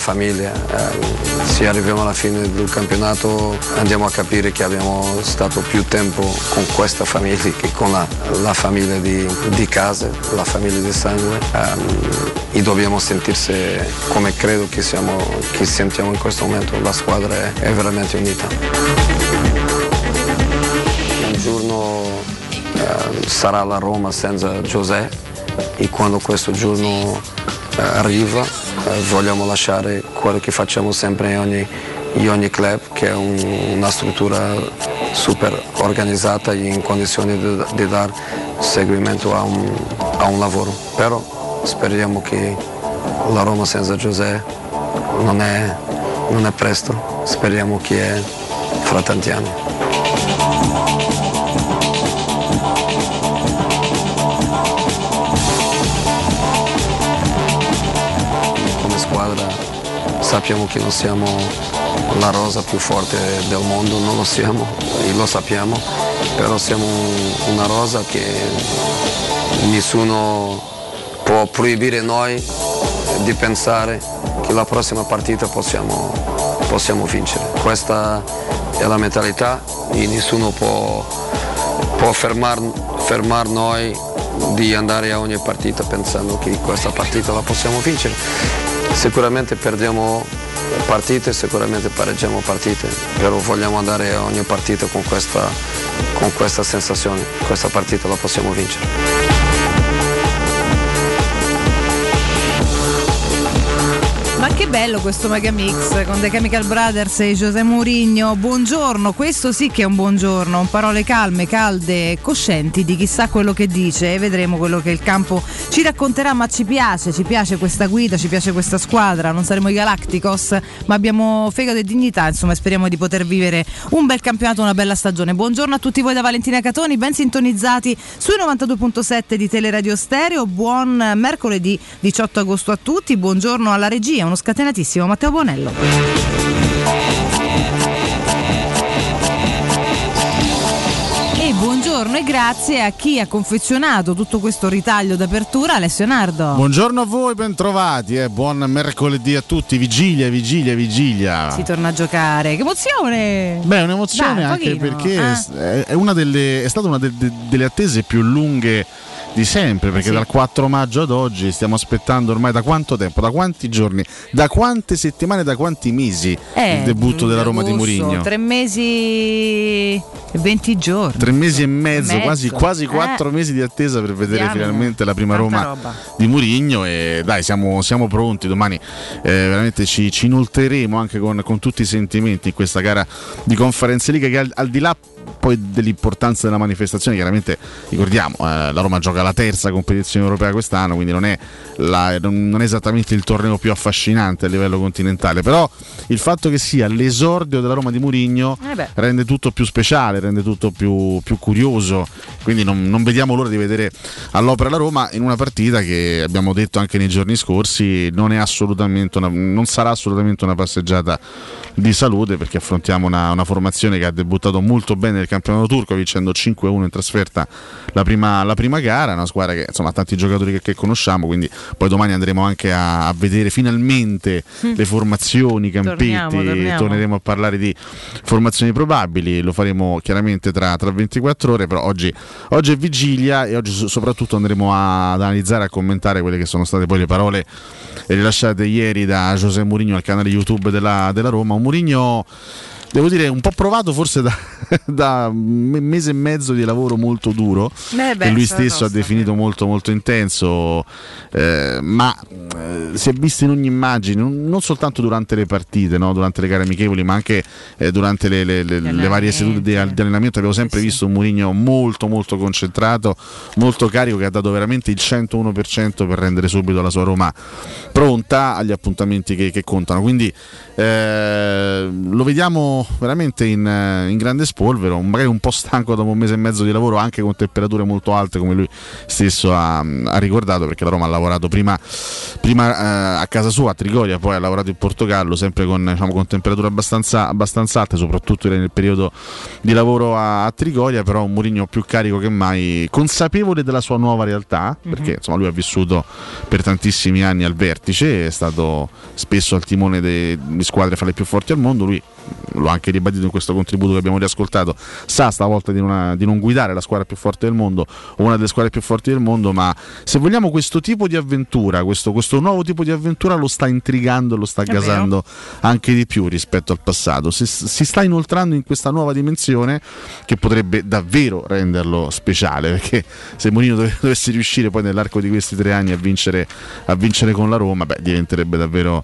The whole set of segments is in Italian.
famiglia. Se arriviamo alla fine del campionato andiamo a capire che abbiamo stato più tempo con questa famiglia che con la famiglia di casa, la famiglia di sangue, e dobbiamo sentirsi come credo che sentiamo in questo momento. La squadra è veramente unita. Un giorno sarà la Roma senza José, e quando questo giorno arriva vogliamo lasciare quello che facciamo sempre in ogni club, che è una struttura super organizzata e in condizioni di dare seguimento a un lavoro. Però speriamo che la Roma senza José non è presto, speriamo che è fra tanti anni. Sappiamo che non siamo la rosa più forte del mondo, non lo siamo e lo sappiamo, però siamo una rosa che nessuno può proibire noi di pensare che la prossima partita possiamo vincere. Questa è la mentalità e nessuno può fermar noi di andare a ogni partita pensando che questa partita la possiamo vincere. Sicuramente perdiamo partite, sicuramente pareggiamo partite, però vogliamo andare a ogni partita con questa sensazione. Questa partita la possiamo vincere. Ma che bello questo Megamix con The Chemical Brothers e José Mourinho. Buongiorno, questo sì che è un buongiorno, parole calme, calde, coscienti di chissà quello che dice, e vedremo quello che il campo ci racconterà. Ma ci piace questa guida, ci piace questa squadra. Non saremo i Galacticos, ma abbiamo fegato e dignità, insomma, speriamo di poter vivere un bel campionato, una bella stagione. Buongiorno a tutti voi da Valentina Catoni, ben sintonizzati sui 92.7 di Teleradio Stereo. Buon mercoledì 18 agosto a tutti, buongiorno alla regia, uno scatenatissimo Matteo Bonello. E buongiorno e grazie a chi ha confezionato tutto questo ritaglio d'apertura, Alessio Nardo. Buongiorno a voi, bentrovati, buon mercoledì a tutti, vigilia. Si torna a giocare, che emozione! Beh, un'emozione anche perché è stata una delle attese più lunghe di sempre, perché dal 4 maggio ad oggi stiamo aspettando ormai da quanto tempo, da quanti giorni, da quante settimane, da quanti mesi il debutto della Roma di Mourinho. 3 mesi e 20 giorni. 3 mesi e mezzo. Quasi 4 mesi di attesa per vedere finalmente la prima Roma di Mourinho, e dai, siamo pronti. Domani veramente ci inoltreremo anche con tutti i sentimenti in questa gara di Conference League, che al di là poi dell'importanza della manifestazione, chiaramente ricordiamo, la Roma gioca la terza competizione europea quest'anno, quindi non è esattamente il torneo più affascinante a livello continentale, però il fatto che sia l'esordio della Roma di Mourinho rende tutto più speciale, rende tutto più curioso, quindi non vediamo l'ora di vedere all'opera la Roma in una partita che, abbiamo detto anche nei giorni scorsi, non sarà assolutamente una passeggiata di salute, perché affrontiamo una formazione che ha debuttato molto bene nel campionato turco, vincendo 5-1 in trasferta la prima gara, una squadra che insomma ha tanti giocatori che conosciamo, quindi poi domani andremo anche a vedere finalmente le formazioni, i campetti, torneremo a parlare di formazioni probabili, lo faremo chiaramente tra 24 ore, però oggi è vigilia e oggi soprattutto andremo ad analizzare, a commentare quelle che sono state poi le parole rilasciate ieri da José Mourinho al canale YouTube della Roma. Un Mourinho, devo dire, un po' provato forse da un mese e mezzo di lavoro molto duro, che lui stesso ha definito molto molto intenso, ma si è visto in ogni immagine, non soltanto durante le partite, no? Durante le gare amichevoli, ma anche durante le varie sedute di allenamento. Abbiamo sempre visto un Mourinho molto molto concentrato, molto carico, che ha dato veramente il 101% per rendere subito la sua Roma pronta agli appuntamenti che contano, quindi lo vediamo ritroviamo veramente in grande spolvero, magari un po' stanco dopo un mese e mezzo di lavoro, anche con temperature molto alte come lui stesso ha ricordato, perché la Roma ha lavorato prima a casa sua a Trigoria, poi ha lavorato in Portogallo sempre con temperature abbastanza alte, soprattutto nel periodo di lavoro a Trigoria. Però un Mourinho più carico che mai, consapevole della sua nuova realtà, perché insomma lui ha vissuto per tantissimi anni al vertice, è stato spesso al timone di squadre fra le più forti al mondo. Lui lo ha anche ribadito in questo contributo che abbiamo riascoltato, sa stavolta di non guidare la squadra più forte del mondo o una delle squadre più forti del mondo, ma se vogliamo questo tipo di avventura, questo nuovo tipo di avventura lo sta intrigando, lo sta gasando anche di più rispetto al passato. Si sta inoltrando in questa nuova dimensione che potrebbe davvero renderlo speciale, perché se Mourinho dovesse riuscire poi nell'arco di questi 3 anni a vincere con la Roma, diventerebbe davvero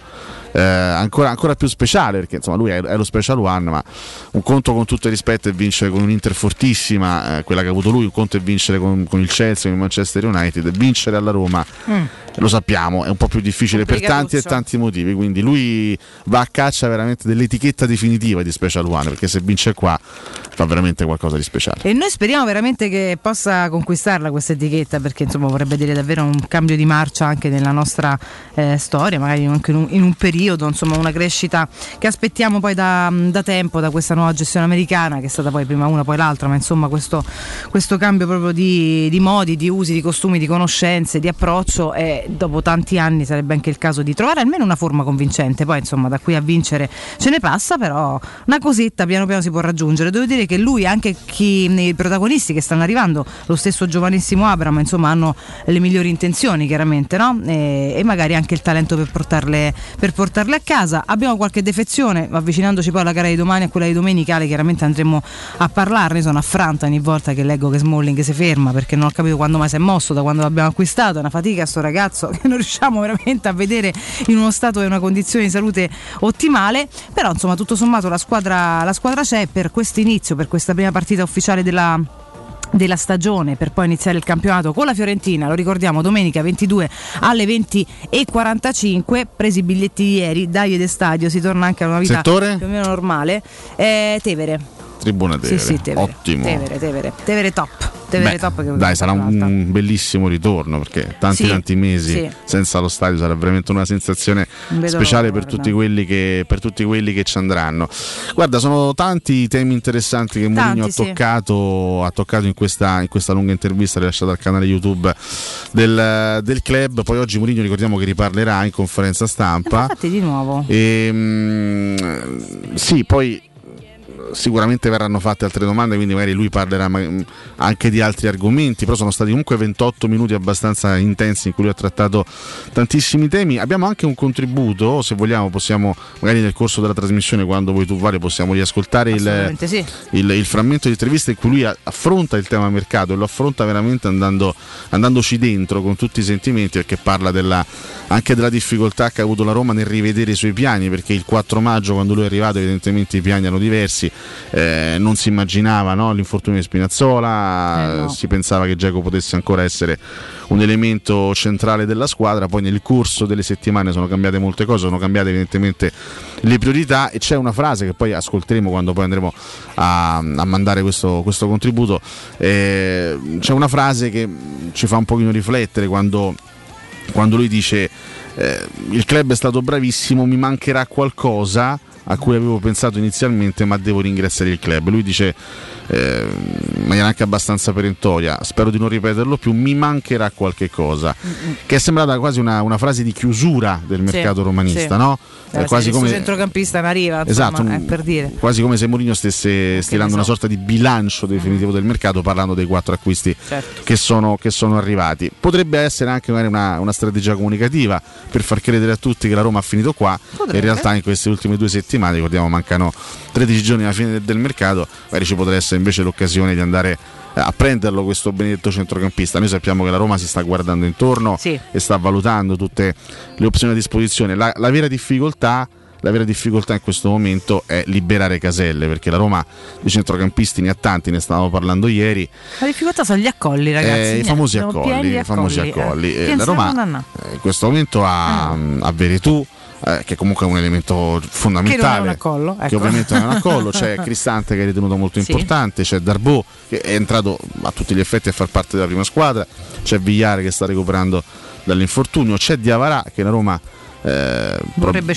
ancora più speciale, perché insomma lui è lo special one, ma un conto, con tutto il rispetto, è vincere con un'Inter fortissima, quella che ha avuto lui, un conto è vincere con il Chelsea, con il Manchester United, vincere alla Roma lo sappiamo è un po' più difficile per tanti e tanti motivi, quindi lui va a caccia veramente dell'etichetta definitiva di special one, perché se vince qua fa veramente qualcosa di speciale, e noi speriamo veramente che possa conquistarla questa etichetta, perché insomma vorrebbe dire davvero un cambio di marcia anche nella nostra storia, magari anche in un periodo, insomma una crescita che aspettiamo poi da tempo da questa nuova gestione americana, che è stata poi prima una poi l'altra, ma insomma questo cambio proprio di modi, di usi, di costumi, di conoscenze, di approccio, e dopo tanti anni sarebbe anche il caso di trovare almeno una forma convincente. Poi insomma da qui a vincere ce ne passa, però una cosetta piano piano si può raggiungere. Devo dire che lui, anche i protagonisti che stanno arrivando, lo stesso giovanissimo Abraham, insomma hanno le migliori intenzioni chiaramente, no? E magari anche il talento per portarle a casa. Abbiamo qualche defezione, avvicinandoci poi alla gara di domani e a quella di domenica, chiaramente andremo a parlarne. Sono affranta ogni volta che leggo che Smalling si ferma, perché non ho capito quando mai si è mosso da quando l'abbiamo acquistato. È una fatica a sto ragazzo che non riusciamo veramente a vedere in uno stato e una condizione di salute ottimale, però insomma tutto sommato la squadra c'è per questo inizio, per questa prima partita ufficiale della stagione, per poi iniziare il campionato con la Fiorentina. Lo ricordiamo, domenica 22 alle 20:45. Presi i biglietti ieri, Davide Stadio, si torna anche a una vita Settore? più o meno normale. Tevere, Tribuna Tevere, sì, Tevere. Ottimo. Tevere top. Dai, sarà un bellissimo ritorno, perché tanti mesi senza lo stadio sarà veramente una sensazione speciale per tutti quelli che ci andranno. Guarda, sono tanti i temi interessanti che Mourinho ha toccato in questa lunga intervista rilasciata al canale YouTube del club. Poi oggi Mourinho, ricordiamo che riparlerà in conferenza stampa. Infatti di nuovo. Sì, poi sicuramente verranno fatte altre domande, quindi magari lui parlerà anche di altri argomenti, però sono stati comunque 28 minuti abbastanza intensi in cui lui ha trattato tantissimi temi. Abbiamo anche un contributo, se vogliamo possiamo magari nel corso della trasmissione, quando vuoi tu Vale, possiamo riascoltare il frammento di intervista in cui lui affronta il tema mercato, e lo affronta veramente andandoci dentro con tutti i sentimenti, perché parla anche della difficoltà che ha avuto la Roma nel rivedere i suoi piani, perché il 4 maggio quando lui è arrivato evidentemente i piani erano diversi. Non si immaginava, no, l'infortunio di Spinazzola, no. Si pensava che Dzeko potesse ancora essere un elemento centrale della squadra. Poi nel corso delle settimane sono cambiate molte cose, sono cambiate evidentemente le priorità, e c'è una frase che poi ascolteremo quando poi andremo a mandare questo contributo. C'è una frase che ci fa un pochino riflettere quando lui dice il club è stato bravissimo, mi mancherà qualcosa a cui avevo pensato inizialmente, ma devo ringraziare il club. Lui dice in maniera anche abbastanza perentoria, spero di non ripeterlo più, mi mancherà qualche cosa, che è sembrata quasi una frase di chiusura del mercato romanista, no? Quasi come centrocampista in arriva, esatto, insomma, per dire. Quasi come se Mourinho stesse stilando una sorta di bilancio definitivo del mercato, parlando dei 4 acquisti che sono arrivati. Potrebbe essere anche una strategia comunicativa per far credere a tutti che la Roma ha finito qua. In realtà in queste ultime 2 settimane, ricordiamo, mancano 13 giorni alla fine del mercato, magari ci potrebbe essere invece l'occasione di andare a prenderlo questo benedetto centrocampista. Noi sappiamo che la Roma si sta guardando intorno e sta valutando tutte le opzioni a disposizione. La vera difficoltà in questo momento è liberare caselle, perché la Roma di centrocampisti ne ha tanti, ne stavamo parlando ieri. La difficoltà sono gli accolli, ragazzi. I famosi accolli. La Roma in questo momento ha Veretù, che comunque è un elemento fondamentale, accollo, ecco. Che ovviamente non è un accollo. C'è Cristante che è ritenuto molto importante, c'è Darboe che è entrato a tutti gli effetti a far parte della prima squadra, c'è Villar che sta recuperando dall'infortunio, c'è Diawara che la Roma potrebbe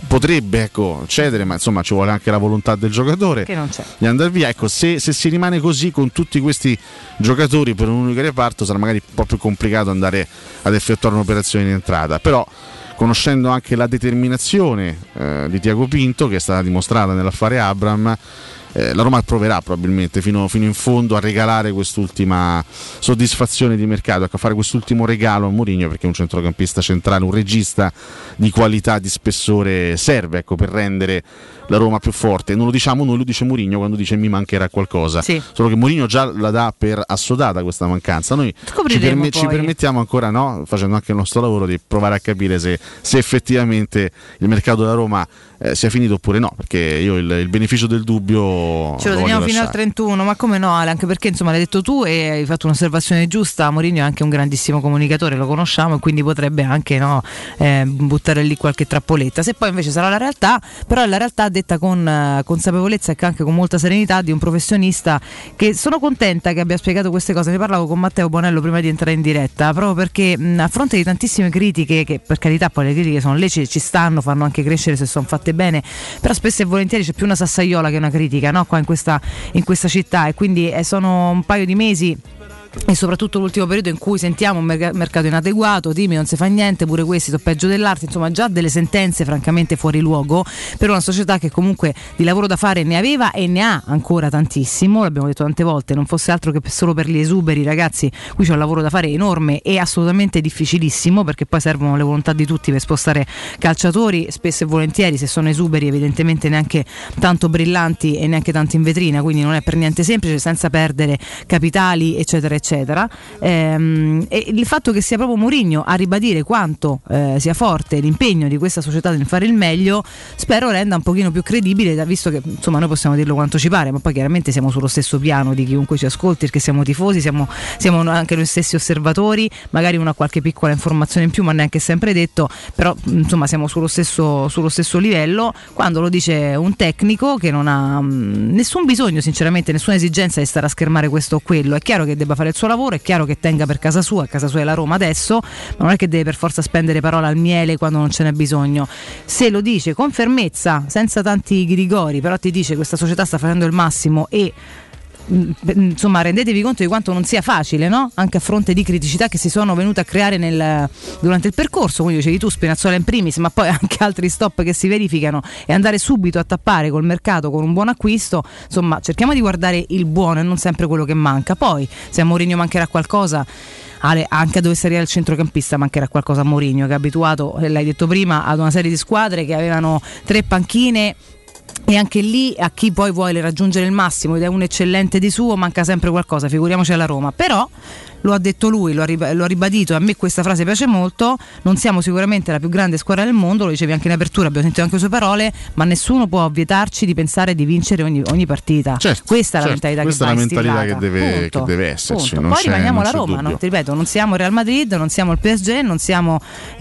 cedere, ma insomma ci vuole anche la volontà del giocatore che non c'è di andare via. Ecco, se si rimane così con tutti questi giocatori per un unico reparto sarà magari un po' più complicato andare ad effettuare un'operazione in entrata, però conoscendo anche la determinazione di Tiago Pinto, che è stata dimostrata nell'affare Abraham, la Roma proverà probabilmente fino in fondo a regalare quest'ultima soddisfazione di mercato, a fare quest'ultimo regalo a Mourinho, perché un centrocampista centrale, un regista di qualità, di spessore serve, ecco, per rendere la Roma più forte. Non lo diciamo noi, lo dice Mourinho quando dice mi mancherà qualcosa, solo che Mourinho già la dà per assodata questa mancanza. Noi ci permettiamo ancora, no, facendo anche il nostro lavoro, di provare a capire se effettivamente il mercato della Roma sia finito oppure no, perché io il beneficio del dubbio ce lo teniamo fino al 31, ma come no Ale, anche perché insomma l'hai detto tu e hai fatto un'osservazione giusta. Mourinho è anche un grandissimo comunicatore, lo conosciamo, e quindi potrebbe anche buttare lì qualche trappoletta. Se poi invece sarà la realtà, però è la realtà detta con consapevolezza e anche con molta serenità di un professionista, che sono contenta che abbia spiegato queste cose. Ne parlavo con Matteo Bonello prima di entrare in diretta, proprio perché a fronte di tantissime critiche, che per carità poi le critiche sono lecite, ci stanno, fanno anche crescere se sono fatte bene, però spesso e volentieri c'è più una sassaiola che una critica, no? Qua in questa città, e quindi sono un paio di mesi e soprattutto l'ultimo periodo in cui sentiamo un mercato inadeguato, Timi non si fa niente, pure questi sono peggio dell'arte, insomma già delle sentenze francamente fuori luogo per una società che comunque di lavoro da fare ne aveva e ne ha ancora tantissimo. L'abbiamo detto tante volte, non fosse altro che solo per gli esuberi, ragazzi, qui c'è un lavoro da fare enorme e assolutamente difficilissimo, perché poi servono le volontà di tutti per spostare calciatori, spesso e volentieri se sono esuberi evidentemente neanche tanto brillanti e neanche tanto in vetrina, quindi non è per niente semplice, senza perdere capitali eccetera eccetera. E il fatto che sia proprio Mourinho a ribadire quanto sia forte l'impegno di questa società nel fare il meglio, spero renda un pochino più credibile, visto che insomma noi possiamo dirlo quanto ci pare, ma poi chiaramente siamo sullo stesso piano di chiunque ci ascolti, perché siamo tifosi, siamo anche noi stessi osservatori, magari una qualche piccola informazione in più, ma neanche sempre detto, però insomma siamo sullo stesso livello. Quando lo dice un tecnico che non ha nessun bisogno, sinceramente nessuna esigenza di stare a schermare questo o quello, è chiaro che debba fare il suo lavoro, è chiaro che tenga per casa sua è la Roma adesso, ma non è che deve per forza spendere parola al miele quando non ce n'è bisogno. Se lo dice con fermezza, senza tanti grigori, però ti dice questa società sta facendo il massimo e insomma rendetevi conto di quanto non sia facile, no? Anche a fronte di criticità che si sono venute a creare durante il percorso, come dicevi tu, Spinazzola in primis, ma poi anche altri stop che si verificano, e andare subito a tappare col mercato con un buon acquisto. Insomma, cerchiamo di guardare il buono e non sempre quello che manca. Poi se a Mourinho mancherà qualcosa, Ale, anche a dove arriva il centrocampista mancherà qualcosa a Mourinho, che è abituato, l'hai detto prima, ad una serie di squadre che avevano 3 panchine, e anche lì a chi poi vuole raggiungere il massimo ed è un eccellente di suo manca sempre qualcosa, figuriamoci alla Roma. Però lo ha detto lui, lo ha ribadito, e a me questa frase piace molto: non siamo sicuramente la più grande squadra del mondo, lo dicevi anche in apertura, abbiamo sentito anche le sue parole, ma nessuno può vietarci di pensare di vincere ogni partita. Questa è la mentalità questa che va instillata. Questa è la mentalità che deve esserci. Poi rimaniamo la Roma, no? Ti ripeto, non siamo il Real Madrid, non siamo il PSG, non siamo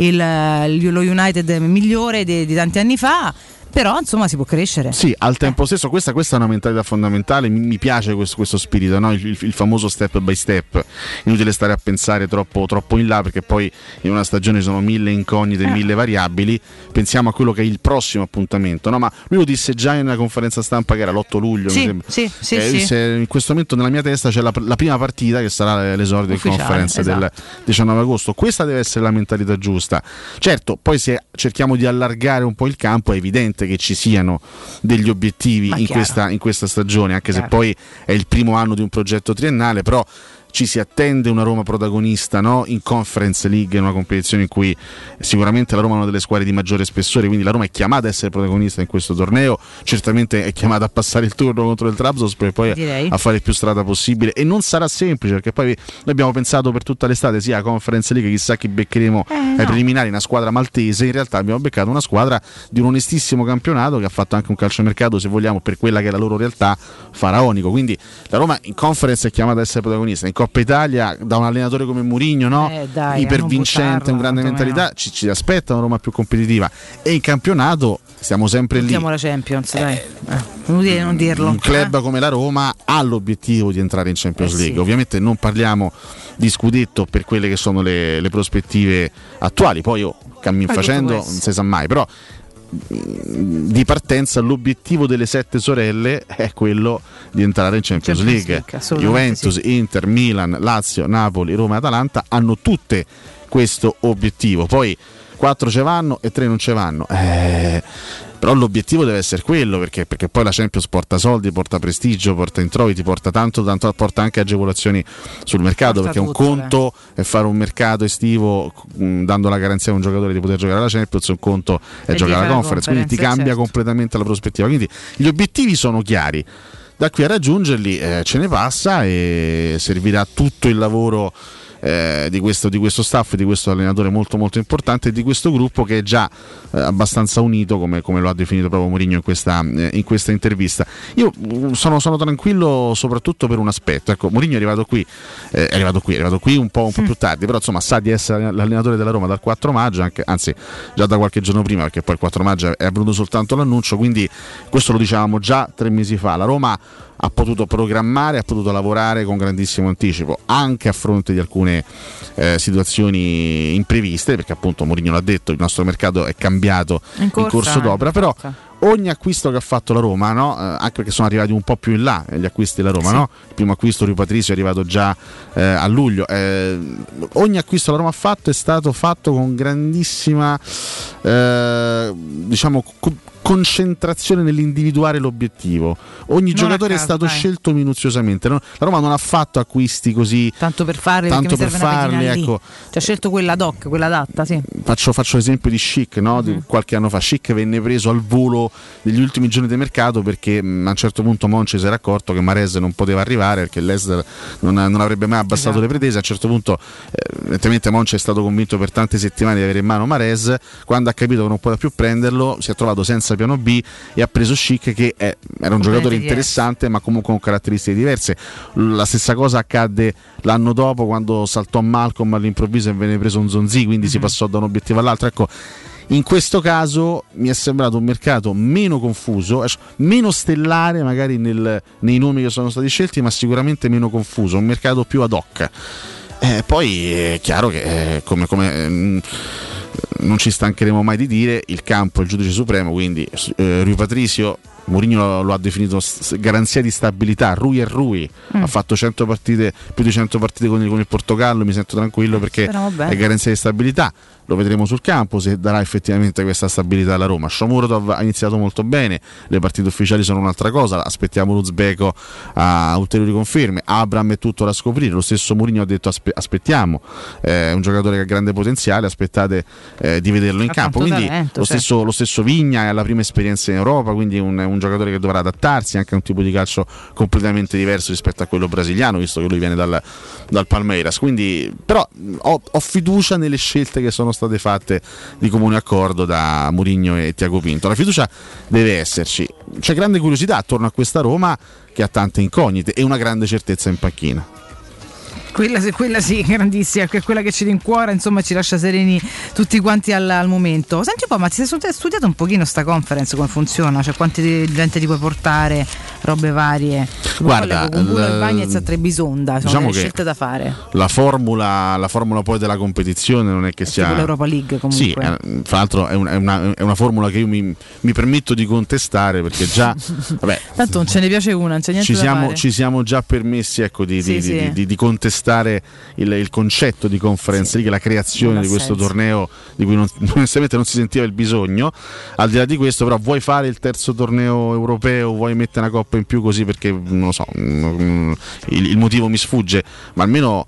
lo United migliore di tanti anni fa, però insomma si può crescere. Sì, al tempo stesso questa è una mentalità fondamentale. Mi piace questo spirito, no? il famoso step by step. Inutile stare a pensare troppo in là, perché poi in una stagione ci sono 1000 incognite, 1000 variabili. Pensiamo a quello che è il prossimo appuntamento, no? Ma lui lo disse già in una conferenza stampa che era l'8 luglio, sì, mi sembra. Sì. In questo momento nella mia testa c'è la prima partita, che sarà l'esordio di conferenza del 19 agosto. Questa deve essere la mentalità giusta. Certo, poi se cerchiamo di allargare un po' il campo, è evidente che ci siano degli obiettivi in questa stagione, anche se poi è il primo anno di un progetto triennale, però ci si attende una Roma protagonista, no? In Conference League, in una competizione in cui sicuramente la Roma è una delle squadre di maggiore spessore, quindi la Roma è chiamata a essere protagonista in questo torneo, certamente è chiamata a passare il turno contro il Trabzonspor e poi a fare più strada possibile, e non sarà semplice, perché poi noi abbiamo pensato per tutta l'estate sia Conference League, chissà chi beccheremo ai preliminari, una squadra maltese. In realtà abbiamo beccato una squadra di un onestissimo campionato che ha fatto anche un calciomercato, se vogliamo, per quella che è la loro realtà, faraonico. Quindi la Roma in Conference è chiamata a essere protagonista, in Coppa Italia da un allenatore come Mourinho, no? Ipervincente, una grande mentalità, ci aspetta una Roma più competitiva, e in campionato siamo sempre lì. Mettiamo la Champions, dai. Inutile non dirlo. Un club come la Roma ha l'obiettivo di entrare in Champions League. Ovviamente non parliamo di scudetto per quelle che sono le prospettive attuali, poi cammin facendo non si sa mai, però di partenza l'obiettivo delle 7 sorelle è quello di entrare in Champions League. Juventus, Inter, Milan, Lazio, Napoli, Roma e Atalanta hanno tutte questo obiettivo. Poi 4 ce vanno e 3 non ce vanno, però l'obiettivo deve essere quello, perché poi la Champions porta soldi, porta prestigio, porta introiti, porta tanto, porta anche agevolazioni sul mercato, perché un conto è fare un mercato estivo dando la garanzia a un giocatore di poter giocare alla Champions, un conto è giocare alla Conference, quindi ti cambia completamente la prospettiva. Quindi gli obiettivi sono chiari, da qui a raggiungerli ce ne passa, e servirà tutto il lavoro di questo staff, di questo allenatore molto molto importante, e di questo gruppo che è già abbastanza unito, come lo ha definito proprio Mourinho in questa intervista. Io sono tranquillo soprattutto per un aspetto. Ecco, Mourinho è arrivato qui un po' più tardi, però insomma sa di essere l'allenatore della Roma dal 4 maggio, anzi già da qualche giorno prima, perché poi il 4 maggio è avvenuto soltanto l'annuncio, quindi questo lo dicevamo già 3 mesi fa. La Roma ha potuto programmare, ha potuto lavorare con grandissimo anticipo, anche a fronte di alcune situazioni impreviste, perché appunto Mourinho l'ha detto, il nostro mercato è cambiato in corso d'opera, però ogni acquisto che ha fatto la Roma, no? Anche perché sono arrivati un po' più in là gli acquisti della Roma, no? Il primo acquisto Rui Patricio è arrivato già a luglio, ogni acquisto la Roma ha fatto è stato fatto con grandissima concentrazione nell'individuare l'obiettivo. Ogni giocatore è stato scelto minuziosamente, no? La Roma non ha fatto acquisti così tanto per farli, ecco. Cioè, ha scelto quella ad hoc, quella adatta, sì. Faccio l'esempio di Schick, no? Di qualche anno fa. Schick venne preso al volo negli ultimi giorni di mercato perché a un certo punto Monchi si era accorto che Mahrez non poteva arrivare, perché l'Ester non avrebbe mai abbassato le pretese. A un certo punto evidentemente Monchi è stato convinto per tante settimane di avere in mano Mahrez. Quando ha capito che non poteva più prenderlo, si è trovato senza piano B e ha preso Schick, che era un giocatore interessante ma comunque con caratteristiche diverse. La stessa cosa accadde l'anno dopo, quando saltò Malcolm all'improvviso e venne preso un Zonzi, quindi si passò da un obiettivo all'altro. Ecco, in questo caso mi è sembrato un mercato meno confuso, meno stellare magari nei nomi che sono stati scelti, ma sicuramente meno confuso, un mercato più ad hoc. Poi è chiaro che come non ci stancheremo mai di dire, il campo è il giudice supremo, quindi Rui Patricio, Mourinho lo ha definito garanzia di stabilità. Rui ha fatto 100 partite, più di 100 partite con il Portogallo, mi sento tranquillo perché è garanzia di stabilità. Lo vedremo sul campo se darà effettivamente questa stabilità alla Roma. Shomurodov ha iniziato molto bene, le partite ufficiali sono un'altra cosa, aspettiamo l'Uzbeko a ulteriori conferme. Abraham è tutto da scoprire, lo stesso Mourinho ha detto aspettiamo, è un giocatore che ha grande potenziale, aspettate di vederlo in campo. Quindi talento, lo stesso Vigna ha la prima esperienza in Europa, quindi è un giocatore che dovrà adattarsi anche a un tipo di calcio completamente diverso rispetto a quello brasiliano, visto che lui viene dal Palmeiras. Quindi però ho fiducia nelle scelte che sono state fatte di comune accordo da Mourinho e Tiago Pinto. La fiducia deve esserci, c'è grande curiosità attorno a questa Roma che ha tante incognite e una grande certezza in panchina. Quella sì, grandissima, che è quella che ci rincuora, insomma ci lascia sereni tutti quanti al momento. Senti un po', ma ti sei studiato un pochino sta conference, come funziona? Cioè quante gente ti puoi portare, robe varie? Guarda, con Bagnez a Trebisonda, sono diciamo scelte da fare. La formula poi della competizione non è che sia l'Europa League comunque. Sì, fra l'altro è una formula che io mi permetto di contestare, perché già vabbè, tanto non ce ne piace una, non c'è niente da fare. Ci siamo già permessi, ecco, di contestare il concetto di Conference League, la creazione di questo torneo di cui onestamente non si sentiva il bisogno. Al di là di questo, però, vuoi fare il terzo torneo europeo, vuoi mettere una coppa in più così, perché non lo so, il motivo mi sfugge, ma almeno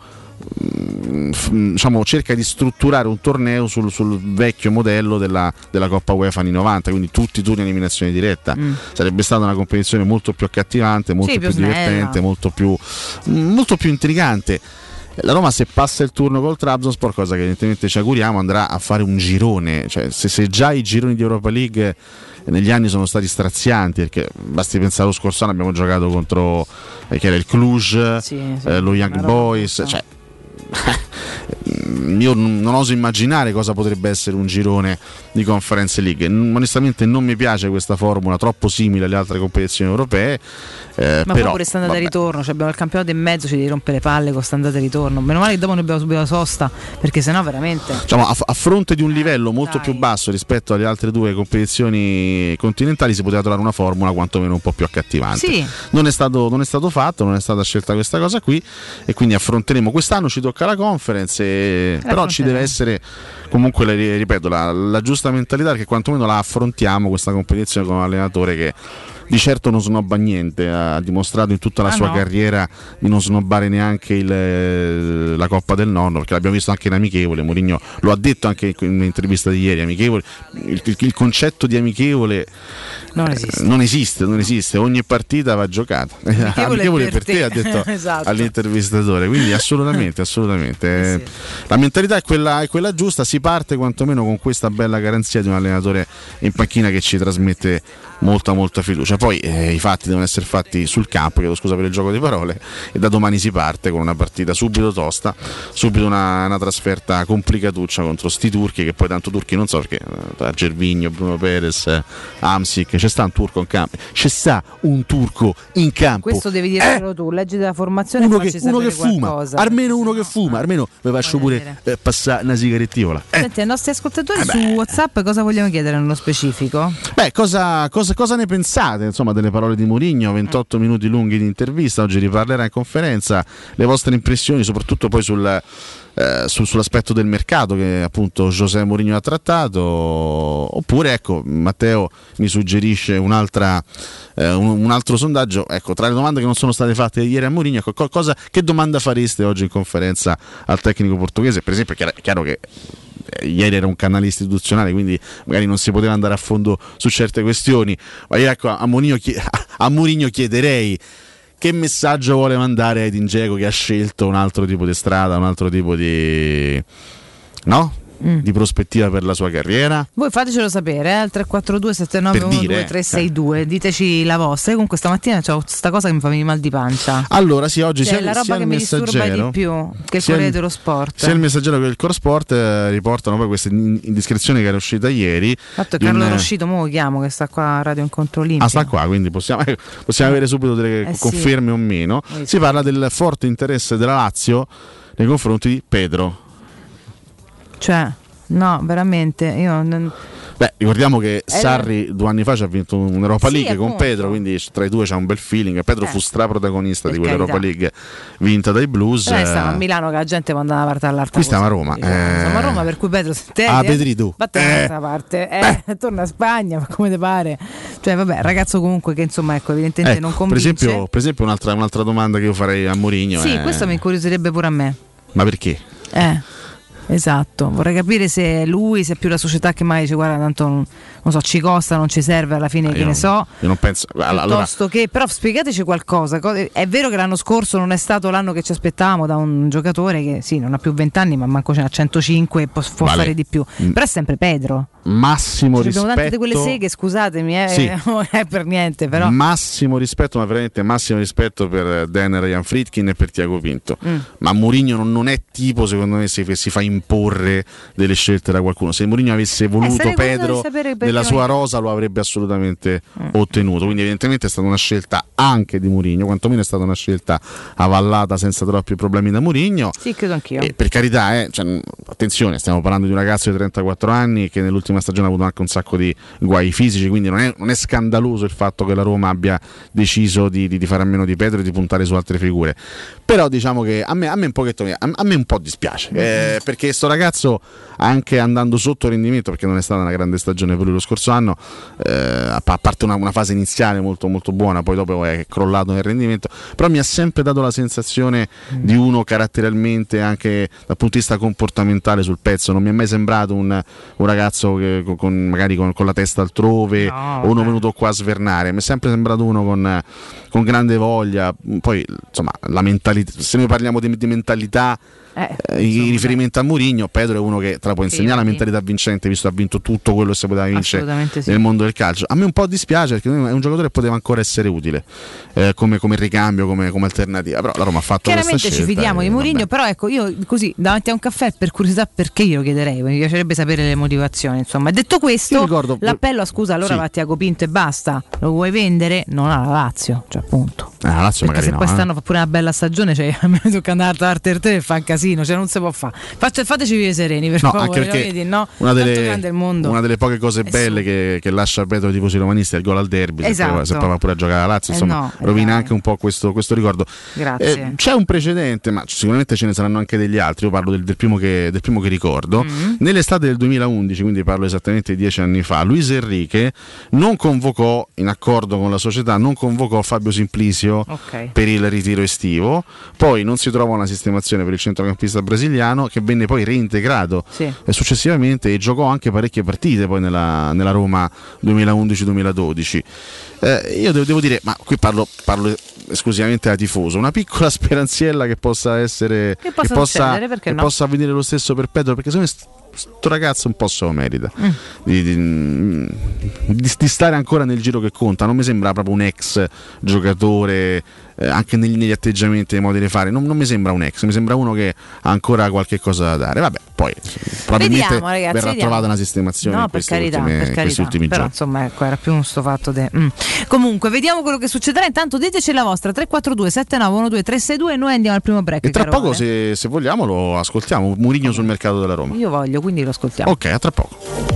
diciamo cerca di strutturare un torneo sul vecchio modello della Coppa UEFA anni 90, quindi tutti i turni a eliminazione diretta. Sarebbe stata una competizione molto più accattivante, molto più divertente, molto più intrigante. La Roma, se passa il turno col Trabzonspor, cosa che evidentemente ci auguriamo, andrà a fare un girone, cioè se già i gironi di Europa League negli anni sono stati strazianti, perché basti pensare allo scorso anno abbiamo giocato contro che era il Cluj, lo Young Boys, cioè io non oso immaginare cosa potrebbe essere un girone di Conference League. Onestamente non mi piace questa formula troppo simile alle altre competizioni europee, ma però pure sta andata e ritorno, cioè abbiamo il campionato in mezzo, ci devi rompere le palle con sta andata e ritorno. Meno male che dopo noi abbiamo subito la sosta, perché sennò veramente, diciamo, a fronte di un livello molto più basso rispetto alle altre due competizioni continentali si poteva trovare una formula quantomeno un po' più accattivante. Sì. Non è stato fatto, non è stata scelta questa cosa qui, e quindi affronteremo quest'anno, ci tocca la Conference, però ci deve essere comunque, ripeto, la giusta mentalità, perché quantomeno la affrontiamo questa competizione con un allenatore che di certo non snobba niente, ha dimostrato in tutta la sua carriera di non snobbare neanche la Coppa del Nonno, perché l'abbiamo visto anche in amichevole. Mourinho lo ha detto anche in un'intervista di ieri, amichevole, il concetto di amichevole non esiste, ogni partita va giocata, amichevole per te, ha detto esatto, all'intervistatore, quindi assolutamente sì. La mentalità è quella giusta, si parte quantomeno con questa bella garanzia di un allenatore in panchina che ci trasmette molta fiducia. Poi i fatti devono essere fatti sul campo, chiedo scusa per il gioco di parole, e da domani si parte con una partita subito tosta, subito una trasferta complicatuccia contro sti turchi, che poi tanto turchi non so, perché tra Gervinho, Bruno Perez, Hamsik, c'è sta un turco in campo, questo devi dirlo tu, leggi della formazione, uno che fuma, almeno uno che fuma, almeno vi faccio pure passare una sigarettivola. Senti, ai nostri ascoltatori su WhatsApp cosa vogliamo chiedere nello specifico? Cosa ne pensate, insomma, delle parole di Mourinho? 28 minuti lunghi di intervista, oggi riparlerà in conferenza, le vostre impressioni soprattutto poi sull'aspetto del mercato che appunto José Mourinho ha trattato, oppure ecco, Matteo mi suggerisce un altro sondaggio, ecco, tra le domande che non sono state fatte ieri a Mourinho, ecco, che domanda fareste oggi in conferenza al tecnico portoghese? Per esempio, è chiaro che ieri era un canale istituzionale, quindi magari non si poteva andare a fondo su certe questioni, ma io ecco, a Mourinho chiederei che messaggio vuole mandare a Edin Dzeko, che ha scelto un altro tipo di strada, un altro tipo di di prospettiva per la sua carriera. Voi fatecelo sapere al 342 7912 362, diteci la vostra. Io comunque stamattina c'ho questa cosa che mi fa venire mal di pancia. Allora sì, oggi sia la roba che mi disturba di più che il Corriere dello Sport, sia il Messaggero che il Corsport riportano poi questa indiscrezione che era uscita ieri. Fatto Carlo Roscito, mo lo chiamo, che sta qua a Radio Incontro Olimpico. Sta qua, quindi possiamo avere subito delle conferme o meno. Si parla del forte interesse della Lazio nei confronti di Pedro. Cioè, no, veramente, io ricordiamo che Sarri 2 anni fa ci ha vinto un'Europa League con Pedro, quindi tra i due c'è un bel feeling. Pedro fu straprotagonista di quell'Europa League vinta dai Blues. Stava a Milano che la gente mandava da una parte all'altra. Qui stiamo a Roma. Stiamo a Roma, per cui Pedro Pedri tu. Questa parte. Torna a Spagna, ma come te pare? Cioè, vabbè, ragazzo comunque che insomma, ecco, evidentemente non convince. Per esempio un'altra domanda che io farei a Mourinho. Sì, questo mi incuriosirebbe pure a me. Ma perché? Esatto, vorrei capire se lui, se è più la società che mai dice guarda tanto non so, ci costa, non ci serve alla fine, che ne so. Io non penso, piuttosto che, però spiegateci qualcosa. È vero che l'anno scorso non è stato l'anno che ci aspettavamo da un giocatore che sì, non ha più 20 anni, ma manco ce n'ha 105 e può fare di più. Però è sempre Pedro. Massimo rispetto. Abbiamo tante di quelle seghe, scusatemi, sì. Non è per niente, però. Massimo rispetto, ma veramente massimo rispetto per Denner, Jan Friedkin e per Tiago Pinto. Ma Mourinho non è tipo, secondo me, che si fa imporre delle scelte da qualcuno. Se Mourinho avesse voluto Pedro nella sua rosa lo avrebbe assolutamente ottenuto. Quindi evidentemente è stata una scelta anche di Mourinho, quantomeno è stata una scelta avallata senza troppi problemi da Mourinho. Sì, credo anch'io. E per carità, attenzione, stiamo parlando di un ragazzo di 34 anni che nell'ultima stagione ha avuto anche un sacco di guai fisici, quindi non è scandaloso il fatto che la Roma abbia deciso di fare a meno di Pedro e di puntare su altre figure. Però diciamo che a me un po' dispiace, perché sto ragazzo, anche andando sotto rendimento, perché non è stata una grande stagione per lui lo scorso anno, a parte una fase iniziale molto molto buona, poi dopo è crollato nel rendimento, però mi ha sempre dato la sensazione di uno caratterialmente, anche dal punto di vista comportamentale, totale sul pezzo, non mi è mai sembrato un ragazzo che, magari con la testa altrove, o uno venuto qua a svernare. Mi è sempre sembrato uno con grande voglia. Poi insomma la mentalità, se noi parliamo di mentalità, in riferimento a Mourinho, Pedro è uno che te la può insegnare la mentalità vincente, visto che ha vinto tutto quello che si poteva vincere nel mondo del calcio. A me un po' dispiace perché è un giocatore che poteva ancora essere utile come ricambio, come alternativa, però la Roma ha fatto questa scelta. Chiaramente ci fidiamo di Mourinho, però ecco, io così davanti a un caffè, per curiosità, perché glielo chiederei, mi piacerebbe sapere le motivazioni, insomma. Detto questo, ricordo, l'appello a scusa, allora vatti a Copinto e basta, lo vuoi vendere? Non ha la Lazio, cioè appunto. La Lazio perché magari se poi stanno fa pure una bella stagione, cioè a me tocca andare a parte e fa un casino, cioè non si può fare. Fateci vivere sereni, per favore, anche perché vedi, no? una delle poche cose belle che lascia Pedro ai tifosi romanisti è il gol al derby, se poi va pure a giocare alla Lazio, insomma, rovina anche un po' questo ricordo. Grazie. C'è un precedente, ma sicuramente ce ne saranno anche degli altri. Io parlo del primo che ricordo. Nell'estate del 2011, quindi parlo esattamente 10 anni fa, Luis Enrique non convocò, in accordo con la società, Fabio Simplicio per il ritiro estivo. Poi non si trovò una sistemazione per il centrocampista brasiliano, che venne poi reintegrato successivamente e giocò anche parecchie partite poi nella Roma 2011-2012. Io devo dire, ma qui parlo esclusivamente da tifoso, una piccola speranziella che possa essere che possa avvenire lo stesso per Pedro, perché secondo me sto ragazzo un po' se lo merita di stare ancora nel giro che conta. Non mi sembra proprio un ex giocatore, anche negli atteggiamenti, nei modi di fare, non mi sembra un ex, mi sembra uno che ha ancora qualche cosa da dare. Vabbè, poi probabilmente verrà trovata una sistemazione in questi ultimi però, giorni. Insomma, ecco, era più sto fatto Comunque, vediamo quello che succederà. Intanto diteci la vostra 342 7912 362 e noi andiamo al primo break. E tra poco, se vogliamo, lo ascoltiamo. Mourinho sul mercato della Roma. Io voglio, quindi lo ascoltiamo. Ok, a tra poco.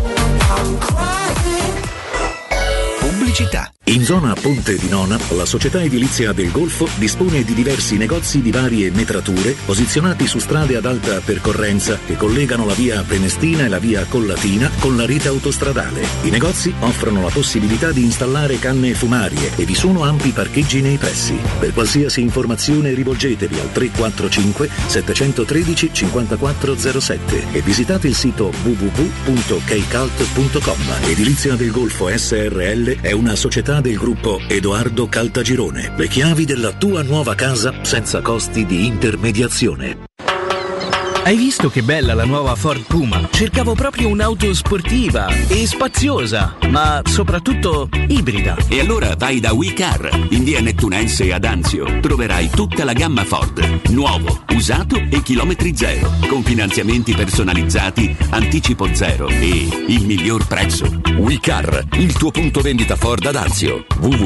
Pubblicità. In zona Ponte di Nona, la società edilizia del Golfo dispone di diversi negozi di varie metrature posizionati su strade ad alta percorrenza che collegano la via Prenestina e la via Collatina con la rete autostradale. I negozi offrono la possibilità di installare canne fumarie e vi sono ampi parcheggi nei pressi. Per qualsiasi informazione rivolgetevi al 345 713 5407 e visitate il sito www.keicalt.com. Edilizia del Golfo SRL è una società del gruppo Edoardo Caltagirone. Le chiavi della tua nuova casa senza costi di intermediazione. Hai visto che bella la nuova Ford Puma? Cercavo proprio un'auto sportiva e spaziosa, ma soprattutto ibrida. E allora vai da WeCar, in via Nettunense ad Anzio. Troverai tutta la gamma Ford, nuovo, usato e chilometri zero, con finanziamenti personalizzati, anticipo zero e il miglior prezzo. WeCar, il tuo punto vendita Ford ad Anzio.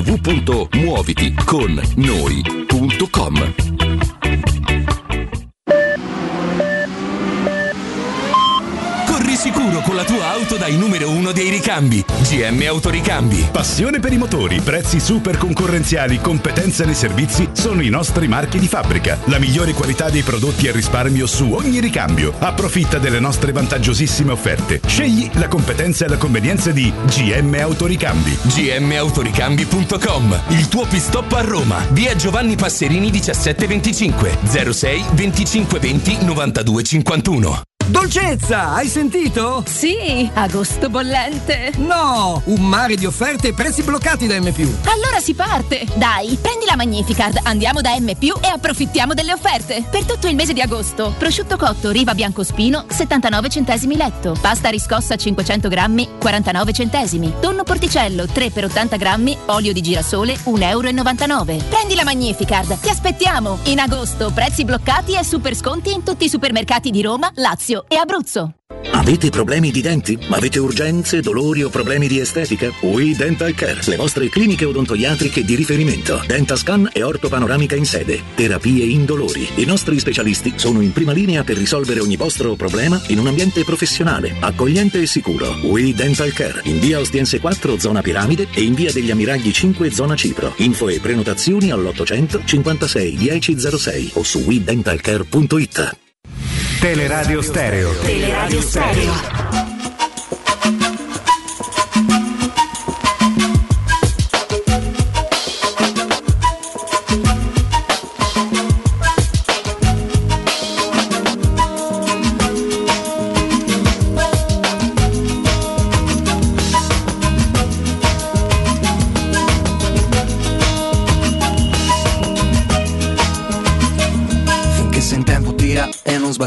www.muoviticonnoi.com. Sicuro con la tua auto dai numero 1 dei ricambi. GM Autoricambi. Passione per i motori, prezzi super concorrenziali, competenza nei servizi sono i nostri marchi di fabbrica. La migliore qualità dei prodotti e risparmio su ogni ricambio. Approfitta delle nostre vantaggiosissime offerte. Scegli la competenza e la convenienza di GM Autoricambi. gmautoricambi.com. Il tuo pit stop a Roma. Via Giovanni Passerini 1725 06 25 20 92 51. Dolcezza, hai sentito? Sì, agosto bollente. No, un mare di offerte e prezzi bloccati da M+. Allora si parte. Dai, prendi la Magnificard, andiamo da M+ e approfittiamo delle offerte. Per tutto il mese di agosto, prosciutto cotto Riva Biancospino 79 centesimi letto, pasta riscossa 500 grammi 49 centesimi, tonno porticello 3 per 80 grammi, olio di girasole 1,99 €. Prendi la Magnificard, ti aspettiamo. In agosto prezzi bloccati e super sconti in tutti i supermercati di Roma, Lazio e Abruzzo. Avete problemi di denti? Avete urgenze, dolori o problemi di estetica? We Dental Care, le vostre cliniche odontoiatriche di riferimento. Dentascan e ortopanoramica in sede. Terapie indolori. I nostri specialisti sono in prima linea per risolvere ogni vostro problema in un ambiente professionale, accogliente e sicuro. We Dental Care, in via Ostiense 4, zona Piramide, e in via degli Ammiragli 5, zona Cipro. Info e prenotazioni all'800 56 1006 o su wedentalcare.it. Teleradio Stereo. Teleradio Stereo.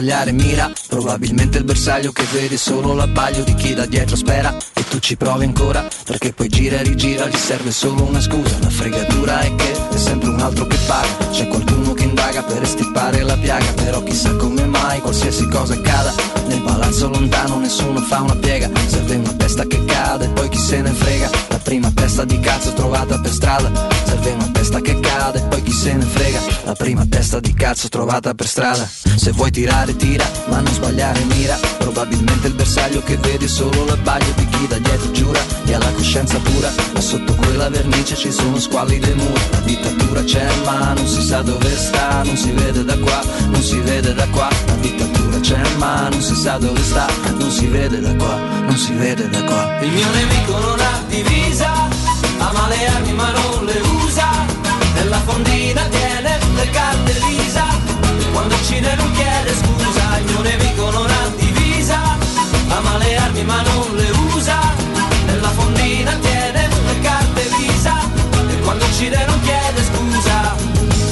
sbagliare mira. Probabilmente il bersaglio che vedi è solo l'abbaglio di chi da dietro spera. E tu ci provi ancora, perché poi gira e rigira, gli serve solo una scusa. La fregatura è che è sempre un altro che paga. C'è qualcuno che indaga per estirpare la piaga. Però chissà come mai qualsiasi cosa accada, nel palazzo lontano nessuno fa una piega. Serve una testa che cade e poi chi se ne frega. La prima testa di cazzo trovata per strada. Serve una testa che cade e poi chi se ne frega. La prima testa di cazzo trovata per strada. Se vuoi tirare tira, ma non sbagliare mira. Probabilmente il bersaglio che vedi è solo l'abbaglio di chi da dietro giura e ha la coscienza pura. Ma sotto quella vernice ci sono squallide mura. La dittatura c'è ma non si sa dove sta. Non si vede da qua, non si vede da qua. La dittatura c'è ma non si sa dove sta. Non si vede da qua, non si vede da qua. Il mio nemico non ha divisa, ama le armi ma non le usa. Nella fondina tiene le carte Visa e quando uccide non chiede scusa. Il mio nemico non ha divisa, ama le armi ma non le usa. Nella fondina tiene le carte Visa e quando uccide non chiede scusa.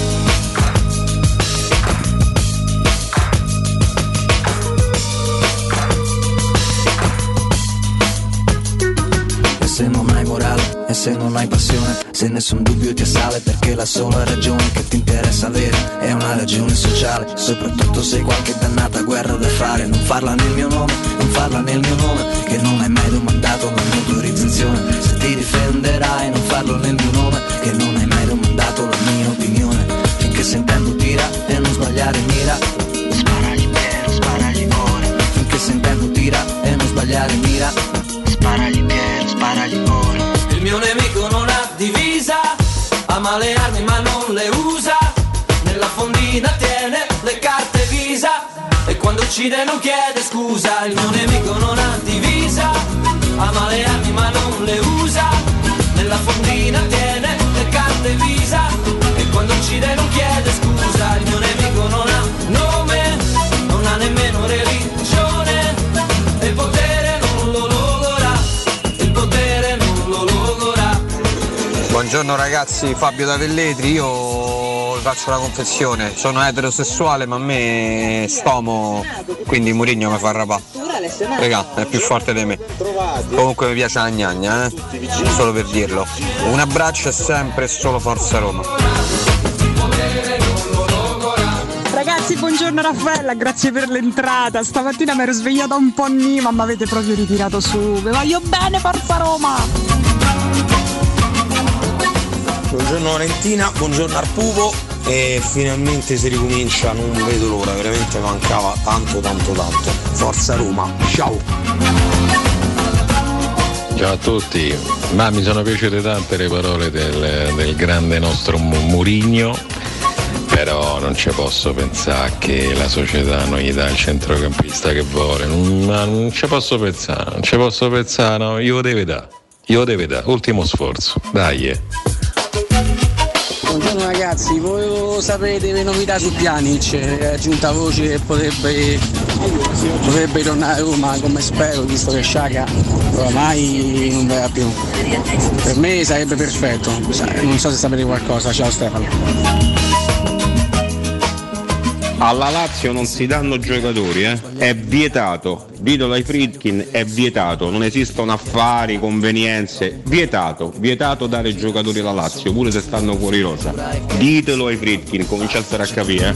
Se non hai morale e se non hai passione, se nessun dubbio ti assale, perché la sola ragione che ti interessa avere è una ragione sociale. Soprattutto se hai qualche dannata guerra da fare, non farla nel mio nome, non farla nel mio nome, che non hai mai domandato la mia autorizzazione. Se ti difenderai non farlo nel mio nome, che non hai mai domandato la mia opinione. Finché sentendo tira e non sbagliare mira. Sparagli Piero, sparagli ora. Finché sentendo tira e non sbagliare mira. Sparagli Piero, sparagli ora. Il mio nemico non ha divisa, ama le armi ma non le usa. Nella fondina tiene le carte Visa e quando uccide non chiede scusa. Il mio nemico non ha divisa, ama le armi ma non le usa. Nella fondina tiene le carte Visa e quando uccide non chiede scusa. Il mio nemico non ha nome, non ha nemmeno religione e il potere non lo logora, il potere non lo logora. Buongiorno ragazzi, Fabio da Velletri. Io vi faccio una confessione, sono eterosessuale ma a me stomo, quindi Mourinho mi fa rapà. Regà, è più forte di me. Comunque mi piace la gnagna, solo per dirlo. Un abbraccio e sempre solo Forza Roma. Ragazzi, buongiorno Raffaella, grazie per l'entrata. Stamattina mi ero svegliata un po' ma mi avete proprio ritirato su. Vi voglio bene, Forza Roma! Buongiorno Valentina, buongiorno Arpuvo e finalmente si ricomincia, non vedo l'ora, veramente mancava tanto. Forza Roma, ciao! Ciao a tutti, ma mi sono piaciute tante le parole del grande nostro Mourinho, però non ci posso pensare che la società non gli dà il centrocampista che vuole, non ci posso pensare, no, glielo deve dare, ultimo sforzo, dai. Buongiorno ragazzi, voi sapete le novità su Pjanic? È giunta voce che potrebbe tornare a Roma, come spero, visto che Sciaga oramai non verrà più. Per me sarebbe perfetto, non so se sapete qualcosa. Ciao Stefano. Alla Lazio non si danno giocatori, è vietato. Ditelo ai Friedkin, è vietato, non esistono affari, convenienze, vietato dare giocatori alla Lazio, pure se stanno fuori rosa. Ditelo ai Friedkin, cominciassero a capire.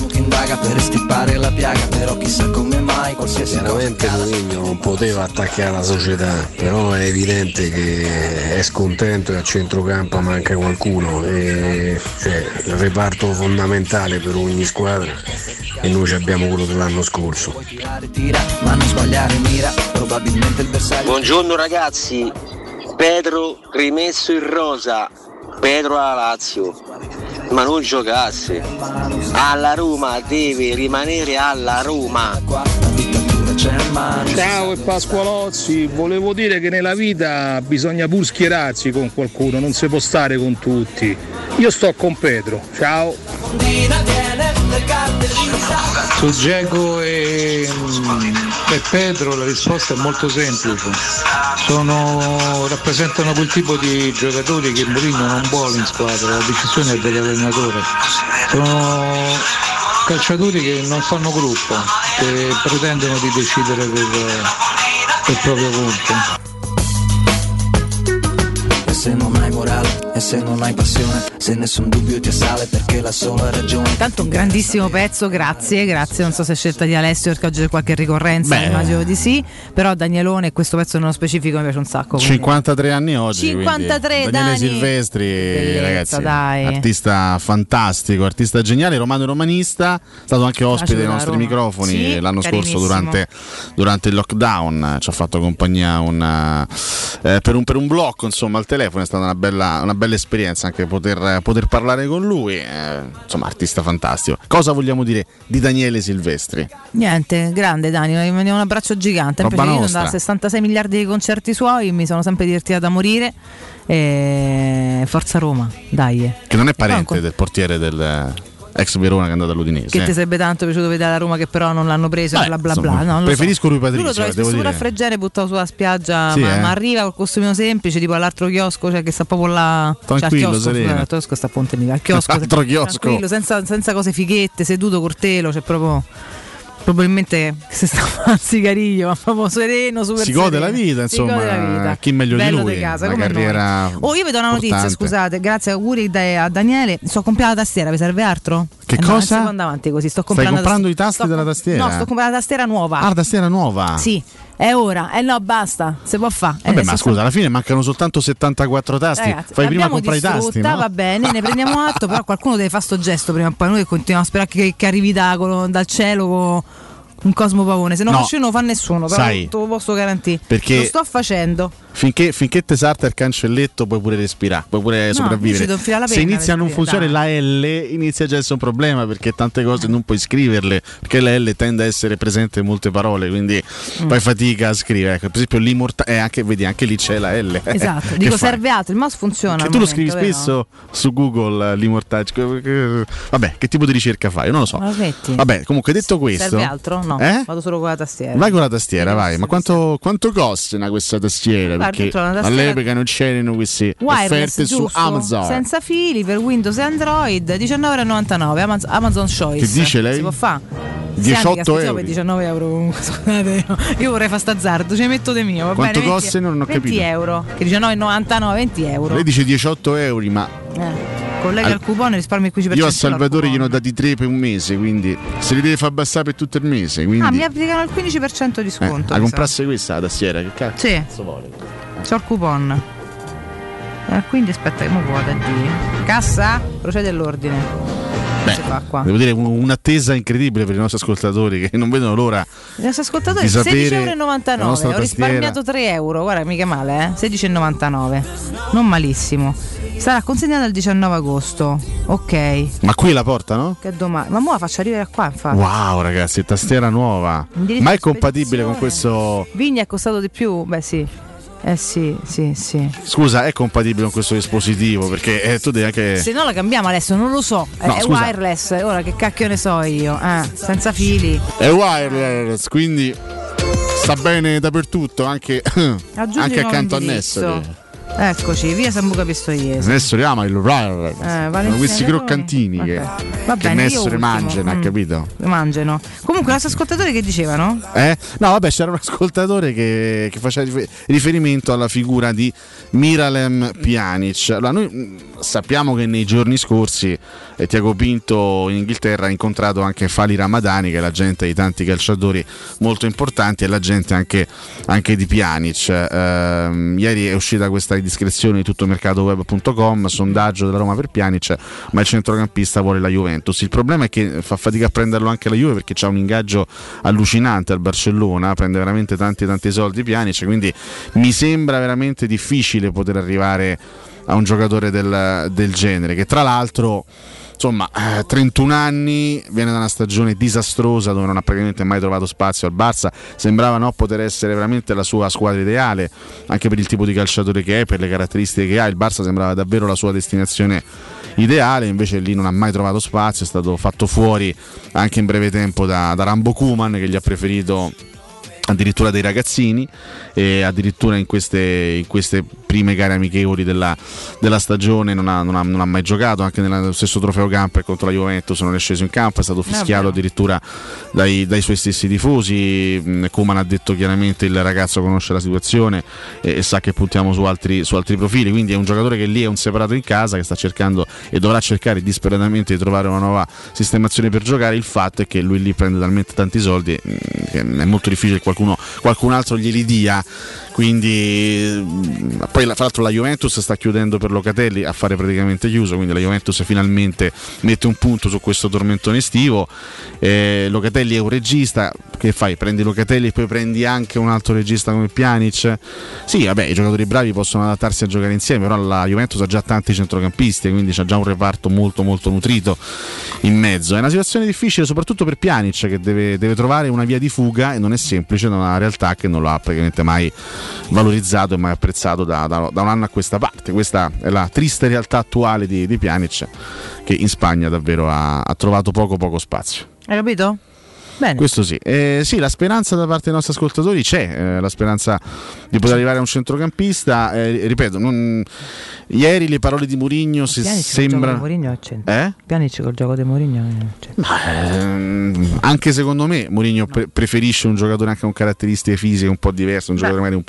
Chiaramente Mourinho non poteva attaccare la società, però è evidente che è scontento e a centrocampo manca qualcuno, e il reparto fondamentale per ogni squadra, e noi abbiamo quello dell'anno scorso. Buongiorno ragazzi, Pedro rimesso in rosa, Pedro alla Lazio, ma non giocasse, alla Roma deve rimanere alla Roma. Ciao e Pasqualozzi, volevo dire che nella vita bisogna pur schierarsi con qualcuno, non si può stare con tutti. Io sto con Pedro, ciao. Su Dzeko e Pedro la risposta è molto semplice, rappresentano quel tipo di giocatori che Mourinho non vuole in squadra, la decisione è dell'allenatore, sono calciatori che non fanno gruppo, che pretendono di decidere per proprio conto. Se non hai morale e se non hai passione, se nessun dubbio ti assale perché la sola ragione. Tanto un grandissimo pezzo, grazie, non so se è scelta di Alessio perché oggi c'è qualche ricorrenza, immagino di sì, però Danielone, questo pezzo nello specifico mi piace un sacco. 53 anni oggi. 53 Daniele Silvestri, bellezza, ragazzi, dai. artista fantastico, artista geniale, romano e romanista, è stato anche ospite dei nostri microfoni, sì, l'anno scorso durante il lockdown, ci ha fatto compagnia per un blocco, insomma, al telefono. È stata una bella esperienza anche poter parlare con lui, insomma, artista fantastico. Cosa vogliamo dire di Daniele Silvestri? Niente, grande Dani, un abbraccio gigante. Io da 66 miliardi di concerti suoi mi sono sempre divertita da morire. Forza Roma, dai. Che non è parente del portiere del ex Verona che è andato all'Udinese. Che ti sarebbe tanto piaciuto vedere la Roma che però non l'hanno preso, bla bla bla. No, preferisco lui Patrizio. Tu lo trovi stesso a Fregene buttato sulla spiaggia, sì, ma arriva col costumino semplice, tipo all'altro chiosco, cioè che sta proprio là. Tranquillo, sereno. Il chiosco sta a Ponte Mica, il chiosco, altro chiosco. Tranquillo, senza cose fighette, seduto col telo, cioè proprio. Probabilmente se sta a un sigarillo, ma proprio sereno, super si gode la vita, insomma, chi meglio bello di lui, di casa, una carriera io vedo una notizia, importante. Scusate, grazie, auguri a Daniele, sto comprando la tastiera, vi serve altro? Che cosa? No, avanti così, Stai comprando i tasti della tastiera? No, sto comprando la tastiera nuova. Ah, la tastiera nuova? Sì. È ora, no, basta, si può fare. Vabbè, ma scusa, alla fine mancano soltanto 74 tasti. Ragazzi, fai prima a comprare i tasti, no? Va bene, ne prendiamo atto, però qualcuno deve fare sto gesto prima o poi. Noi continuiamo a sperare che arrivi dal cielo con un Cosmo Pavone, se no non lo fa nessuno, però te lo posso garantire. Perché lo sto facendo. Finché te salta il cancelletto puoi pure respirare, puoi pure sopravvivere. Se inizia a non funzionare la L, inizia già a essere un problema, perché tante cose non puoi scriverle, perché la L tende a essere presente in molte parole, quindi fai fatica a scrivere. Ecco, per esempio l'immortale, anche lì c'è la L. Esatto, dico serve altro, il mouse funziona. Che tu lo scrivi spesso su Google, l'immortale. Vabbè, che tipo di ricerca fai? Io non lo so. Vabbè, comunque detto questo. Serve altro? No, vado solo con la tastiera. Vai con la tastiera, vai. Ma quanto costa questa tastiera? Perché all'epoca non c'erano queste offerte su Amazon senza fili per Windows e Android, €19,99 Amazon Choice. Che dice lei? Si può fare 18 euro per 19 euro comunque, scusate, io vorrei fare stazzardo, ce ne metto de mio, va quanto bene, costa? Non ho 20 capito. euro, che 19,99, 20 euro. Lei dice 18 euro, ma collega il coupon e risparmi il 15%. Io a Salvatore gli ho dati 3 per un mese, quindi se li deve far abbassare per tutto il mese, quindi mi applicano il 15% di sconto. A comprarsi questa la tastiera, che cazzo? Sì, c'ho il coupon. Quindi aspetta, che mo vuole dire. Cassa, procede all'ordine. Devo dire un'attesa incredibile per i nostri ascoltatori che non vedono l'ora. I nostri ascoltatori €16,99, ho risparmiato 3 euro, guarda, mica male, €16,99, non malissimo. Sarà consegnata il 19 agosto, ok. Ma qui la portano? Che domani, ma mo la faccio arrivare qua, infatti. Wow, ragazzi, tastiera nuova. Ma è compatibile con questo? Vigna è costato di più? Beh sì. Sì. Scusa, è compatibile con questo dispositivo? Perché tu devi anche. Se no la cambiamo adesso, non lo so. È wireless, ora che cacchio ne so io? Senza fili. È wireless, quindi sta bene dappertutto, anche accanto a Nesso. Eccoci, via Sambuca Pistoiese. Nesso ama il wireless. Sono questi croccantini che Nesso mangiano, ha capito? Mangiano. Comunque, i nostri ascoltatori che dicevano? No, vabbè, c'era un ascoltatore che faceva riferimento alla figura di Miralem Pjanic. Allora, noi sappiamo che nei giorni scorsi Tiago Pinto in Inghilterra ha incontrato anche Fali Ramadani, che è l'agente di tanti calciatori molto importanti, e l'agente anche di Pjanic. Ieri è uscita questa discrezione di tuttomercatoweb.com, sondaggio della Roma per Pjanic, ma il centrocampista vuole la Juventus. Il problema è che fa fatica a prenderlo anche la Juve, perché c'ha un ingaggio allucinante al Barcellona, prende veramente tanti soldi Pjanic, quindi mi sembra veramente difficile poter arrivare a un giocatore del genere, che tra l'altro, insomma, 31 anni, viene da una stagione disastrosa dove non ha praticamente mai trovato spazio al Barça. Sembrava poter essere veramente la sua squadra ideale, anche per il tipo di calciatore che è, per le caratteristiche che ha. Il Barça sembrava davvero la sua destinazione ideale, invece lì non ha mai trovato spazio, è stato fatto fuori anche in breve tempo da Rambo Koeman, che gli ha preferito addirittura dei ragazzini, e addirittura in queste prime gare amichevoli della stagione, non ha mai giocato, anche nello stesso trofeo Camper contro la Juventus non è sceso in campo, è stato fischiato addirittura dai suoi stessi tifosi. Koeman ha detto chiaramente il ragazzo conosce la situazione e sa che puntiamo su altri profili, quindi è un giocatore che lì è un separato in casa, che sta cercando e dovrà cercare disperatamente di trovare una nuova sistemazione per giocare. Il fatto è che lui lì prende talmente tanti soldi che è molto difficile che qualcun altro glieli dia, quindi poi fra l'altro la Juventus sta chiudendo per Locatelli, a fare praticamente chiuso, quindi la Juventus finalmente mette un punto su questo tormentone estivo. Locatelli è un regista, che fai? Prendi Locatelli e poi prendi anche un altro regista come Pjanic? Sì, vabbè, i giocatori bravi possono adattarsi a giocare insieme, però la Juventus ha già tanti centrocampisti, quindi c'ha già un reparto molto molto nutrito in mezzo. È una situazione difficile soprattutto per Pjanic, che deve trovare una via di fuga, e non è semplice da una realtà che non lo ha praticamente mai valorizzato e mai apprezzato da un anno a questa parte. Questa è la triste realtà attuale di Pjanic, che in Spagna davvero ha trovato poco spazio. Hai capito? Bene. Questo sì. Sì, la speranza da parte dei nostri ascoltatori c'è, la speranza di poter arrivare a un centrocampista. Ripeto, ieri le parole di Mourinho sembra Pjanic col gioco di Mourinho anche secondo me Mourinho preferisce un giocatore anche con caratteristiche fisiche un po' diverse, un giocatore magari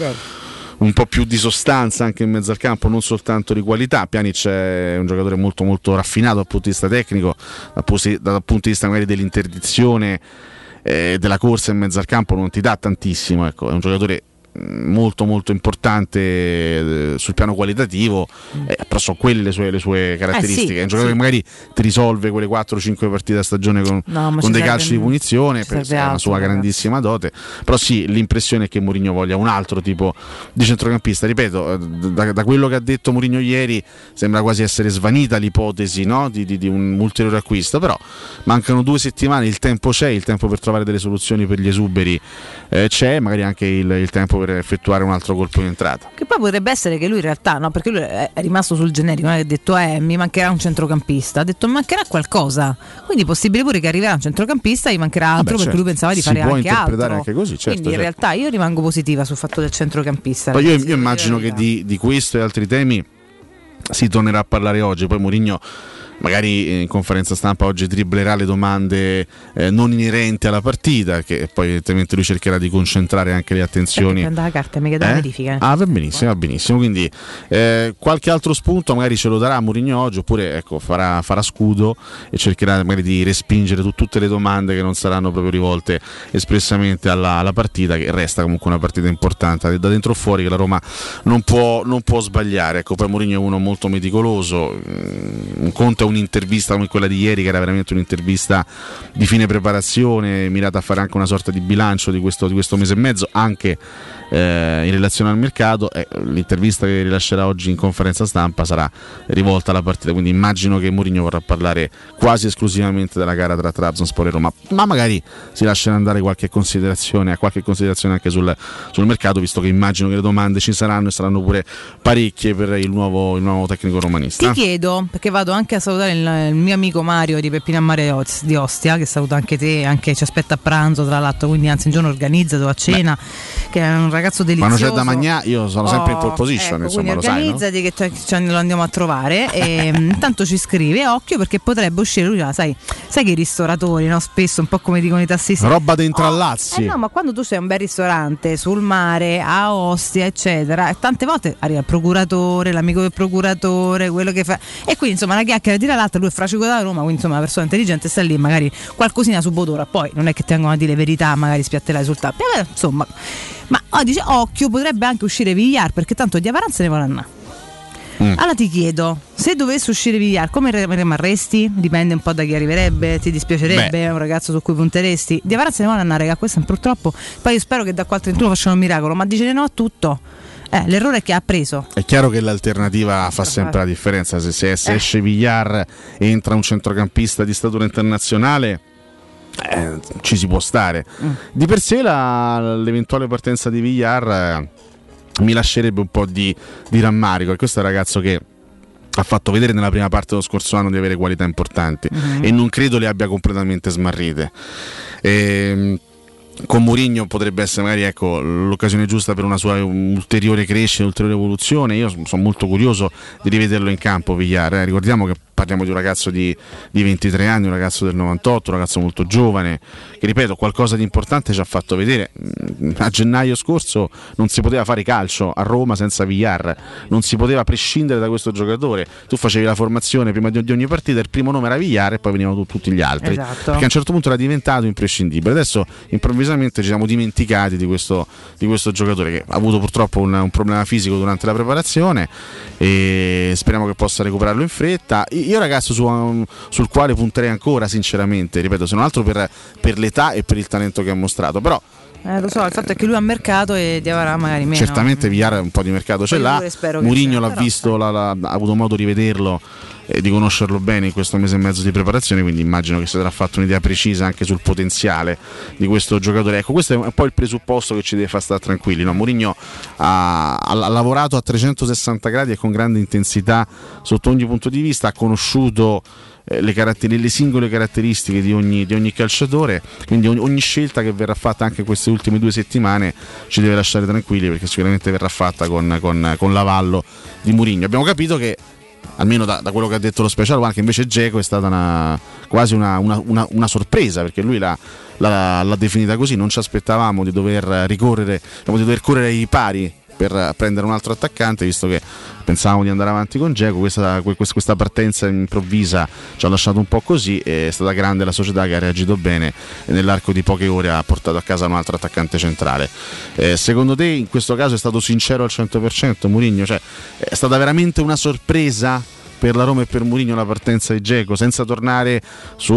un po' più di sostanza anche in mezzo al campo, non soltanto di qualità. Pjanic è un giocatore molto molto raffinato dal punto di vista tecnico, dal punto di vista magari dell'interdizione, della corsa in mezzo al campo non ti dà tantissimo, ecco, è un giocatore molto molto importante sul piano qualitativo, però sono quelle le sue caratteristiche. È un giocatore che magari ti risolve quelle 4-5 partite a stagione con dei calci di punizione, è una sua grandissima dote. Però sì, l'impressione è che Mourinho voglia un altro tipo di centrocampista. Ripeto, da quello che ha detto Mourinho ieri sembra quasi essere svanita l'ipotesi, no? di un ulteriore acquisto, però mancano 2 settimane, il tempo c'è, il tempo per trovare delle soluzioni per gli esuberi c'è, magari anche il tempo per effettuare un altro colpo in entrata. Che poi potrebbe essere che lui in realtà, no, perché lui è rimasto sul generico, non è che ha detto mi mancherà un centrocampista, ha detto mancherà qualcosa, quindi possibile pure che arriverà un centrocampista e gli mancherà altro, perché lui pensava di fare anche altro, anche così, certo, quindi in realtà io rimango positiva sul fatto del centrocampista. Poi io immagino che di questo e altri temi si tornerà a parlare oggi. Poi Mourinho magari in conferenza stampa oggi dribblerà le domande non inerenti alla partita, che poi evidentemente lui cercherà di concentrare anche le attenzioni. Prende la carta, mica della verifica. Va benissimo. Quindi qualche altro spunto magari ce lo darà Mourinho oggi, oppure farà scudo e cercherà magari di respingere tutte le domande che non saranno proprio rivolte espressamente alla partita, che resta comunque una partita importante da dentro o fuori, che la Roma non può sbagliare. Ecco, poi Mourinho è uno molto meticoloso, un conto un'intervista come quella di ieri, che era veramente un'intervista di fine preparazione, mirata a fare anche una sorta di bilancio di questo mese e mezzo, anche in relazione al mercato. L'intervista che rilascerà oggi in conferenza stampa sarà rivolta alla partita, quindi immagino che Mourinho vorrà parlare quasi esclusivamente della gara tra Trabzonspor e Roma, ma magari si lascerà andare qualche considerazione anche sul mercato, visto che immagino che le domande ci saranno, e saranno pure parecchie per il nuovo tecnico romanista. Ti chiedo, perché vado anche a salutare il mio amico Mario di Peppino a Mare di Ostia, che saluta anche te, anche ci aspetta a pranzo tra l'altro, quindi anzi un giorno organizzato a cena. Che è un ragazzo delizioso. Quando c'è da mangiare io sono sempre in pole position, insomma, lo sai, no? Organizzati che lo andiamo a trovare e intanto ci scrive, occhio perché potrebbe uscire lui, sai che i ristoratori, no, spesso un po' come dicono i tassisti, roba dei intrallazzi. No, ma quando tu sei un bel ristorante sul mare a Ostia eccetera, tante volte arriva il procuratore, l'amico del procuratore, quello che fa, e quindi insomma una chiacchiera tira l'altra, lui è fracico da Roma, quindi insomma una persona intelligente sta lì, magari qualcosina subodora, poi non è che tengono a dire verità, magari spiattellare sul tappo, insomma. Ma dice occhio, potrebbe anche uscire Villar, perché tanto di Avaran se ne vuole andare. Allora ti chiedo, se dovesse uscire Villar, come rimarresti? Dipende un po' da chi arriverebbe, ti dispiacerebbe? È un ragazzo su cui punteresti? Di Avaran se ne vuole andare, raga, questo è purtroppo. Poi io spero che da qua al 31 facciano un miracolo, ma dice no a tutto. L'errore è che ha preso. È chiaro che l'alternativa fa sempre la differenza. Se esce Villar e entra un centrocampista di statura internazionale, ci si può stare. Di per sé l'eventuale partenza di Villar mi lascerebbe un po' di rammarico. Questo è un ragazzo che ha fatto vedere nella prima parte dello scorso anno di avere qualità importanti e non credo le abbia completamente smarrite. con Mourinho potrebbe essere magari l'occasione giusta per una sua ulteriore crescita, ulteriore evoluzione. Io sono molto curioso di rivederlo in campo Villar, ricordiamo che parliamo di un ragazzo di 23 anni, un ragazzo del 98, un ragazzo molto giovane, che ripeto qualcosa di importante ci ha fatto vedere. A gennaio scorso non si poteva fare calcio a Roma senza Villar, non si poteva prescindere da questo giocatore. Tu facevi la formazione prima di ogni partita, il primo nome era Villar e poi venivano tutti gli altri, esatto. Perché a un certo punto era diventato imprescindibile. Adesso improvvisamente ci siamo dimenticati di questo giocatore che ha avuto purtroppo un problema fisico durante la preparazione e speriamo che possa recuperarlo in fretta. Io ragazzo sul quale punterei ancora sinceramente, ripeto, se non altro per l'età e per il talento che ha mostrato, però lo so, il fatto è che lui ha mercato e Diawara magari meno. Certamente Villar un po' di mercato ce l'ha, Mourinho l'ha visto, ha avuto modo di vederlo e di conoscerlo bene in questo mese e mezzo di preparazione, quindi immagino che si sarà fatto un'idea precisa anche sul potenziale di questo giocatore. Ecco, questo è un po' il presupposto che ci deve far stare tranquilli, no? Mourinho ha lavorato a 360 gradi e con grande intensità sotto ogni punto di vista, ha conosciuto le singole caratteristiche di ogni calciatore, quindi ogni scelta che verrà fatta anche queste ultime 2 settimane ci deve lasciare tranquilli, perché sicuramente verrà fatta con l'avallo di Mourinho. Abbiamo capito che almeno da quello che ha detto lo Special One, che invece Dzeko è stata quasi una sorpresa, perché lui l'ha definita così. Non ci aspettavamo di dover correre ai pari per prendere un altro attaccante, visto che pensavamo di andare avanti con Dzeko. Questa partenza improvvisa ci ha lasciato un po' così, è stata grande la società che ha reagito bene e nell'arco di poche ore ha portato a casa un altro attaccante centrale. Secondo te in questo caso è stato sincero al 100% Mourinho? Cioè, è stata veramente una sorpresa per la Roma e per Mourinho la partenza di Dzeko, senza tornare su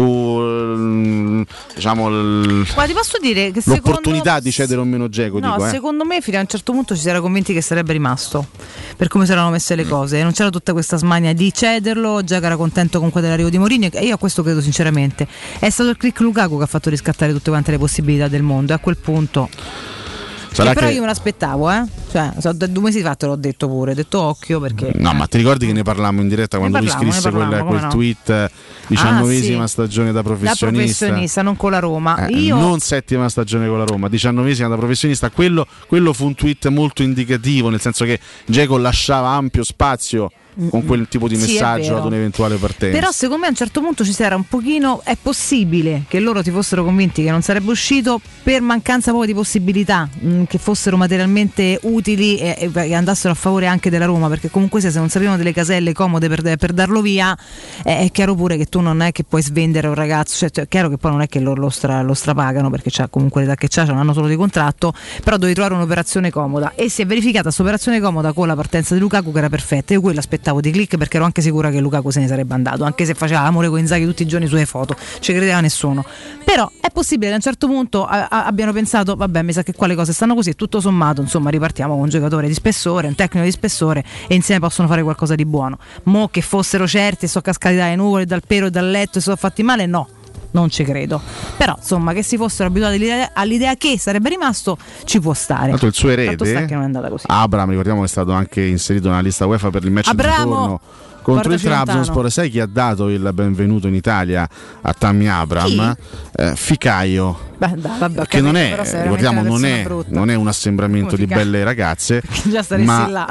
ma ti posso dire che l'opportunità di cedere o meno Dzeko? Secondo me fino a un certo punto ci si era convinti che sarebbe rimasto, per come si erano messe le cose, non c'era tutta questa smania di cederlo. Dzeko era contento comunque dell'arrivo di Mourinho e io a questo credo sinceramente. È stato il click Lukaku che ha fatto riscattare tutte quante le possibilità del mondo, e a quel punto però io me l'aspettavo, cioè 2 mesi fa te l'ho detto pure, ho detto occhio, perché no, ma ti ricordi che ne parlammo in diretta quando lui scrisse quel tweet 19esima stagione da professionista, non con la Roma, non 7ª stagione con la Roma, 19esima da professionista. Quello fu un tweet molto indicativo, nel senso che Dzeko lasciava ampio spazio con quel tipo di messaggio ad un'eventuale partenza. Però secondo me a un certo punto ci si era un pochino, è possibile che loro si fossero convinti che non sarebbe uscito per mancanza poi di possibilità che fossero materialmente utili e andassero a favore anche della Roma, perché comunque se non sapevano delle caselle comode per darlo via, è chiaro pure che tu non è che puoi svendere un ragazzo, cioè è chiaro che poi non è che loro lo strapagano, perché c'ha comunque l'età che c'ha un anno solo di contratto, però devi trovare un'operazione comoda, e si è verificata questa operazione comoda con la partenza di Lukaku, che era perfetta. Io quella aspettavo di click, perché ero anche sicura che Lukaku se ne sarebbe andato, anche se faceva amore con Inzaghi tutti i giorni sulle foto, ci credeva nessuno. Però è possibile che a un certo punto abbiano pensato vabbè, mi sa che qua le cose stanno così, e tutto sommato insomma ripartiamo con un giocatore di spessore, un tecnico di spessore, e insieme possono fare qualcosa di buono. Mo che fossero certi e sono cascati dalle nuvole, dal pero e dal letto e sono fatti male, no, non ci credo. Però insomma, che si fossero abituati all'idea che sarebbe rimasto, ci può stare. Tanto il suo erede, che non è andata così. Abraham, ricordiamo che è stato anche inserito nella lista UEFA per il match di ritorno contro il Trabzonspor. Sai chi ha dato il benvenuto in Italia a Tammy Abraham? Ficaio. Che non è, ricordiamo, non è un assembramento di belle ragazze, già ma là.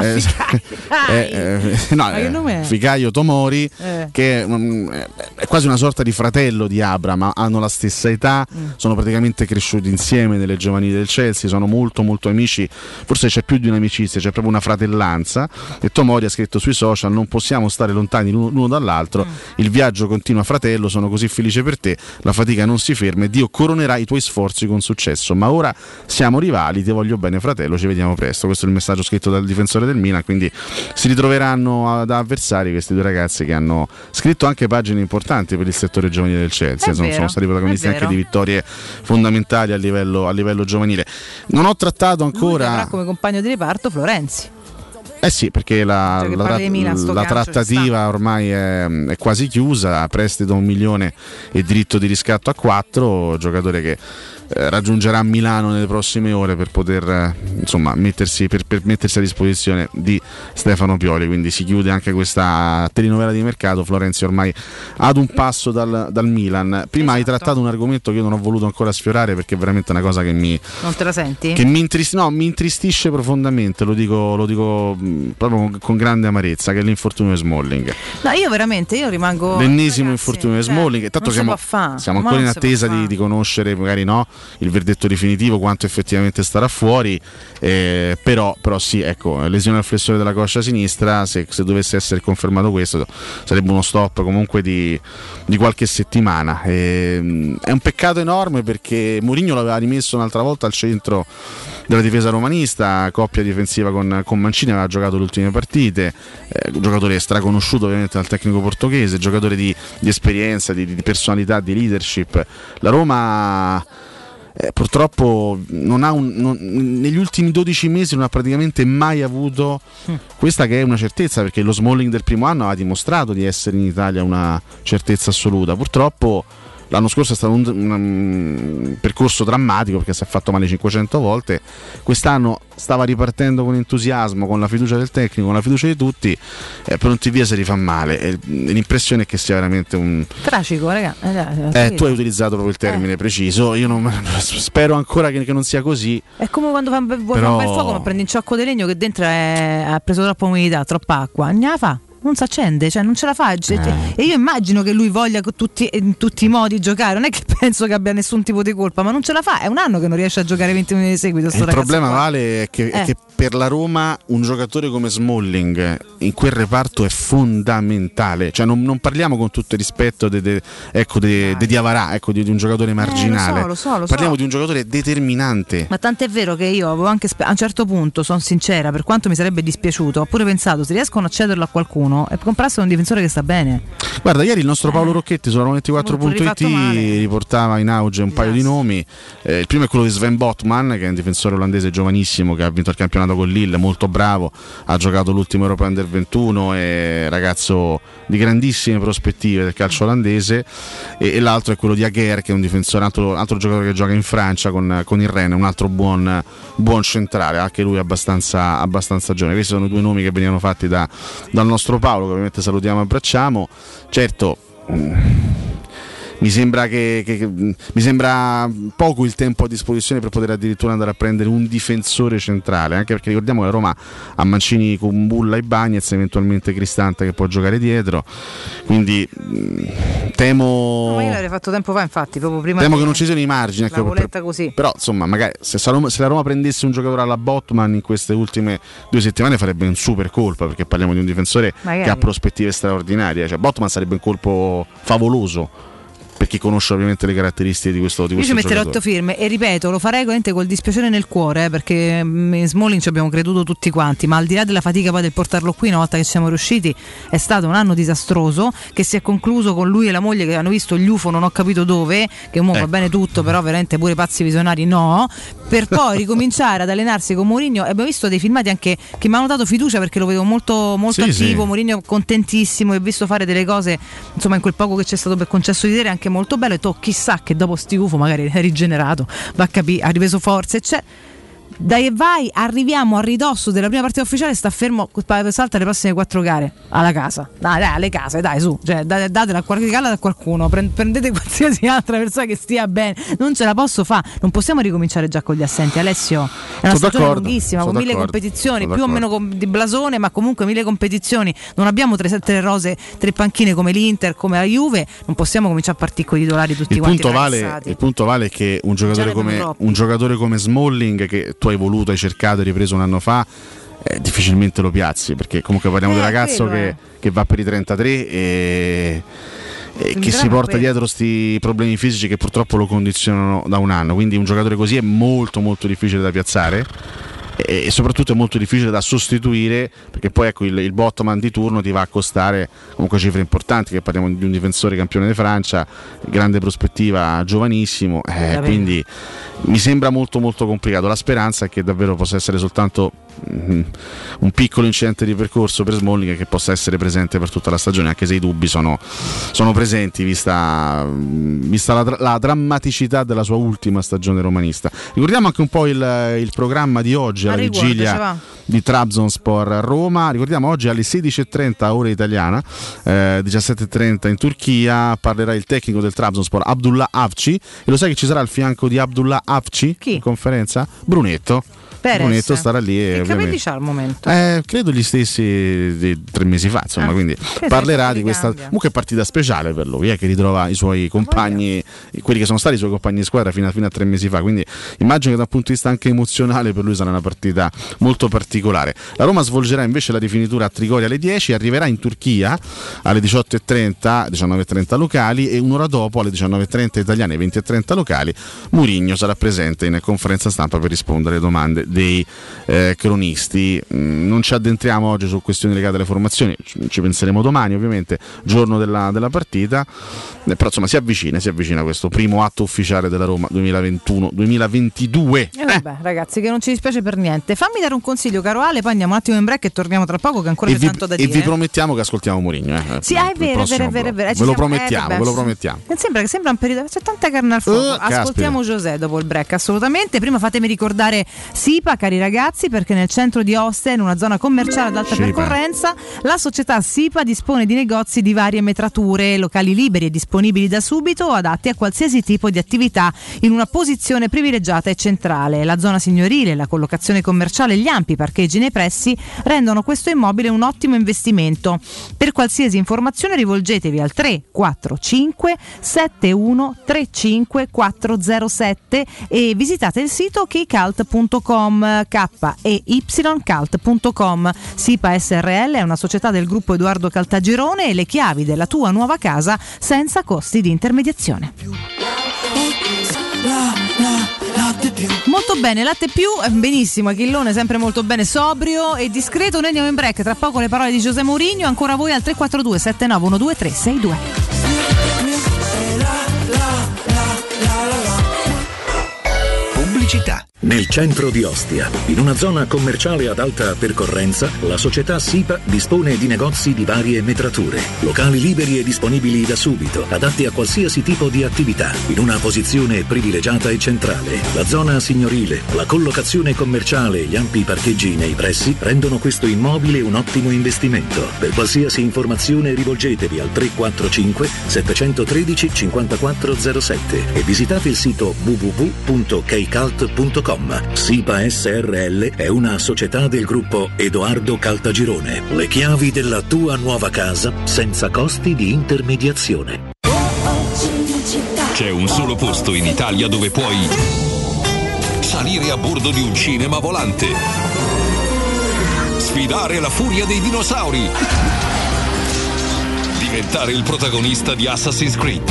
Ficaio Tomori, che è quasi una sorta di fratello di Abraham, hanno la stessa età, sono praticamente cresciuti insieme nelle giovanili del Chelsea, sono molto molto amici, forse c'è più di un'amicizia, c'è proprio una fratellanza. E Tomori ha scritto sui social: non possiamo stare lontani l'uno dall'altro, il viaggio continua fratello, sono così felice per te, la fatica non si ferma e Dio coronerà i tuoi sforzi con successo, ma ora siamo rivali, ti voglio bene fratello, ci vediamo presto. Questo è il messaggio scritto dal difensore del Milan, quindi si ritroveranno da avversari questi due ragazzi che hanno scritto anche pagine importanti per il settore giovanile del Chelsea, sono stati protagonisti anche di vittorie fondamentali a livello giovanile. Non ho trattato ancora. Lui avrà come compagno di reparto Florenzi. Sì, perché la trattativa ormai è quasi chiusa, prestito 1 milione e diritto di riscatto a 4, giocatore che raggiungerà Milano nelle prossime ore per poter mettersi a disposizione di Stefano Pioli, quindi si chiude anche questa telenovela di mercato. Florenzi ormai ad un passo dal Milan. Prima hai trattato un argomento che io non ho voluto ancora sfiorare perché è veramente una cosa che non te la senti? Che mi intristisce profondamente, lo dico proprio con grande amarezza, che è l'infortunio di Smalling. No, io rimango l'ennesimo infortunio di Smalling. Tanto siamo ancora in attesa di conoscere magari il verdetto definitivo, quanto effettivamente starà fuori, però sì, ecco, lesione al flessore della coscia sinistra, se dovesse essere confermato questo sarebbe uno stop comunque di qualche settimana. È un peccato enorme perché Mourinho l'aveva rimesso un'altra volta al centro della difesa romanista, coppia difensiva con Mancini, aveva giocato le ultime partite, giocatore straconosciuto ovviamente dal tecnico portoghese, giocatore di esperienza, di personalità, di leadership. La Roma purtroppo negli ultimi 12 mesi non ha praticamente mai avuto questa che è una certezza, perché lo Smalling del primo anno ha dimostrato di essere in Italia una certezza assoluta. Purtroppo l'anno scorso è stato un percorso drammatico perché si è fatto male 500 volte. Quest'anno stava ripartendo con entusiasmo, con la fiducia del tecnico, con la fiducia di tutti, pronti via si rifà male. L'impressione è che sia veramente un tragico, raga. Tu hai utilizzato proprio il termine preciso. Io spero ancora che non sia così. È come quando vuoi fare un bel fuoco ma prendi un ciocco di legno che dentro ha preso troppa umidità, troppa acqua, ne la fa, non si accende, cioè non ce la fa. E io immagino che lui voglia in tutti i modi giocare, non è che penso che abbia nessun tipo di colpa, ma non ce la fa. È un anno che non riesce a giocare 20 minuti di seguito. Il problema, Vale, è che per la Roma un giocatore come Smalling in quel reparto è fondamentale. Cioè non parliamo, con tutto il rispetto di Diawara, di un giocatore marginale. Lo so. Parliamo di un giocatore determinante. Ma tant'è vero che io avevo anche a un certo punto, sono sincera, per quanto mi sarebbe dispiaciuto, ho pure pensato se riescono a cederlo a qualcuno e comprasse un difensore che sta bene. Guarda, ieri il nostro Paolo Rocchetti su Roma24.it riportava in auge un paio di nomi. Il primo è quello di Sven Botman, che è un difensore olandese giovanissimo che ha vinto il campionato con Lille, molto bravo, ha giocato l'ultimo Europa Under 21, è ragazzo di grandissime prospettive del calcio olandese. E l'altro è quello di Aguer, che è un difensore, altro giocatore che gioca in Francia con il Rennes, un altro buon centrale, anche lui abbastanza giovane. Questi sono i due nomi che venivano fatti dal nostro Paolo, che ovviamente salutiamo e abbracciamo. Certo, mi sembra poco il tempo a disposizione per poter addirittura andare a prendere un difensore centrale, anche perché ricordiamo che la Roma ha Mancini, Kumbulla e Bagnez, eventualmente Cristante che può giocare dietro, quindi temo. Ma io l'avrei fatto tempo fa, infatti, proprio prima. Temo che non ci siano i margini, così. Però insomma, magari se la Roma prendesse un giocatore alla Botman in queste ultime 2 settimane farebbe un super colpo, perché parliamo di un difensore che ha prospettive straordinarie. Cioè Botman sarebbe un colpo favoloso per chi conosce ovviamente le caratteristiche di questo io ci metterò 8 firme e ripeto, lo farei col dispiacere nel cuore, perché in Smalling ci abbiamo creduto tutti quanti, ma al di là della fatica poi del portarlo qui, una volta che siamo riusciti, è stato un anno disastroso che si è concluso con lui e la moglie che hanno visto gli UFO non ho capito dove, che va bene tutto, però veramente pure pazzi visionari no, per poi ricominciare ad allenarsi con Mourinho. E abbiamo visto dei filmati anche che mi hanno dato fiducia, perché lo vedo molto attivo, Mourinho contentissimo, e ho visto fare delle cose insomma in quel poco che c'è stato per concesso di vedere anche molto bello. E chissà che dopo sti UFO magari è rigenerato, va a capire, ha ripreso forze, dai e vai, arriviamo a ridosso della prima partita ufficiale, sta fermo, salta le prossime 4 gare alla casa, dai alle case, dai su, cioè datela a qualcuno, prendete qualsiasi altra persona che stia bene, non ce la posso fare, non possiamo ricominciare già con gli assenti, Alessio, è una stagione lunghissima, con 1000 competizioni, più o meno di blasone, ma comunque 1000 competizioni, non abbiamo 3 rose, 3 panchine come l'Inter, come la Juve, non possiamo cominciare a partire con i titolari tutti quanti. Il punto vale che un giocatore come Smalling, che tu hai voluto, hai cercato e ripreso un anno fa, difficilmente lo piazzi, perché comunque parliamo di un ragazzo che va per i 33 e che si porta dietro sti problemi fisici che purtroppo lo condizionano da un anno, quindi un giocatore così è molto molto difficile da piazzare e soprattutto è molto difficile da sostituire, perché poi il Botman di turno ti va a costare comunque cifre importanti, che parliamo di un difensore campione di Francia, grande prospettiva, giovanissimo, quindi mi sembra molto molto complicato. La speranza è che davvero possa essere soltanto un piccolo incidente di percorso per Smalling, che possa essere presente per tutta la stagione, anche se i dubbi sono presenti vista la drammaticità della sua ultima stagione romanista. Ricordiamo anche un po' il programma di oggi alla vigilia di Trabzonspor a Roma. Ricordiamo oggi alle 16.30 ora italiana, 17.30 in Turchia, parlerà il tecnico del Trabzonspor Abdullah Avci, e lo sai che ci sarà al fianco di Abdullah Avci in conferenza? Brunetto starà lì e capelli c'ha al momento? Credo gli stessi di 3 mesi fa, insomma, quindi parlerà di questa comunque partita speciale per lui, che ritrova i suoi compagni, quelli che sono stati i suoi compagni di squadra fino a 3 mesi fa, quindi immagino che dal punto di vista anche emozionale per lui sarà una partita molto particolare. La Roma svolgerà invece la rifinitura a Trigoria alle 10, arriverà in Turchia alle 18.30, 19.30 locali, e un'ora dopo alle 19.30 italiane, 20.30 locali, Mourinho sarà presente in conferenza stampa per rispondere alle domande dei cronisti. Non ci addentriamo oggi su questioni legate alle formazioni, ci penseremo domani ovviamente, giorno della partita, però insomma si avvicina questo primo atto ufficiale della Roma 2021-2022. Vabbè, ragazzi, che non ci dispiace per niente. Fammi dare un consiglio, caro Ale, poi andiamo un attimo in break e torniamo tra poco, che ancora c'è tanto da dire. E vi promettiamo che ascoltiamo Mourinho. Sì, è vero. Ve lo promettiamo. Sembra un periodo, c'è tanta carne al fuoco. Ascoltiamo José dopo il break, assolutamente. Prima fatemi ricordare SIPA, cari ragazzi, perché nel centro di Ostia, in una zona commerciale ad alta percorrenza, la società SIPA dispone di negozi di varie metrature, locali liberi e disponibili da subito, adatti a qualsiasi tipo di attività, in una posizione privilegiata e centrale. La zona signorile, la collocazione commerciale e gli ampi parcheggi nei pressi rendono questo immobile un ottimo investimento. Per qualsiasi informazione rivolgetevi al 345 71 35 407 e visitate il sito keycult.com, KEYCult.com. SIPA SRL è una società del gruppo Edoardo Caltagirone e le chiavi della tua nuova casa senza costi di intermediazione. Molto bene, Latte Più, benissimo, Achillone sempre molto bene, sobrio e discreto. Noi andiamo in break, tra poco le parole di José Mourinho, ancora voi al 342 7912 362. Pubblicità. Nel centro di Ostia, in una zona commerciale ad alta percorrenza, la società SIPA dispone di negozi di varie metrature, locali liberi e disponibili da subito, adatti a qualsiasi tipo di attività, in una posizione privilegiata e centrale. La zona signorile, la collocazione commerciale e gli ampi parcheggi nei pressi rendono questo immobile un ottimo investimento. Per qualsiasi informazione rivolgetevi al 345 713 5407 e visitate il sito www.keycult.com. SIPA SRL è una società del gruppo Edoardo Caltagirone. Le chiavi della tua nuova casa senza costi di intermediazione. C'è un solo posto in Italia dove puoi salire a bordo di un cinema volante, sfidare la furia dei dinosauri, diventare il protagonista di Assassin's Creed,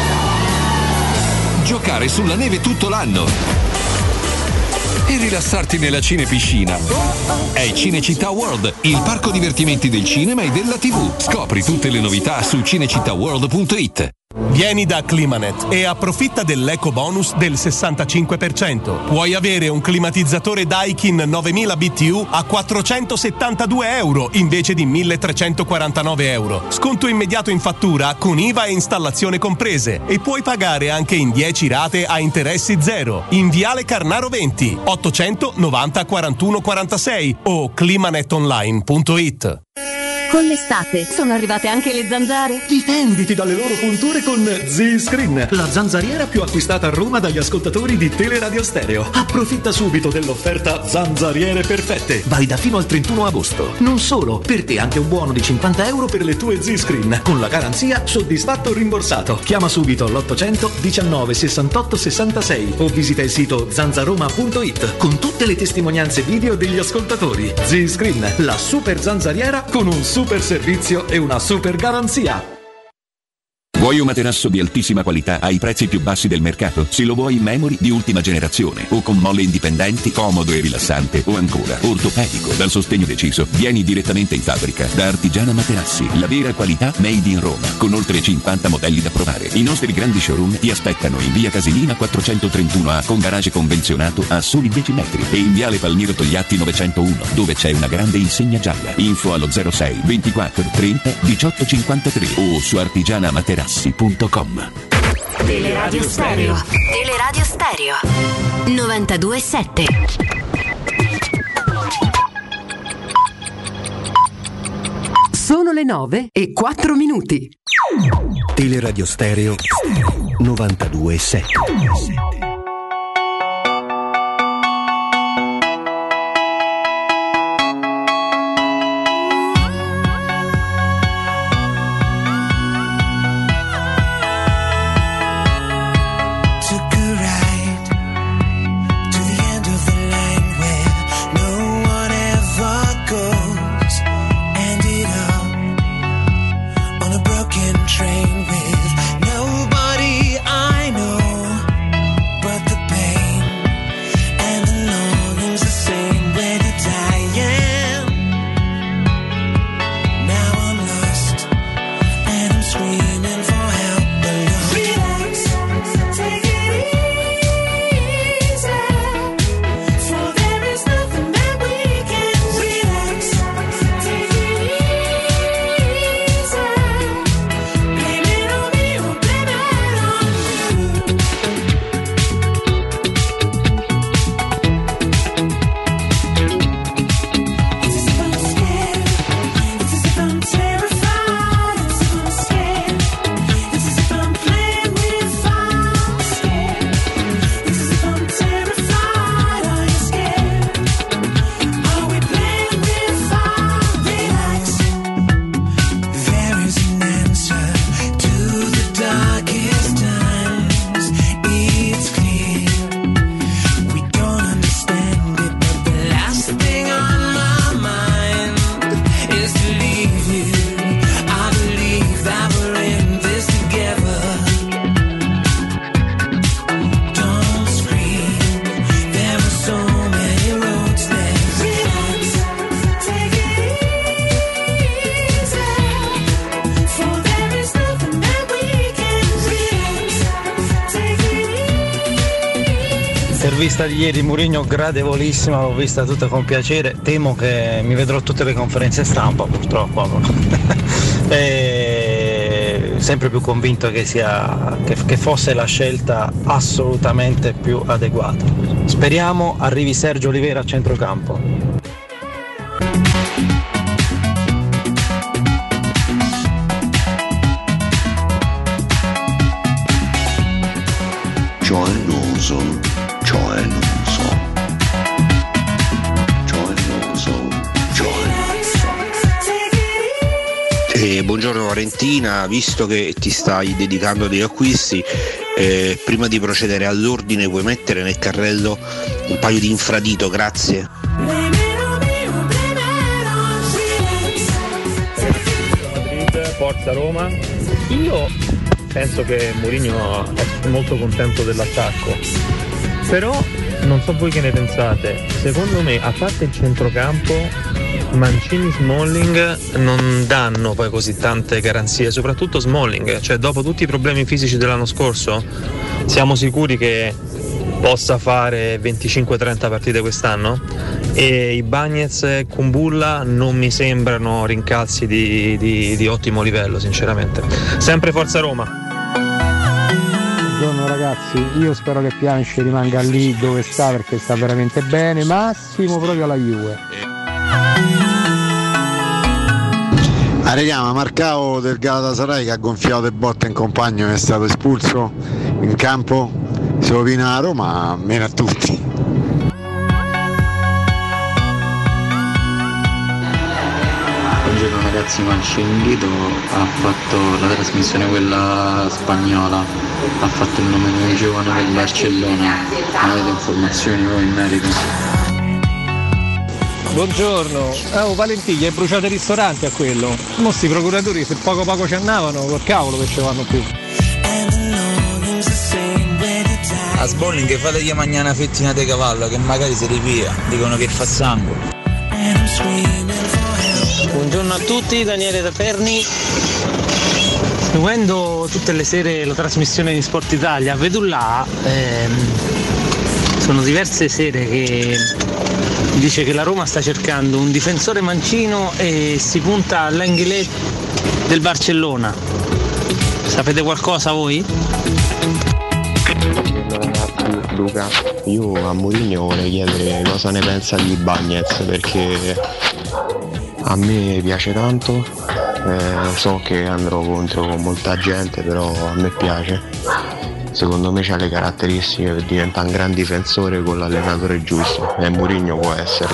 giocare sulla neve tutto l'anno e rilassarti nella cinepiscina. È Cinecittà World, il parco divertimenti del cinema e della TV. Scopri tutte le novità su cinecittàworld.it. Vieni da Climanet e approfitta dell'eco bonus del 65%. Puoi avere un climatizzatore Daikin 9000 BTU a 472 euro invece di 1349 euro. Sconto immediato in fattura con IVA e installazione comprese, e puoi pagare anche in 10 rate a interessi zero. In Viale Carnaro 20 890 41 46 o climanetonline.it. Con l'estate sono arrivate anche le zanzare? Difenditi dalle loro punture con Z-Screen, la zanzariera più acquistata a Roma dagli ascoltatori di Teleradio Stereo. Approfitta subito dell'offerta Zanzariere Perfette, valida fino al 31 agosto. Non solo, per te anche un buono di 50 euro per le tue Z-Screen, con la garanzia soddisfatto o rimborsato. Chiama subito l'800 19 68 66 o visita il sito zanzaroma.it con tutte le testimonianze video degli ascoltatori. Z-Screen, la super zanzariera con un super servizio e una super garanzia. Vuoi un materasso di altissima qualità ai prezzi più bassi del mercato? Se lo vuoi in memory di ultima generazione o con molle indipendenti, comodo e rilassante, o ancora ortopedico dal sostegno deciso, vieni direttamente in fabbrica da Artigiana Materassi, la vera qualità made in Roma, con oltre 50 modelli da provare. I nostri grandi showroom ti aspettano in via Casilina 431A con garage convenzionato a soli 10 metri e in viale Palmiro Togliatti 901 dove c'è una grande insegna gialla. Info allo 06 24 30 18 53 o su artigianamaterassi.com. Teleradio Stereo. Teleradio Stereo 92.7. Sono le 9:04. Teleradio Stereo 92.7. Train with nobody I know. L'intervista di ieri Mourinho gradevolissima, l'ho vista tutta con piacere, temo che mi vedrò tutte le conferenze stampa purtroppo. E sempre più convinto che fosse la scelta assolutamente più adeguata. Speriamo arrivi Sergio Oliveira a centrocampo. Buongiorno Valentina, visto che ti stai dedicando a degli acquisti, prima di procedere all'ordine puoi mettere nel carrello un paio di infradito, grazie. Madrid, forza Roma. Io penso che Mourinho è molto contento dell'attacco, però non so voi che ne pensate. Secondo me, a parte il centrocampo, Mancini, Smalling non danno poi così tante garanzie, soprattutto Smalling, cioè dopo tutti i problemi fisici dell'anno scorso siamo sicuri che possa fare 25-30 partite quest'anno? E i Bagnez e Kumbulla non mi sembrano rincalzi di ottimo livello, sinceramente. Sempre forza Roma. Buongiorno ragazzi, io spero che Pjanic rimanga lì dove sta perché sta veramente bene, massimo proprio alla Juve. Arriviamo, Marcao del Galatasaray che ha gonfiato le botte in compagno e è stato espulso in campo, si rovina a Roma, meno a tutti. Buongiorno ragazzi, Mancini Lido ha fatto la trasmissione quella spagnola, ha fatto il nome di giovane del Barcellona, avete informazioni voi in merito? Buongiorno. Valentiglia, hai bruciato il ristorante a quello. Mo sti procuratori se poco ci andavano, col cavolo che ci vanno più. A Sbolling fategli mangiare una fettina di cavallo che magari si ripia, dicono che fa sangue. Buongiorno a tutti, Daniele da Terni. Seguendo tutte le sere la trasmissione di Sport Italia, vedo là, sono diverse sere che dice che la Roma sta cercando un difensore mancino e si punta all'Englet del Barcellona. Sapete qualcosa voi? Luca, io a Mourinho vorrei chiedere cosa ne pensa di Bagnez, perché a me piace tanto, so che andrò contro con molta gente, però a me piace. Secondo me c'ha le caratteristiche per diventare un gran difensore con l'allenatore giusto e Mourinho può esserlo.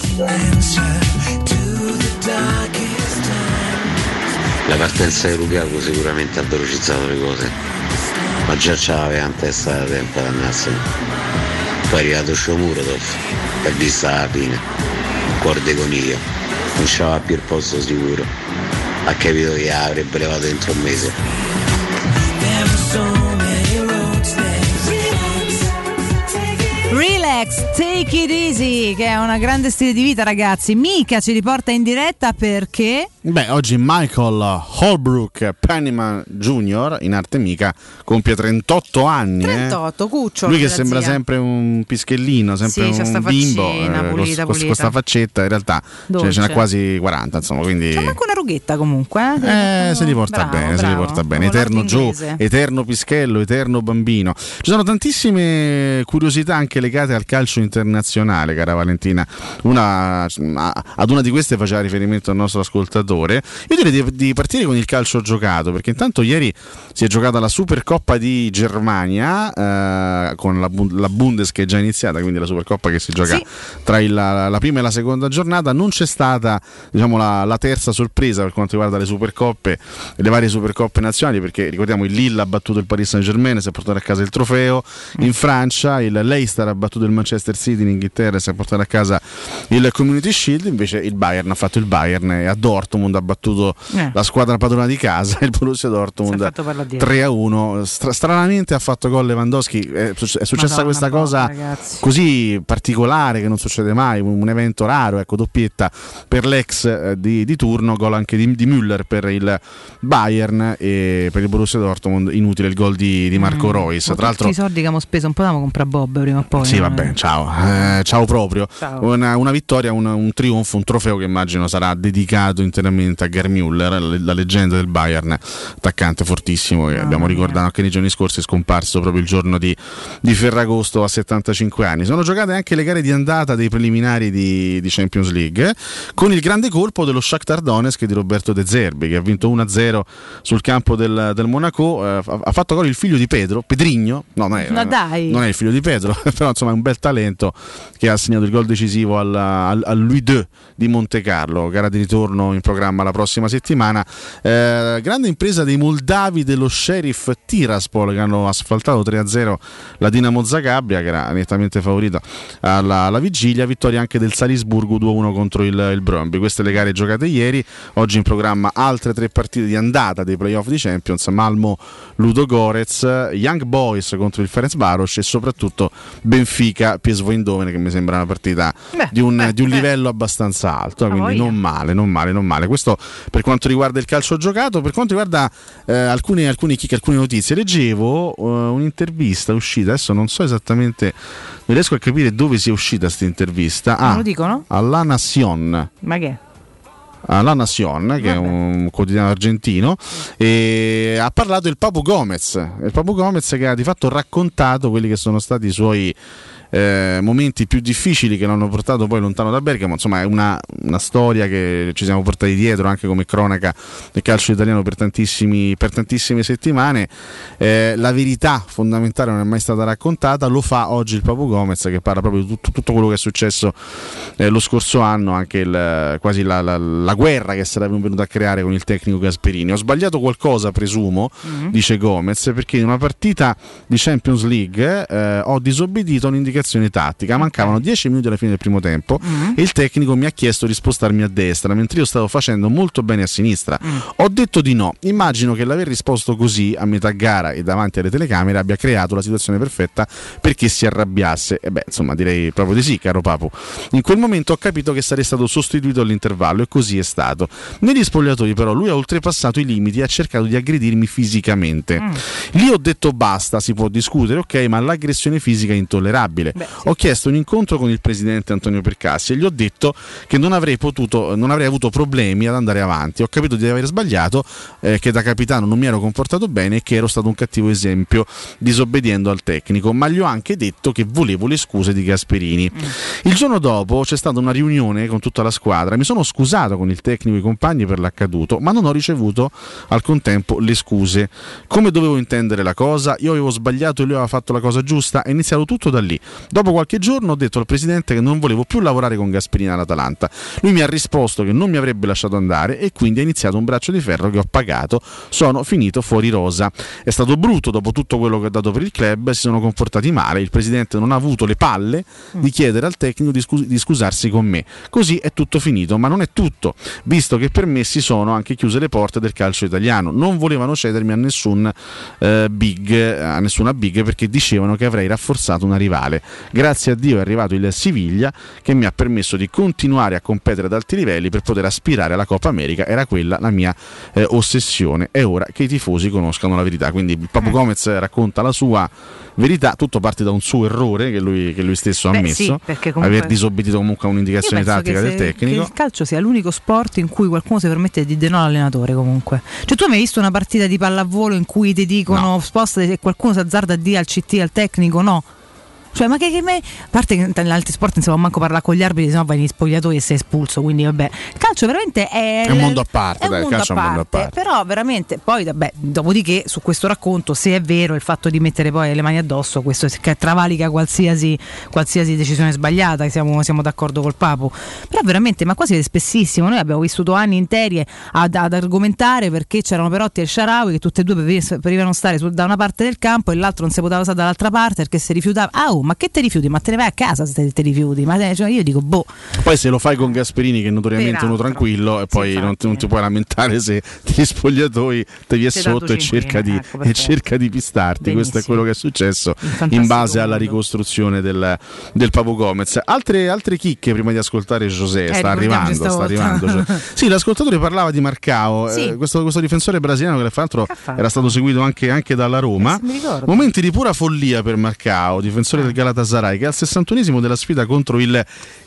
La partenza di Lukaku sicuramente ha velocizzato le cose, ma già ce l'aveva in testa da tempo ad andarsene. Poi è arrivato Shomurodov e vista la fine, cuore di coniglio, non c'aveva più il posto sicuro, ha capito che avrebbe levato dentro un mese. Relax, take it easy, che è una grande stile di vita, ragazzi. Mika ci riporta in diretta perché... Beh, oggi Michael Holbrook Pennyman Jr., in arte Mika, compie 38 anni. 38, cucciolo. Lui che sembra sempre un pischellino, sempre un bimbo, pulita. con questa faccetta, in realtà ce n'ha quasi 40, insomma, quindi... C'è manco una rughetta comunque. Se li porta bene, se li porta bene. Eterno Joe, eterno pischello, eterno bambino. Ci sono tantissime curiosità anche legate al calcio internazionale, cara Valentina. Ad una di queste faceva riferimento al nostro ascoltatore. Io direi di partire con il calcio giocato, perché intanto ieri si è giocata la Supercoppa di Germania con la Bundes che è già iniziata, quindi la Supercoppa che si gioca tra la prima e la seconda giornata. Non c'è stata, diciamo, la terza sorpresa per quanto riguarda le Supercoppe, le varie Supercoppe nazionali, perché ricordiamo il Lille ha battuto il Paris Saint-Germain, si è portato a casa il trofeo. In Francia il Leicester ha battuto il Manchester City, in Inghilterra si è portato a casa il Community Shield. Invece il Bayern ha fatto il Bayern e a Dortmund ha battuto la squadra padrona di casa, il Borussia Dortmund 3-1. Stranamente ha fatto gol Lewandowski. È successa questa cosa, ragazzi, così particolare che non succede mai, un evento raro, ecco, doppietta per l'ex di turno, gol anche di Müller per il Bayern, e per il Borussia Dortmund inutile il gol di Marco Reus. Tra l'altro i soldi che abbiamo speso un po' da comprare Bob prima o poi. Sì, vabbè, ciao proprio. Ciao. Una vittoria, un trionfo, un trofeo che immagino sarà dedicato interamente a Gerd Müller, la leggenda del Bayern, attaccante fortissimo che abbiamo ricordato anche nei giorni scorsi, è scomparso proprio il giorno di Ferragosto a 75 anni. Sono giocate anche le gare di andata dei preliminari di Champions League, con il grande colpo dello Shakhtar Donetsk di Roberto De Zerbi, che ha vinto 1-0 sul campo del Monaco. Ha fatto gol il figlio di Pedrinho, non è il figlio di Pedro però insomma è un bel talento, che ha segnato il gol decisivo al Louis II di Monte Carlo, gara di ritorno in programma la prossima settimana. Grande impresa dei moldavi dello Sheriff Tiraspol, che hanno asfaltato 3-0 la Dinamo Zagabria, che era nettamente favorita alla vigilia. Vittoria anche del Salisburgo 2-1 contro il Brøndby. Queste le gare giocate ieri. Oggi in programma altre 3 partite di andata dei playoff di Champions: Malmo Ludogorets, Young Boys contro il Ferencváros e soprattutto Benfica PSV Eindhoven, che mi sembra una partita di un livello abbastanza alto, quindi non male. Questo per quanto riguarda il calcio giocato. Per quanto riguarda alcune notizie, leggevo un'intervista uscita, adesso non so esattamente, non riesco a capire dove sia uscita questa intervista. Non lo dicono? Alla Nación. Ma che? La Nación, che è un quotidiano argentino, e ha parlato il Papu Gomez, che ha di fatto raccontato quelli che sono stati i suoi momenti più difficili che l'hanno portato poi lontano da Bergamo. Insomma, è una storia che ci siamo portati dietro anche come cronaca del calcio italiano per tantissime settimane. La verità fondamentale non è mai stata raccontata, lo fa oggi il Papu Gomez, che parla proprio di tutto quello che è successo lo scorso anno, anche quasi la guerra che sarebbe venuta a creare con il tecnico Gasperini. Ho sbagliato qualcosa, presumo, dice Gomez, perché in una partita di Champions League ho disobbedito a un'indicazione un'indicazione tattica. Mancavano 10 minuti alla fine del primo tempo e il tecnico mi ha chiesto di spostarmi a destra mentre io stavo facendo molto bene a sinistra. Ho detto di no. Immagino che l'aver risposto così a metà gara e davanti alle telecamere abbia creato la situazione perfetta perché si arrabbiasse. E beh, insomma, direi proprio di sì, caro Papu. In quel momento ho capito che sarei stato sostituito all'intervallo e così è stato. Negli spogliatoi però lui ha oltrepassato i limiti e ha cercato di aggredirmi fisicamente. Lì ho detto basta, si può discutere, ok, ma l'aggressione fisica è intollerabile. Ho chiesto un incontro con il presidente Antonio Percassi e gli ho detto che non avrei avuto problemi ad andare avanti. Ho capito di aver sbagliato, che da capitano non mi ero comportato bene e che ero stato un cattivo esempio disobbediendo al tecnico, ma gli ho anche detto che volevo le scuse di Gasperini. Il giorno dopo c'è stata una riunione con tutta la squadra, mi sono scusato con il tecnico e i compagni per l'accaduto, ma non ho ricevuto al contempo le scuse. Come dovevo intendere la cosa? Io avevo sbagliato e lui aveva fatto la cosa giusta? È iniziato tutto da lì. Dopo qualche giorno ho detto al presidente che non volevo più lavorare con Gasperini all'Atalanta. Lui mi ha risposto che non mi avrebbe lasciato andare e quindi ha iniziato un braccio di ferro che ho pagato. Sono finito fuori rosa. È stato brutto dopo tutto quello che ho dato per il club, si sono comportati male, il presidente non ha avuto le palle di chiedere al tecnico di scusarsi con me. Così è tutto finito, ma non è tutto, visto che per me si sono anche chiuse le porte del calcio italiano. Non volevano cedermi a nessuna big perché dicevano che avrei rafforzato una rivale. Grazie a Dio è arrivato il Siviglia che mi ha permesso di continuare a competere ad alti livelli per poter aspirare alla Coppa America. Era quella la mia ossessione. È ora che i tifosi conoscano la verità. Quindi Papu Gomez racconta la sua verità, tutto parte da un suo errore che lui stesso ha ammesso, sì, comunque aver disobbedito comunque a un'indicazione tattica del tecnico. Che il calcio sia l'unico sport in cui qualcuno si permette di dire no all'allenatore comunque. Cioè tu hai mai visto una partita di pallavolo in cui ti dicono spostati e qualcuno si azzarda a dire al CT al tecnico no? Cioè, ma che me. A parte che in altri sport non si può manco parlare con gli arbitri, sennò vai negli spogliatoi e sei espulso. Quindi, vabbè, il calcio veramente è un mondo a parte, il calcio è un mondo a parte. Però, veramente, poi, vabbè, dopodiché, su questo racconto, se è vero il fatto di mettere poi le mani addosso, questo che travalica qualsiasi decisione sbagliata, siamo d'accordo col Papu. Però, veramente, ma qua si vede spessissimo. Noi abbiamo vissuto anni interi ad argomentare perché c'erano Perotti e Shaarawy che tutte e due preferivano stare da una parte del campo e l'altro non si poteva stare dall'altra parte perché si rifiutava. Ma che te rifiuti? Ma te ne vai a casa se te rifiuti? Ma cioè, io dico Poi se lo fai con Gasperini che è notoriamente uno tranquillo e poi non ti puoi lamentare se gli spogliatoi te vi è sotto e cerca di pistarti. Benissimo. Questo è quello che è successo in base alla ricostruzione del Papu Gomez. Altre chicche prima di ascoltare José, sta arrivando. Sì, l'ascoltatore parlava di Marcao, questo difensore brasiliano che fra l'altro era stato seguito anche dalla Roma. Momenti di pura follia per Marcao, difensore del Galatasaray, che al 61esimo della sfida contro il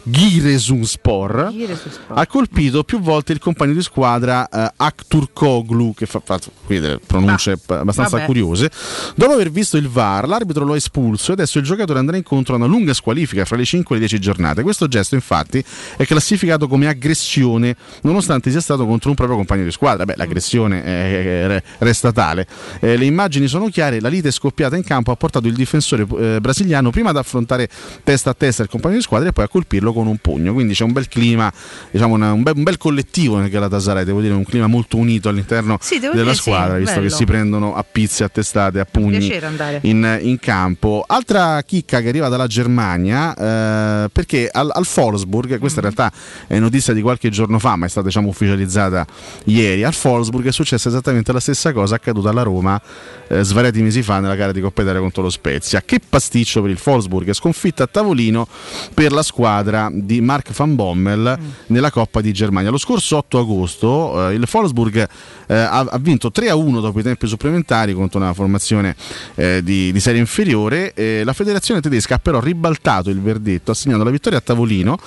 Giresunspor ha colpito più volte il compagno di squadra Aktürkoğlu, che fa qui delle pronunce abbastanza curiose. Dopo aver visto il VAR, l'arbitro lo ha espulso e adesso il giocatore andrà incontro a una lunga squalifica fra le 5 e le 10 giornate. Questo gesto infatti è classificato come aggressione nonostante sia stato contro un proprio compagno di squadra. L'aggressione resta tale. Le immagini sono chiare, la lite scoppiata in campo ha portato il difensore brasiliano prima ad affrontare testa a testa il compagno di squadra e poi a colpirlo con un pugno. Quindi c'è un bel clima, diciamo un bel collettivo nel Galatasaray, devo dire, un clima molto unito all'interno della squadra, visto che si prendono a pizze, a testate, a pugni in campo. Altra chicca che arriva dalla Germania, perché al Wolfsburg, questa in realtà è notizia di qualche giorno fa, ma è stata ufficializzata ieri. Al Wolfsburg è successa esattamente la stessa cosa accaduta alla Roma svariati mesi fa nella gara di Coppa Italia contro lo Spezia. Che pasticcio per il Wolfsburg, sconfitta a tavolino per la squadra di Mark van Bommel nella Coppa di Germania. Lo scorso 8 agosto il Wolfsburg ha vinto 3-1 dopo i tempi supplementari contro una formazione di serie inferiore. La federazione tedesca ha però ribaltato il verdetto assegnando la vittoria a tavolino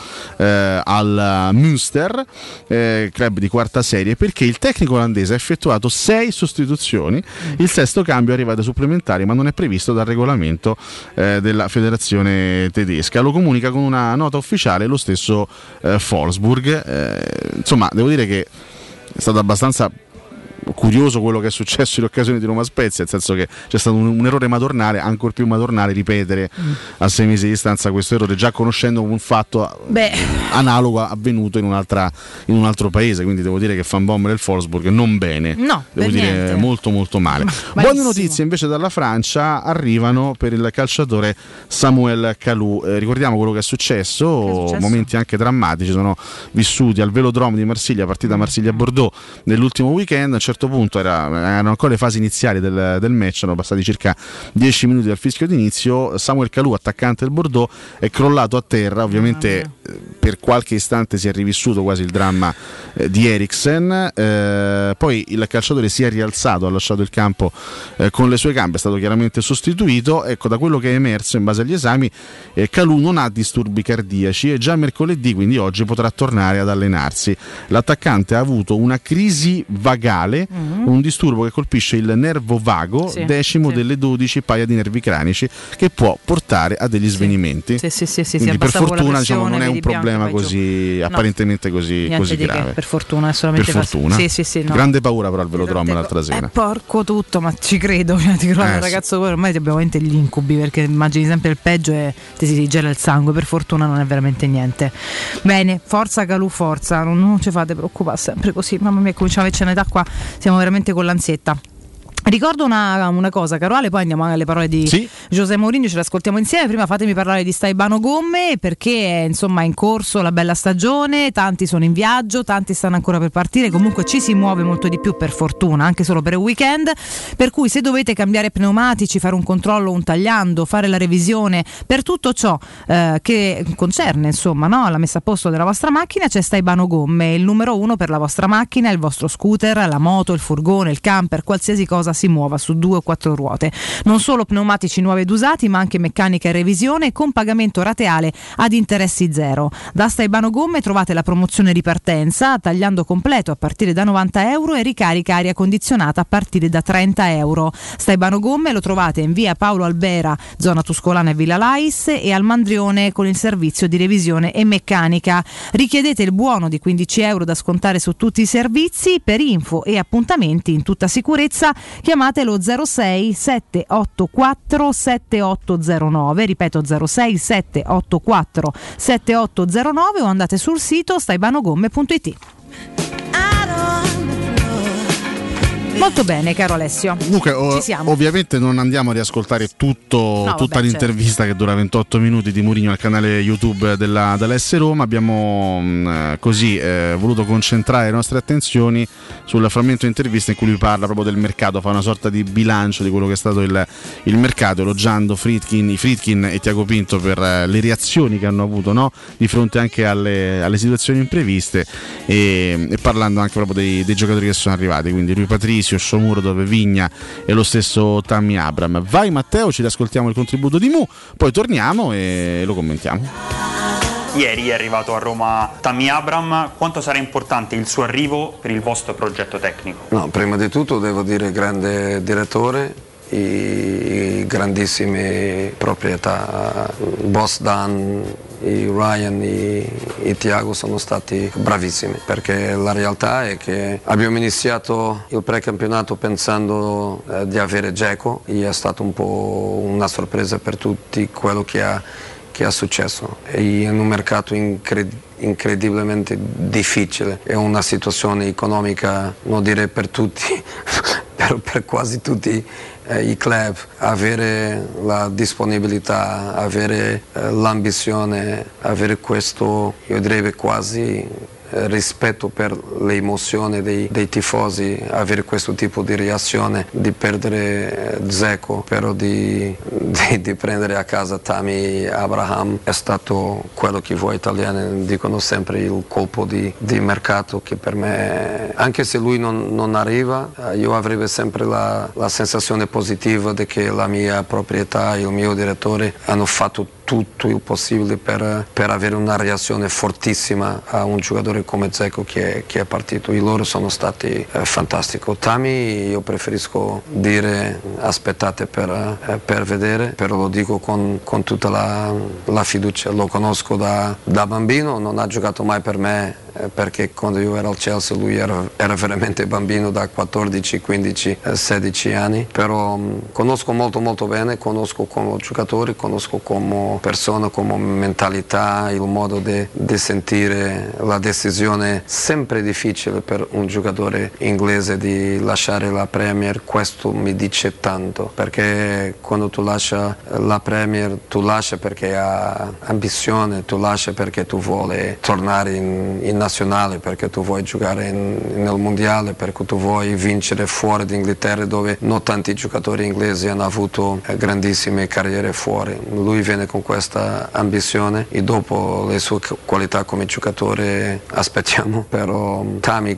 al Münster, club di quarta serie, perché il tecnico olandese ha effettuato 6 sostituzioni. Il sesto cambio arriva dai supplementari ma non è previsto dal regolamento della federazione tedesca. Lo comunica con una nota ufficiale lo stesso Wolfsburg. Insomma, devo dire che è stato abbastanza curioso quello che è successo in occasione di Roma Spezia, nel senso che c'è stato un errore madornale, ancor più madornale ripetere a 6 mesi di distanza questo errore, già conoscendo un fatto analogo avvenuto in un altro paese, quindi devo dire che Van Bommel e il Wolfsburg non bene, devo dire molto molto male. Buone notizie invece dalla Francia arrivano per il calciatore Samuel Kalou. Ricordiamo quello che è successo, momenti anche drammatici sono vissuti al Velodrome di Marsiglia, partita Marsiglia-Bordeaux nell'ultimo weekend. A un certo punto erano ancora le fasi iniziali del match, erano passati circa 10 minuti dal fischio d'inizio. Samuel Kalou, attaccante del Bordeaux, è crollato a terra, ovviamente per qualche istante si è rivissuto quasi il dramma di Eriksen, poi il calciatore si è rialzato, ha lasciato il campo con le sue gambe, è stato chiaramente sostituito. Ecco, da quello che è emerso in base agli esami, Kalou non ha disturbi cardiaci e già mercoledì, quindi oggi, potrà tornare ad allenarsi. L'attaccante ha avuto una crisi vagale, un disturbo che colpisce il nervo vago, decimo delle 12 paia di nervi cranici, che può portare a degli svenimenti. Quindi per fortuna, diciamo, non è un problema così apparentemente così grave. Per fortuna è solamente per fortuna. No. Grande paura però al Velodrome l'altra sera. Porco tutto, ma ci credo, ti crolla il ragazzo, poi ormai abbiamo veramente gli incubi, perché immagini sempre il peggio e ti si gela il sangue. Per fortuna non è veramente niente. Bene, forza Kalou, forza, non ci fate preoccupare sempre così, mamma mia, cominciamo a avere età qua, siamo veramente con l'ansietta. Ricordo una cosa, caro Ale, poi andiamo alle parole di José Mourinho, ce le ascoltiamo insieme. Prima fatemi parlare di Staibano Gomme, perché insomma è in corso la bella stagione, tanti sono in viaggio, tanti stanno ancora per partire, comunque ci si muove molto di più, per fortuna, anche solo per il weekend, per cui se dovete cambiare pneumatici, fare un controllo, un tagliando, fare la revisione, per tutto ciò che concerne insomma la messa a posto della vostra macchina, c'è Staibano Gomme, il numero 1 per la vostra macchina, il vostro scooter, la moto, il furgone, il camper, qualsiasi cosa si muova su 2 o 4 ruote. Non solo pneumatici nuovi ed usati, ma anche meccanica e revisione con pagamento rateale ad interessi zero. Da Staibano Gomme trovate la promozione di partenza, tagliando completo a partire da €90 e ricarica aria condizionata a partire da €30. Staibano Gomme lo trovate in via Paolo Albera, zona Tuscolana e Villa Lais, e al Mandrione con il servizio di revisione e meccanica. Richiedete il buono di €15 da scontare su tutti i servizi. Per info e appuntamenti in tutta sicurezza chiamatelo 06 784 7809, ripeto 06 784 7809, o andate sul sito staibanogomme.it. Molto bene, caro Alessio. Comunque, ovviamente non andiamo a riascoltare tutta l'intervista che dura 28 minuti di Mourinho al canale YouTube dell'S Roma. Abbiamo voluto concentrare le nostre attenzioni sul frammento intervista in cui lui parla proprio del mercato, fa una sorta di bilancio di quello che è stato il mercato, elogiando Friedkin e Tiago Pinto per le reazioni che hanno avuto, di fronte anche alle situazioni impreviste, e parlando anche proprio dei giocatori che sono arrivati, quindi Rui Patricio, Shomurodov, Vigna e lo stesso Tammy Abraham. Vai Matteo, ci riascoltiamo il contributo di Mu, poi torniamo e lo commentiamo. Ieri è arrivato a Roma Tammy Abraham, quanto sarà importante il suo arrivo per il vostro progetto tecnico? No, prima di tutto devo dire grande direttore, i grandissime proprietà, Boss Dan, i Ryan e Thiago sono stati bravissimi, perché la realtà è che abbiamo iniziato il precampionato pensando di avere Dzeko, e è stato un po' una sorpresa per tutti quello che è successo, e in un mercato incredibilmente difficile, è una situazione economica, non direi per tutti, però per quasi tutti i club, avere la disponibilità, avere l'ambizione, avere questo, io direi quasi rispetto per le emozioni dei tifosi, avere questo tipo di reazione, di perdere Dzeko, però di prendere a casa Tammy Abraham, è stato quello che voi italiani dicono sempre, il colpo di mercato, che per me, anche se lui non arriva, io avrei sempre la sensazione positiva di che la mia proprietà, il mio direttore hanno fatto tutto il possibile per avere una reazione fortissima a un giocatore come Dzeko che è partito. I loro sono stati fantastici. Tammy io preferisco dire aspettate per vedere, però lo dico con tutta la fiducia. Lo conosco da bambino, non ha giocato mai per me perché quando io ero al Chelsea lui era veramente bambino da 14, 15, 16 anni, però conosco molto bene, conosco come giocatore, conosco come persona, come mentalità, il modo di sentire la decisione sempre difficile per un giocatore inglese di lasciare la Premier. Questo mi dice tanto, perché quando tu lascia la Premier tu lascia perché ha ambizione, tu lascia perché tu vuoi tornare in nazionale, perché tu vuoi giocare nel mondiale, perché tu vuoi vincere fuori d'Inghilterra dove non tanti giocatori inglesi hanno avuto grandissime carriere fuori. Lui viene con questa ambizione e dopo le sue qualità come giocatore aspettiamo, però Tammy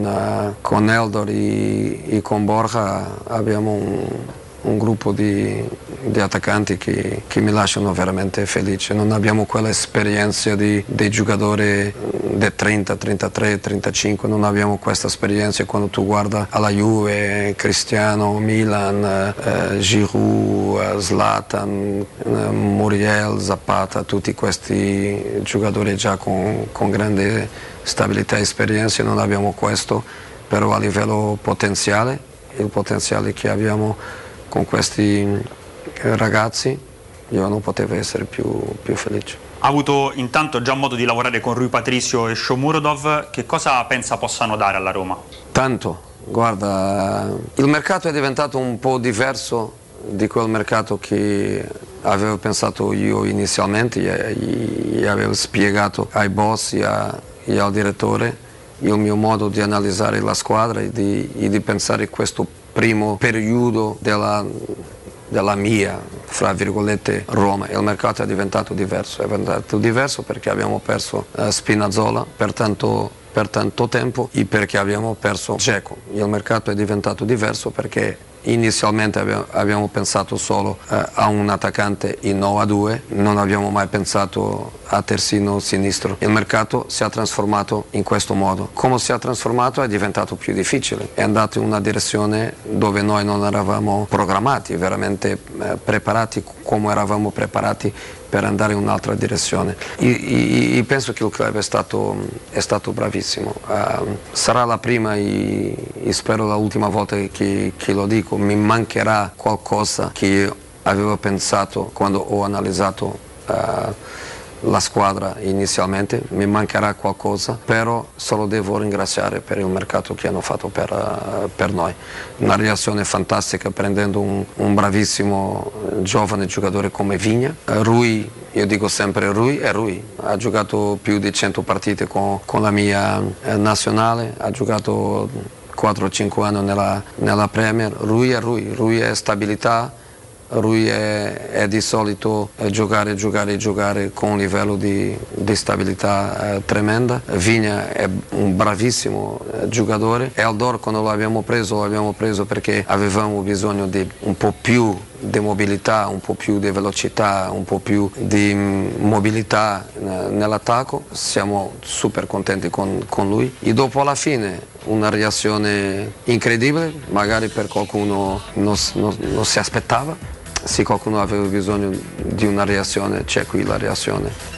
con Eldor e con Borja abbiamo un gruppo di attaccanti che mi lasciano veramente felice. Non abbiamo quella esperienza dei giocatori di 30, 33, 35, non abbiamo questa esperienza quando tu guarda alla Juve, Cristiano, Milan, Giroud, Zlatan, Muriel, Zapata, tutti questi giocatori già con grande stabilità e esperienza. Non abbiamo questo, però a livello potenziale, il potenziale che abbiamo con questi ragazzi, io non potevo essere più felice. Ha avuto intanto già modo di lavorare con Rui Patricio e Shomurodov, che cosa pensa possano dare alla Roma? Tanto, guarda, il mercato è diventato un po' diverso di quel mercato che avevo pensato io inizialmente e avevo spiegato ai boss e al direttore il mio modo di analizzare la squadra e di pensare questo primo periodo della mia, fra virgolette, Roma. Il mercato è diventato diverso perché abbiamo perso Spinazzola per tanto tempo e perché abbiamo perso Dzeko. Il mercato è diventato diverso perché inizialmente abbiamo pensato solo a un attaccante in 9-2, non abbiamo mai pensato a terzino sinistro. Il mercato si è trasformato in questo modo. Come si è trasformato è diventato più difficile, è andato in una direzione dove noi non eravamo programmati, veramente preparati come eravamo preparati per andare in un'altra direzione. E penso che il club è stato bravissimo. Sarà la prima e spero l'ultima volta che lo dico. Mi mancherà qualcosa che io avevo pensato quando ho analizzato la squadra inizialmente, mi mancherà qualcosa, però solo devo ringraziare per il mercato che hanno fatto per noi. Una reazione fantastica prendendo un bravissimo giovane giocatore come Vigna. Rui, io dico sempre Rui, ha giocato più di 100 partite con la mia nazionale, ha giocato 4-5 anni nella Premier. Rui è stabilità. Rui è di solito giocare con un livello di stabilità tremenda. Vigna è un bravissimo giocatore. Eldor quando l'abbiamo preso perché avevamo bisogno di un po' più di mobilità, un po' più di velocità, un po' più di mobilità nell'attacco. Siamo super contenti con lui e dopo alla fine una reazione incredibile, magari per qualcuno non si aspettava. Se qualcuno aveva bisogno di una reazione, c'è qui la reazione.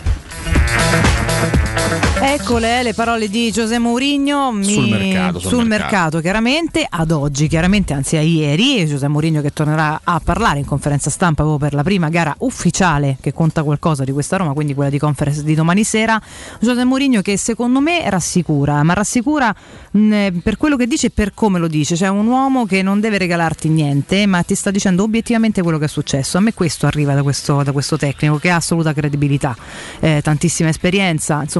Eccole le parole di José Mourinho sul mercato chiaramente ad oggi, anzi a ieri. José Mourinho che tornerà a parlare in conferenza stampa proprio per la prima gara ufficiale che conta qualcosa di questa Roma, quindi quella di conference di domani sera. José Mourinho che secondo me rassicura per quello che dice e per come lo dice. Cioè un uomo che non deve regalarti niente, ma ti sta dicendo obiettivamente quello che è successo. A me questo arriva da questo tecnico che ha assoluta credibilità, tantissima esperienza, insomma veramente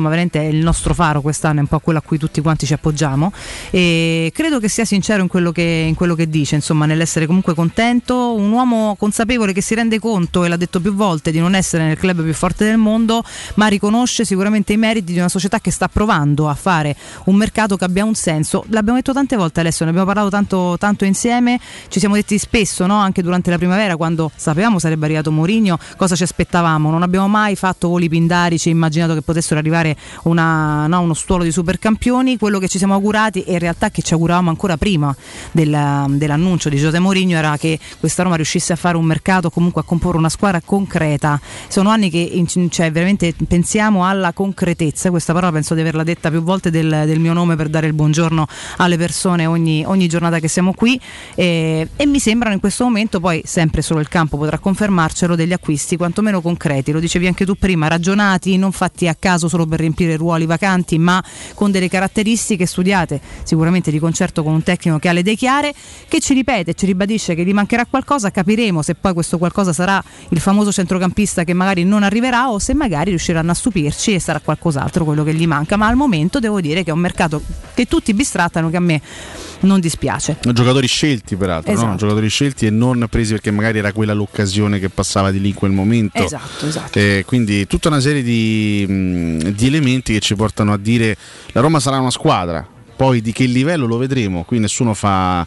il nostro faro quest'anno, è un po' quello a cui tutti quanti ci appoggiamo, e credo che sia sincero in quello che dice, insomma, nell'essere comunque contento, un uomo consapevole che si rende conto, e l'ha detto più volte, di non essere nel club più forte del mondo, ma riconosce sicuramente i meriti di una società che sta provando a fare un mercato che abbia un senso. L'abbiamo detto tante volte, Alessio, ne abbiamo parlato tanto insieme, ci siamo detti spesso, no? Anche durante la primavera, quando sapevamo sarebbe arrivato Mourinho, cosa ci aspettavamo. Non abbiamo mai fatto voli pindarici, immaginato che potessero arrivare uno stuolo di supercampioni. Quello che ci siamo augurati, e in realtà che ci auguravamo ancora prima dell'annuncio di José Mourinho, era che questa Roma riuscisse a fare un mercato, comunque a comporre una squadra concreta. Sono anni che veramente pensiamo alla concretezza, questa parola penso di averla detta più volte del mio nome per dare il buongiorno alle persone ogni giornata che siamo qui, e mi sembrano in questo momento, poi sempre solo il campo potrà confermarcelo, degli acquisti quantomeno concreti, lo dicevi anche tu prima, ragionati, non fatti a caso solo per riempire ruoli vacanti, ma con delle caratteristiche studiate sicuramente di concerto con un tecnico che ha le idee chiare, che ci ripete, ci ribadisce che gli mancherà qualcosa. Capiremo se poi questo qualcosa sarà il famoso centrocampista che magari non arriverà, o se magari riusciranno a stupirci e sarà qualcos'altro quello che gli manca, ma al momento devo dire che è un mercato che tutti bistrattano, che a me non dispiace. Giocatori scelti peraltro, esatto. No? Giocatori scelti e non presi perché magari era quella l'occasione che passava di lì in quel momento. Esatto. Quindi tutta una serie di elementi che ci portano a dire la Roma sarà una squadra, poi di che livello lo vedremo. Qui nessuno fa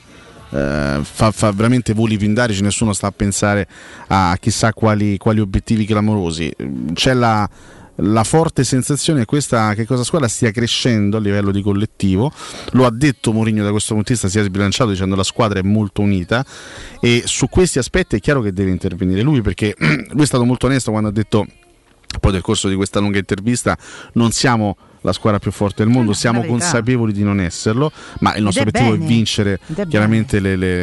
veramente voli pindarici, nessuno sta a pensare a chissà quali obiettivi clamorosi. C'è la forte sensazione che questa squadra stia crescendo a livello di collettivo. Lo ha detto Mourinho, da questo punto di vista si è sbilanciato dicendo la squadra è molto unita, e su questi aspetti è chiaro che deve intervenire lui, perché lui è stato molto onesto quando ha detto, poi nel corso di questa lunga intervista, non siamo la squadra più forte del mondo, siamo consapevoli di non esserlo, ma il nostro obiettivo è vincere chiaramente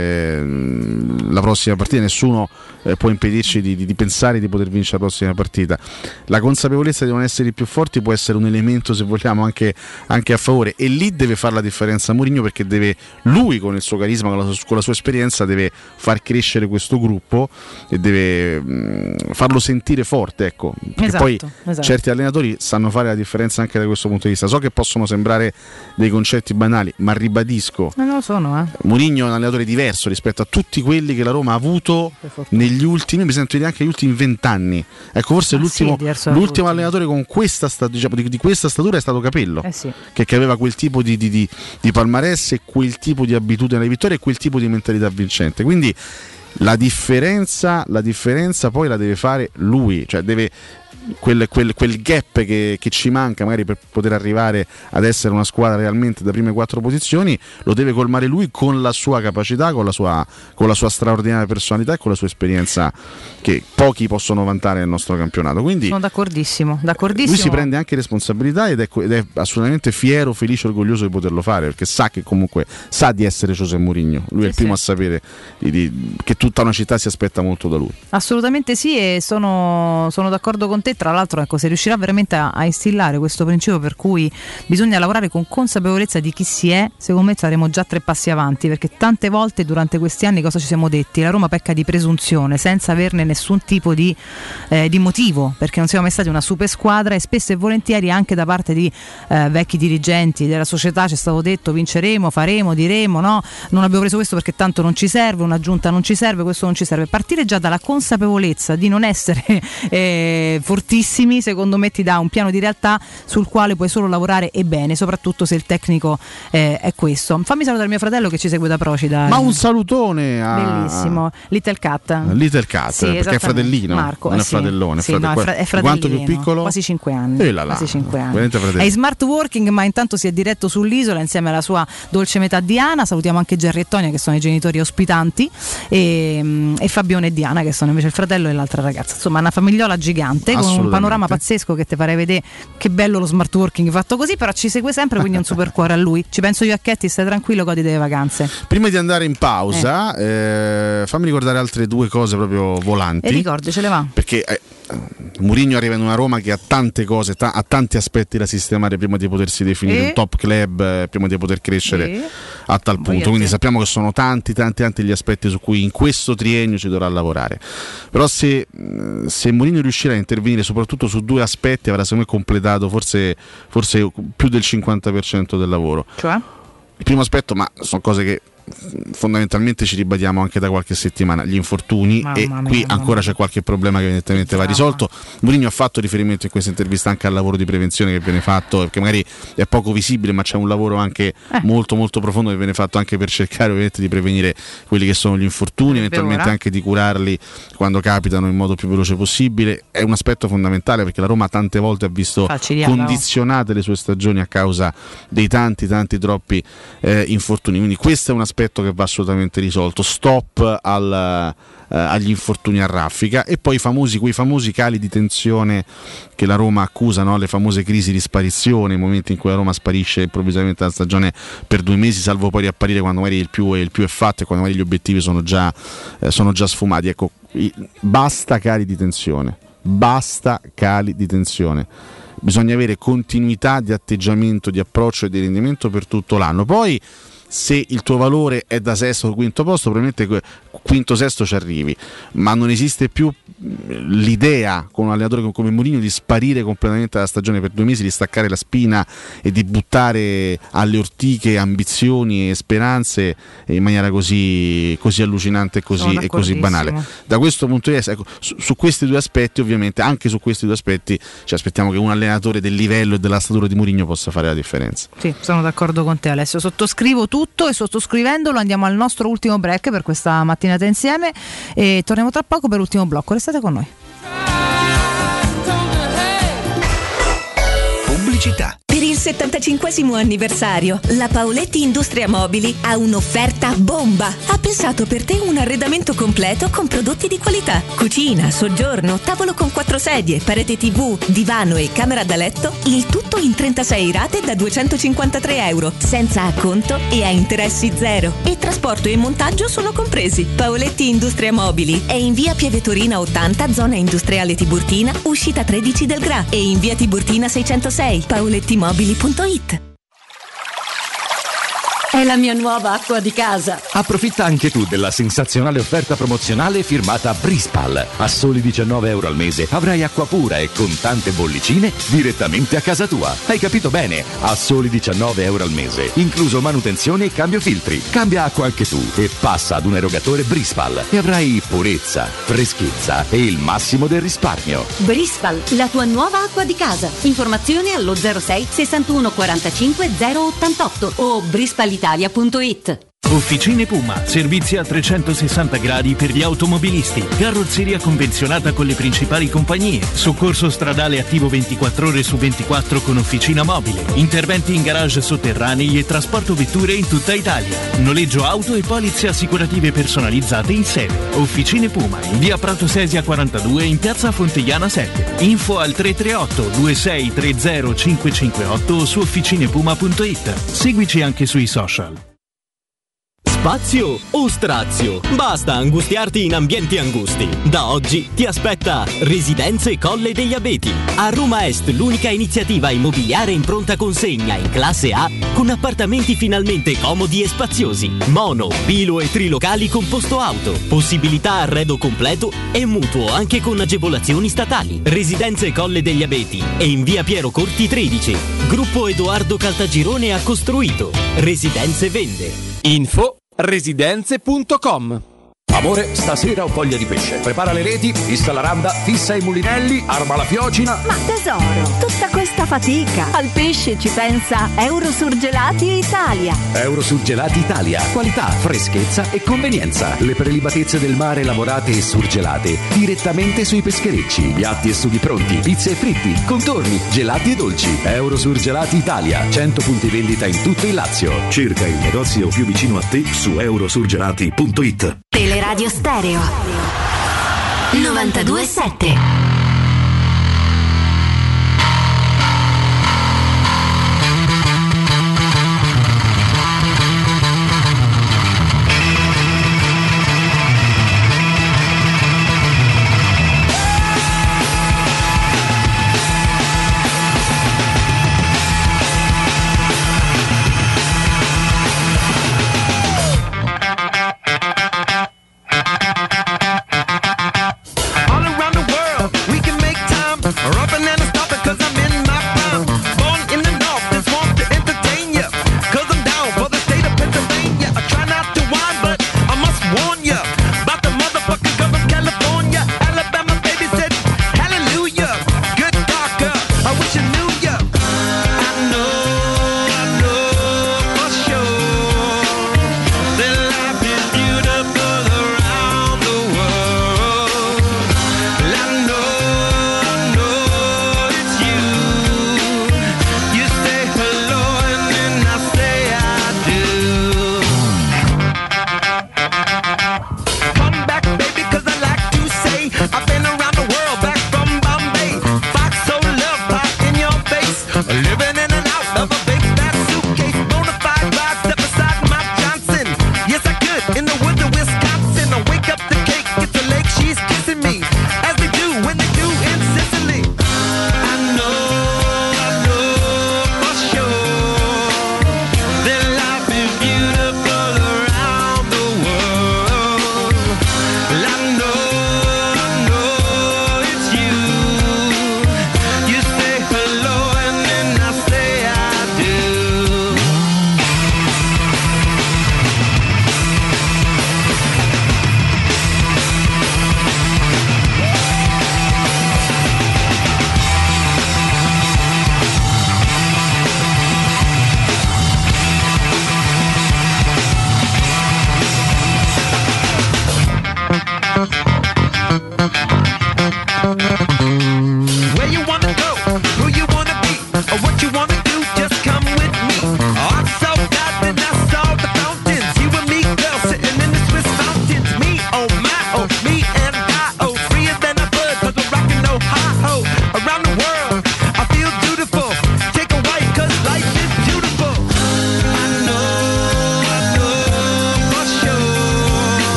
la prossima partita. Nessuno può impedirci di pensare di poter vincere la prossima partita. La consapevolezza di non essere i più forti può essere un elemento, se vogliamo, anche a favore, e lì deve fare la differenza Mourinho, perché lui con il suo carisma, con la sua esperienza, deve far crescere questo gruppo e deve farlo sentire forte, ecco, perché poi certi allenatori sanno fare la differenza anche da questo punto di vista. So che possono sembrare dei concetti banali, ma ribadisco, non lo sono. Mourinho è un allenatore diverso rispetto a tutti quelli che la Roma ha avuto negli ultimi, mi sento di dire, anche gli ultimi 20 anni. Ecco, forse l'ultimo allenatore con questa di questa statura è stato Capello, che aveva quel tipo di palmarès e quel tipo di abitudine alle vittorie e quel tipo di mentalità vincente. Quindi la differenza poi la deve fare lui, cioè deve quel gap che ci manca magari per poter arrivare ad essere una squadra realmente da prime 4 posizioni, lo deve colmare lui con la sua capacità, con la sua straordinaria personalità e con la sua esperienza che pochi possono vantare nel nostro campionato. Quindi sono d'accordissimo. Lui si prende anche responsabilità ed è assolutamente fiero, felice, orgoglioso di poterlo fare, perché sa che comunque sa di essere José Mourinho. Lui è il primo a sapere che tutta una città si aspetta molto da lui. Assolutamente sì, e sono d'accordo con te. Tra l'altro, ecco, se riuscirà veramente a instillare questo principio per cui bisogna lavorare con consapevolezza di chi si è, secondo me saremo già 3 passi avanti, perché tante volte durante questi anni cosa ci siamo detti? La Roma pecca di presunzione senza averne nessun tipo di motivo, perché non siamo mai stati una super squadra, e spesso e volentieri anche da parte di vecchi dirigenti della società c'è stato detto vinceremo, faremo, diremo, no, non abbiamo preso questo perché tanto non ci serve, una giunta non ci serve, questo non ci serve. Partire già dalla consapevolezza di non essere fortissimi, secondo me ti dà un piano di realtà sul quale puoi solo lavorare, e bene, soprattutto se il tecnico è questo. Fammi salutare mio fratello che ci segue da Procida. Ma un salutone bellissimo, Little Cat, sì, perché è fratellino, Marco, non è fratellone, sì, è fratellino. Quanto più piccolo? Quasi 5 anni. Quasi 5 anni. È in smart working, ma intanto si è diretto sull'isola insieme alla sua dolce metà Diana. Salutiamo anche Gerry e Tonia, che sono i genitori ospitanti, e Fabione e Diana, che sono invece il fratello e l'altra ragazza. Insomma, una famigliola gigante con un panorama pazzesco che ti farei vedere che bello lo smart working fatto così, però ci segue sempre, quindi un super cuore a lui. Ci penso io a Chetti, stai tranquillo, goditi delle vacanze. Prima di andare in pausa fammi ricordare altre 2 cose proprio volanti, e ricordi, ce le va, perché Mourinho arriva in una Roma che ha tante cose, ha tanti aspetti da sistemare prima di potersi definire un top club, prima di poter crescere a tal punto. Quindi sappiamo che sono tanti gli aspetti su cui in questo triennio ci dovrà lavorare. Però se Mourinho riuscirà a intervenire soprattutto su due aspetti, avrà secondo me completato forse più del 50% del lavoro. Cioè? Il primo aspetto, ma sono cose che fondamentalmente ci ribadiamo anche da qualche settimana, gli infortuni, qui ancora c'è qualche problema che evidentemente va risolto. Mourinho ha fatto riferimento in questa intervista anche al lavoro di prevenzione che viene fatto, che magari è poco visibile, ma c'è un lavoro anche molto molto profondo che viene fatto anche per cercare ovviamente di prevenire quelli che sono gli infortuni, eventualmente anche di curarli quando capitano in modo più veloce possibile. È un aspetto fondamentale perché la Roma tante volte ha visto condizionate le sue stagioni a causa dei troppi infortuni, quindi questo è un aspetto che va assolutamente risolto. Stop agli infortuni a raffica, e poi quei famosi cali di tensione che la Roma accusa, no? Le famose crisi di sparizione, i momenti in cui la Roma sparisce improvvisamente dalla stagione per 2 mesi, salvo poi riapparire quando magari il più è fatto e quando magari gli obiettivi sono già sfumati. Ecco, basta cali di tensione, bisogna avere continuità di atteggiamento, di approccio e di rendimento per tutto l'anno. Poi se il tuo valore è da sesto o quinto posto, probabilmente quinto sesto ci arrivi, ma non esiste più l'idea con un allenatore come Mourinho di sparire completamente dalla stagione per 2 mesi, di staccare la spina e di buttare alle ortiche ambizioni e speranze in maniera così allucinante e così banale. Da questo punto di vista, ecco, su questi due aspetti, ovviamente anche su questi due aspetti ci aspettiamo che un allenatore del livello e della statura di Mourinho possa fare la differenza. Sì, sono d'accordo con te, Alessio, sottoscrivo tutto, e sottoscrivendolo andiamo al nostro ultimo break per questa mattinata insieme e torniamo tra poco per l'ultimo blocco. Restate con noi. Pubblicità. Per il 75° anniversario, la Paoletti Industria Mobili ha un'offerta bomba. Ha pensato per te un arredamento completo con prodotti di qualità. Cucina, soggiorno, tavolo con 4 sedie, parete TV, divano e camera da letto. Il tutto in 36 rate da €253, senza acconto e a interessi zero. E trasporto e montaggio sono compresi. Paoletti Industria Mobili è in via Pieve Torina 80, zona industriale Tiburtina, uscita 13 del Gra, e in via Tiburtina 606. paolettimobili.it. È la mia nuova acqua di casa. Approfitta anche tu della sensazionale offerta promozionale firmata Brispal. A soli €19 al mese avrai acqua pura e con tante bollicine direttamente a casa tua. Hai capito bene? A soli €19 al mese, incluso manutenzione e cambio filtri. Cambia acqua anche tu e passa ad un erogatore Brispal e avrai purezza, freschezza e il massimo del risparmio. Brispal, la tua nuova acqua di casa. Informazioni allo 06 61 45 088 o brispalitalia.it. Officine Puma, servizi a 360 gradi per gli automobilisti, carrozzeria convenzionata con le principali compagnie, soccorso stradale attivo 24 ore su 24 con officina mobile, interventi in garage sotterranei e trasporto vetture in tutta Italia, noleggio auto e polizze assicurative personalizzate in sede. Officine Puma, in via Prato Sesia 42 in piazza Fontegliana 7. Info al 338 2630 558 o su officinepuma.it. Seguici anche sui social. Spazio o strazio? Basta angustiarti in ambienti angusti. Da oggi ti aspetta Residenze Colle degli Abeti. A Roma Est l'unica iniziativa immobiliare in pronta consegna in classe A con appartamenti finalmente comodi e spaziosi. Mono, bilo e trilocali con posto auto. Possibilità arredo completo e mutuo anche con agevolazioni statali. Residenze Colle degli Abeti è in via Piero Corti 13. Gruppo Edoardo Caltagirone ha costruito. Residenze vende. Info residenze.com. Amore, stasera ho voglia di pesce. Prepara le reti, fissa la randa, fissa i mulinelli, arma la fiocina. Ma tesoro, tutta questa fatica. Al pesce ci pensa Eurosurgelati Italia. Eurosurgelati Italia. Qualità, freschezza e convenienza. Le prelibatezze del mare lavorate e surgelate direttamente sui pescherecci. Piatti e sughi pronti, pizze e fritti, contorni, gelati e dolci. Eurosurgelati Italia. 100 punti vendita in tutto il Lazio. Cerca il negozio più vicino a te su eurosurgelati.it. Teleradio Stereo 92.7.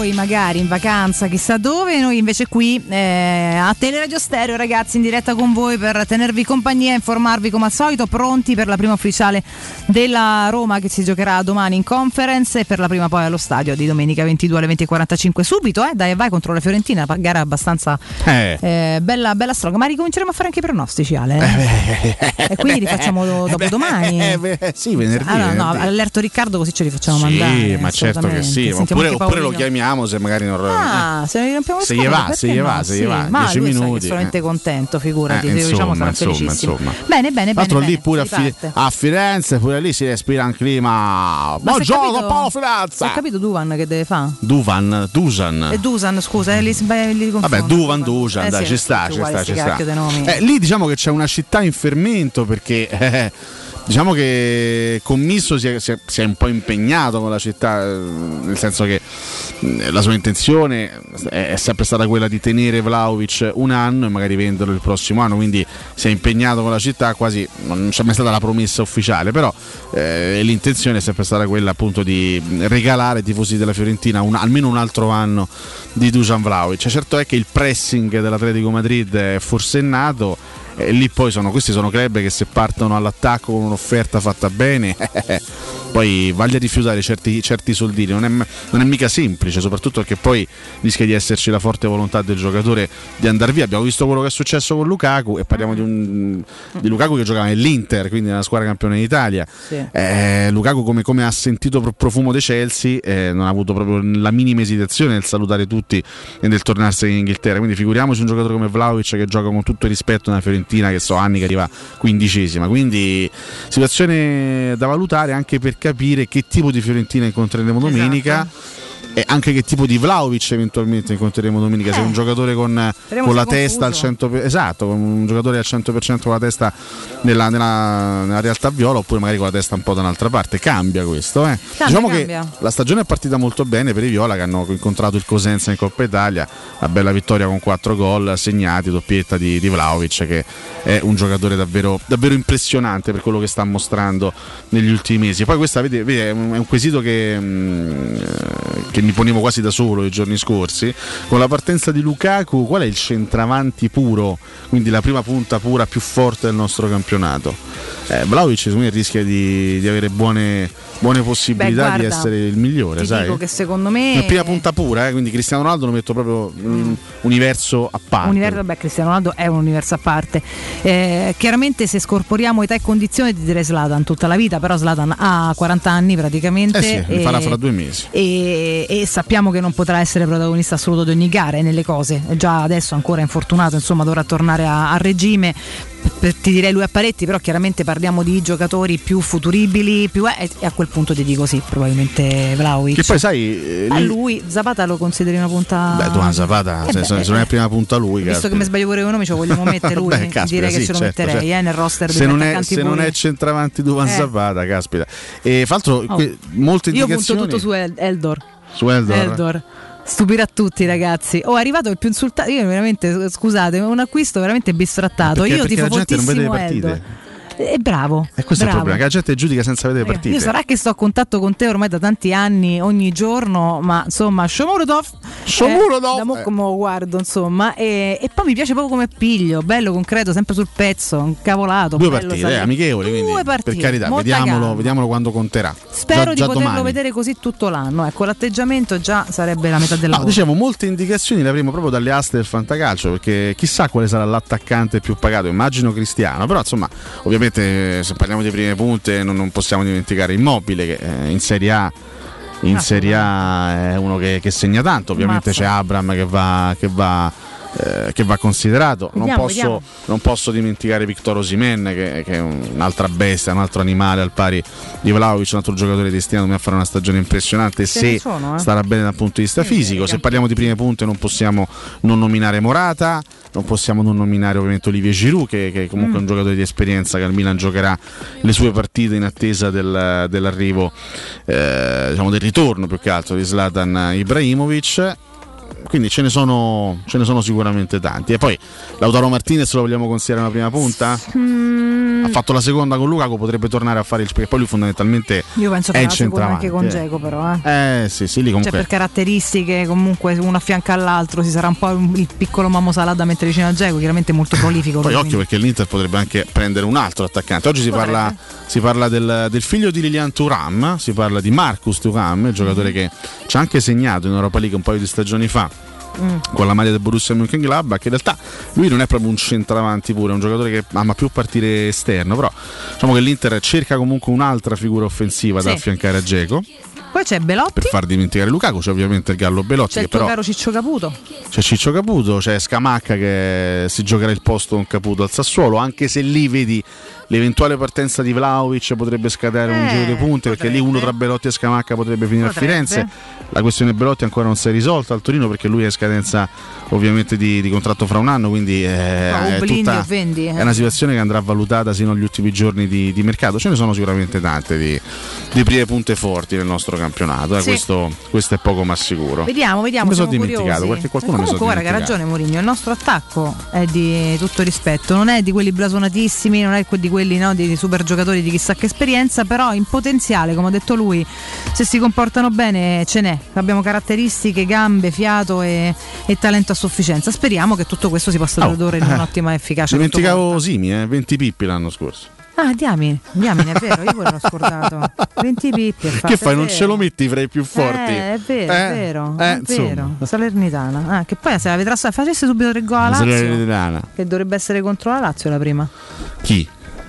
voi magari in vacanza chissà dove, noi invece qui a Teleradio Stereo, ragazzi, in diretta con voi per tenervi compagnia e informarvi come al solito, pronti per la prima ufficiale della Roma che si giocherà domani in Conference e per la prima poi allo stadio di domenica 22 alle 20:45 subito, dai, vai contro la Fiorentina, gara abbastanza bella strong, ma ricominceremo a fare anche i pronostici, Ale, e quindi li facciamo dopo domani. Sì, venerdì. No, allerto Riccardo, così ce li facciamo mandare. Sì, ma certo che sì, oppure lo chiamiamo se magari non se ne rompiamo se gli va, se gli va, 10 minuti. Sono veramente contento, figurati, diciamo sarà felicissimo. Bene. L'altro lì pure a Firenze, pure lì si respira un clima. Buongiorno Paolo Firenze. Hai capito Duvan che deve fare? Dusan, scusa, li confondo. Vabbè, Dusan, dai, sì, ci sta. Lì diciamo che c'è una città in fermento perché diciamo che Commisso si è un po' impegnato con la città, nel senso che la sua intenzione è sempre stata quella di tenere Vlahovic un anno e magari venderlo il prossimo anno, quindi si è impegnato con la città, quasi non c'è mai stata la promessa ufficiale, però l'intenzione è sempre stata quella appunto di regalare ai tifosi della Fiorentina almeno un altro anno di Dusan Vlahovic. Certo è che il pressing dell'Atletico Madrid è forsennato. E lì poi questi sono club che se partono all'attacco con un'offerta fatta bene poi vagli a rifiutare certi soldini, non è mica semplice, soprattutto perché poi rischia di esserci la forte volontà del giocatore di andare via. Abbiamo visto quello che è successo con Lukaku e parliamo di Lukaku che giocava nell'Inter, quindi nella squadra campione d'Italia. Sì. Lukaku come ha sentito profumo dei Chelsea non ha avuto proprio la minima esitazione nel salutare tutti e nel tornarsene in Inghilterra, quindi figuriamoci un giocatore come Vlahovic che gioca con tutto il rispetto nella Fiorentina, che so anni che arriva 15esima, quindi situazione da valutare anche per capire che tipo di Fiorentina incontreremo domenica. Esatto. E anche che tipo di Vlahovic eventualmente incontreremo domenica, se è un giocatore con la testa al 100%, esatto, con un giocatore al 100% con la testa nella realtà viola, oppure magari con la testa un po' da un'altra parte. Cambia questo, diciamo che la stagione è partita molto bene per i viola, che hanno incontrato il Cosenza in Coppa Italia, una bella vittoria con 4 gol segnati, doppietta di Vlahovic, che è un giocatore davvero, davvero impressionante per quello che sta mostrando negli ultimi mesi. E poi questa vedi, è un quesito che mi ponevo quasi da solo i giorni scorsi. Con la partenza di Lukaku, qual è il centravanti puro, quindi la prima punta pura più forte del nostro campionato? Vlahovic secondo me rischia di avere buone possibilità di essere il migliore, sai? Dico che secondo me la prima punta pura, quindi Cristiano Ronaldo lo metto proprio un universo a parte. Cristiano Ronaldo è un universo a parte. Chiaramente se scorporiamo età e condizioni ti direi Zlatan tutta la vita, però Zlatan ha 40 anni praticamente, li farà fra 2 mesi e sappiamo che non potrà essere protagonista assoluto di ogni gara nelle cose, già adesso ancora infortunato, insomma dovrà tornare a regime. Ti direi lui a paretti, però chiaramente parliamo di giocatori più futuribili, e a quel punto ti dico sì, probabilmente Vlahovic. Che poi sai, a lui Zapata lo consideri una punta? Beh, Zapata se non è la prima punta lui, visto che mi sbaglio pure con i nomi, ce lo vogliamo mettere lui. Direi che ce lo metterei nel roster degli attaccanti se non è centravanti Duvan Zapata, caspita. E fra l'altro molte indicazioni. Io punto tutto su Eldor. Su Eldor. Stupirà tutti, ragazzi. È arrivato il più insultato. Io veramente, scusate, un acquisto veramente bistrattato. Io tifo la gente non vede le Eldor. partite. È bravo. E questo è il problema, che la gente giudica senza vedere partite. Io sarà che sto a contatto con te ormai da tanti anni, ogni giorno, ma insomma, Shomurodov da mo' come lo guardo, insomma, e poi mi piace proprio come piglio, bello, concreto, sempre sul pezzo, un cavolato. 2 partite, amichevoli, quindi per carità, vediamolo quando conterà. Spero di poterlo domani vedere così tutto l'anno. Ecco, l'atteggiamento già sarebbe la metà del lavoro. Dicevo, molte indicazioni le avremo proprio dalle aste del fantacalcio, perché chissà quale sarà l'attaccante più pagato. Immagino Cristiano, però insomma, ovviamente se parliamo di prime punte non possiamo dimenticare Immobile, che in Serie A è uno che segna tanto. Ovviamente c'è Abraham che va considerato. Non posso dimenticare Victor Osimhen, che è un'altra bestia, un altro animale al pari di Vlahovic, un altro giocatore destinato a fare una stagione impressionante se starà bene dal punto di vista fisico. Se parliamo di prime punte non possiamo non nominare Morata, non possiamo non nominare ovviamente Olivier Giroud, che comunque è un giocatore di esperienza, che al Milan giocherà le sue partite in attesa dell'arrivo, del ritorno più che altro di Zlatan Ibrahimovic. Quindi ce ne sono sicuramente tanti. E poi Lautaro Martinez lo vogliamo considerare una prima punta? ha fatto la seconda con Lukaku, potrebbe tornare a fare perché poi lui fondamentalmente io penso è che il la seconda centravanti. anche con Dzeko però sì, lì comunque per caratteristiche comunque uno a fianco all'altro si sarà un po' il piccolo Momo Salah da mettere vicino a Dzeko, chiaramente molto prolifico. Poi occhio perché l'Inter potrebbe anche prendere un altro attaccante. Oggi si parla del figlio di Lilian Thuram, si parla di Marcus Thuram, il giocatore che ci ha anche segnato in Europa League un paio di stagioni fa con la maglia del Borussia Mönchengladbach, che in realtà lui non è proprio un centravanti pure, è un giocatore che ama più partire esterno, però diciamo che l'Inter cerca comunque un'altra figura offensiva da affiancare a Dzeko. Poi c'è Belotti per far dimenticare Lukaku, c'è ovviamente il Gallo Belotti, c'è il tuo caro Ciccio Caputo, c'è Ciccio Caputo, c'è Scamacca che si giocherà il posto con Caputo al Sassuolo, anche se lì vedi l'eventuale partenza di Vlahovic potrebbe scadere un giro di punte, perché lì uno tra Belotti e Scamacca potrebbe finire a Firenze. La questione Belotti ancora non si è risolta al Torino perché lui è scadenza ovviamente di contratto fra un anno, quindi è una situazione che andrà valutata sino agli ultimi giorni di mercato. Ce ne sono sicuramente tante di prime punte forti nel nostro campionato, questo è poco ma sicuro. Vediamo, mi sono dimenticato, perché qualcuno comunque mi sono guarda che ha ragione Mourinho, il nostro attacco è di tutto rispetto, non è di quelli blasonatissimi, non è di quelli di super giocatori di chissà che esperienza, però in potenziale, come ha detto lui, se si comportano bene ce n'è, abbiamo caratteristiche, gambe, fiato e talento a sufficienza. Speriamo che tutto questo si possa tradurre in un'ottima efficacia. Dimenticavo Simi, 20 pippi l'anno scorso. Diamine, è vero, io pure l'ho scordato. 20 pippi. Che fai? Non ce lo metti fra i più forti? È vero. Salernitana. Che poi se la vedrà facesse subito 3 gol alla Lazio, che dovrebbe essere contro la Lazio la prima. Chi?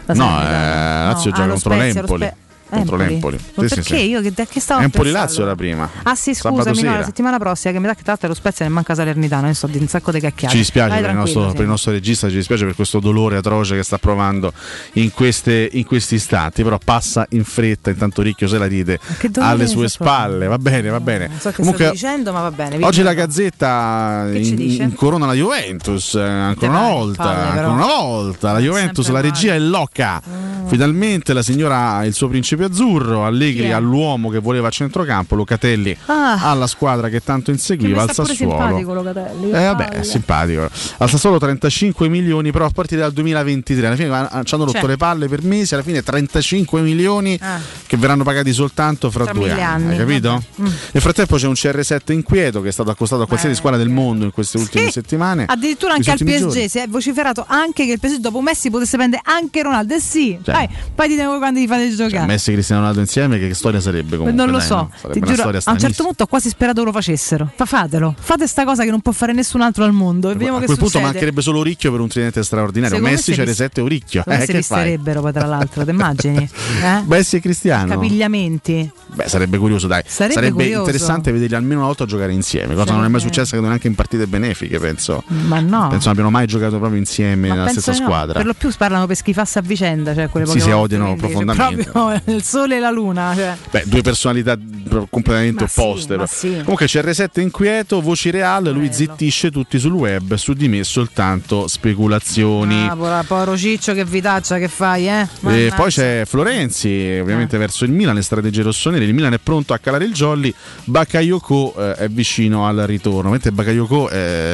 Lazio gioca contro l'Empoli. Contro l'Empoli. Perché io che stavo Empoli Lazio la prima. Sì, scusami, la settimana prossima che mi sa che tra l'altro lo Spezia ne manca Salernitana, ne sto di un sacco di cacchiate. Ci dispiace per il nostro regista, ci dispiace per questo dolore atroce che sta provando in questi istanti, però passa in fretta, intanto Ricchio se la dite alle sue spalle. Va bene. Non so che comunque, sto dicendo, ma va bene. Oggi la Gazzetta incorona la Juventus ancora una volta. La Juventus, la regia è loca. Finalmente la signora ha il suo principe azzurro, Allegri all'uomo che voleva a centrocampo, Locatelli alla squadra che tanto inseguiva, al Sassuolo. Simpatico Locatelli. È simpatico. Al Sassuolo 35 milioni, però a partire dal 2023. Alla fine ci hanno rotto le palle per mesi, alla fine 35 milioni che verranno pagati soltanto fra 2 anni. Hai capito? Nel frattempo c'è un CR7 inquieto che è stato accostato a qualsiasi squadra del mondo in queste ultime settimane. Addirittura anche al PSG si è vociferato anche che il PSG dopo Messi potesse prendere anche Ronaldo. Poi dite voi quando gli fate giocare. Messi e Cristiano Ronaldo insieme, che storia sarebbe comunque? Non lo so, ti giuro, a un certo punto ho quasi sperato lo facessero. Fatelo, fate sta cosa che non può fare nessun altro al mondo e vediamo che succede. A quel punto mancherebbe solo Ricchio per un tridente straordinario. Secondo Messi c'è Resetto e Ricchio. Si visterebbero poi tra l'altro, ti immagini? Messi e Cristiano. Capigliamenti. Sarebbe curioso, dai. Sarebbe interessante vederli almeno una volta giocare insieme, cosa non è mai successa, credo neanche in partite benefiche, penso. Ma no. Penso non abbiano mai giocato proprio insieme nella stessa squadra. Per lo più parlano per schifarsi a vicenda, cioè quelle si odiano profondamente. Proprio il sole e la luna. Due personalità completamente opposte. Comunque c'è R7 inquieto, voci real, lui zittisce tutti sul web, su di me soltanto speculazioni. Povero Ciccio, che vitaccia che fai, E poi c'è Florenzi, ovviamente verso il Milan, le strategie rossonere. Il Milan è pronto a calare il jolly, Bakayoko è vicino al ritorno, mentre Bakayoko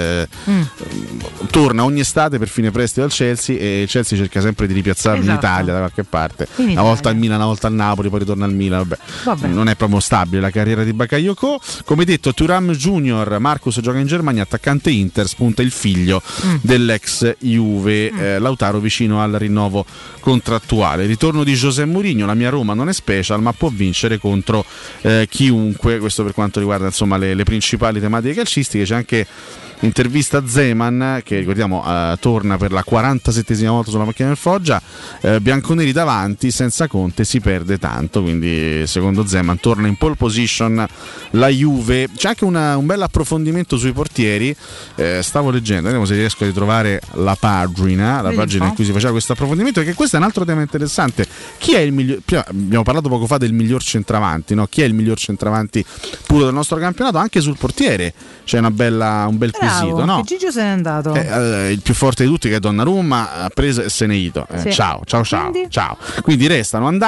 torna ogni estate per fine prestito al Chelsea, e il Chelsea cerca sempre di ripiazzarlo in Italia da qualche parte, una volta al Milan, una volta al Napoli, poi ritorna al Milan. Vabbè. Non è proprio stabile la carriera di Bakayoko. Come detto, Thuram Junior, Marcus gioca in Germania, attaccante Inter, spunta il figlio dell'ex Juve, Lautaro vicino al rinnovo contrattuale. Ritorno di José Mourinho, la mia Roma non è special ma può vincere contro chiunque. Questo per quanto riguarda insomma le principali tematiche calcistiche. C'è anche intervista a Zeman, che ricordiamo torna per la 47esima volta sulla macchina del Foggia. Bianconeri davanti, senza Conte si perde tanto, quindi secondo Zeman torna in pole position la Juve. C'è anche un bel approfondimento sui portieri, stavo leggendo, vediamo se riesco a ritrovare la pagina in cui si faceva questo approfondimento, perché questo è un altro tema interessante. Chi è il miglior? Abbiamo parlato poco fa del miglior centravanti, no? Chi è il miglior centravanti puro del nostro campionato? Anche sul portiere c'è un bel quesito, no? Gigio se n'è andato. Il più forte di tutti, che è Donnarumma, ha preso e se n'è ido. Ciao. Quindi restano Andanovic,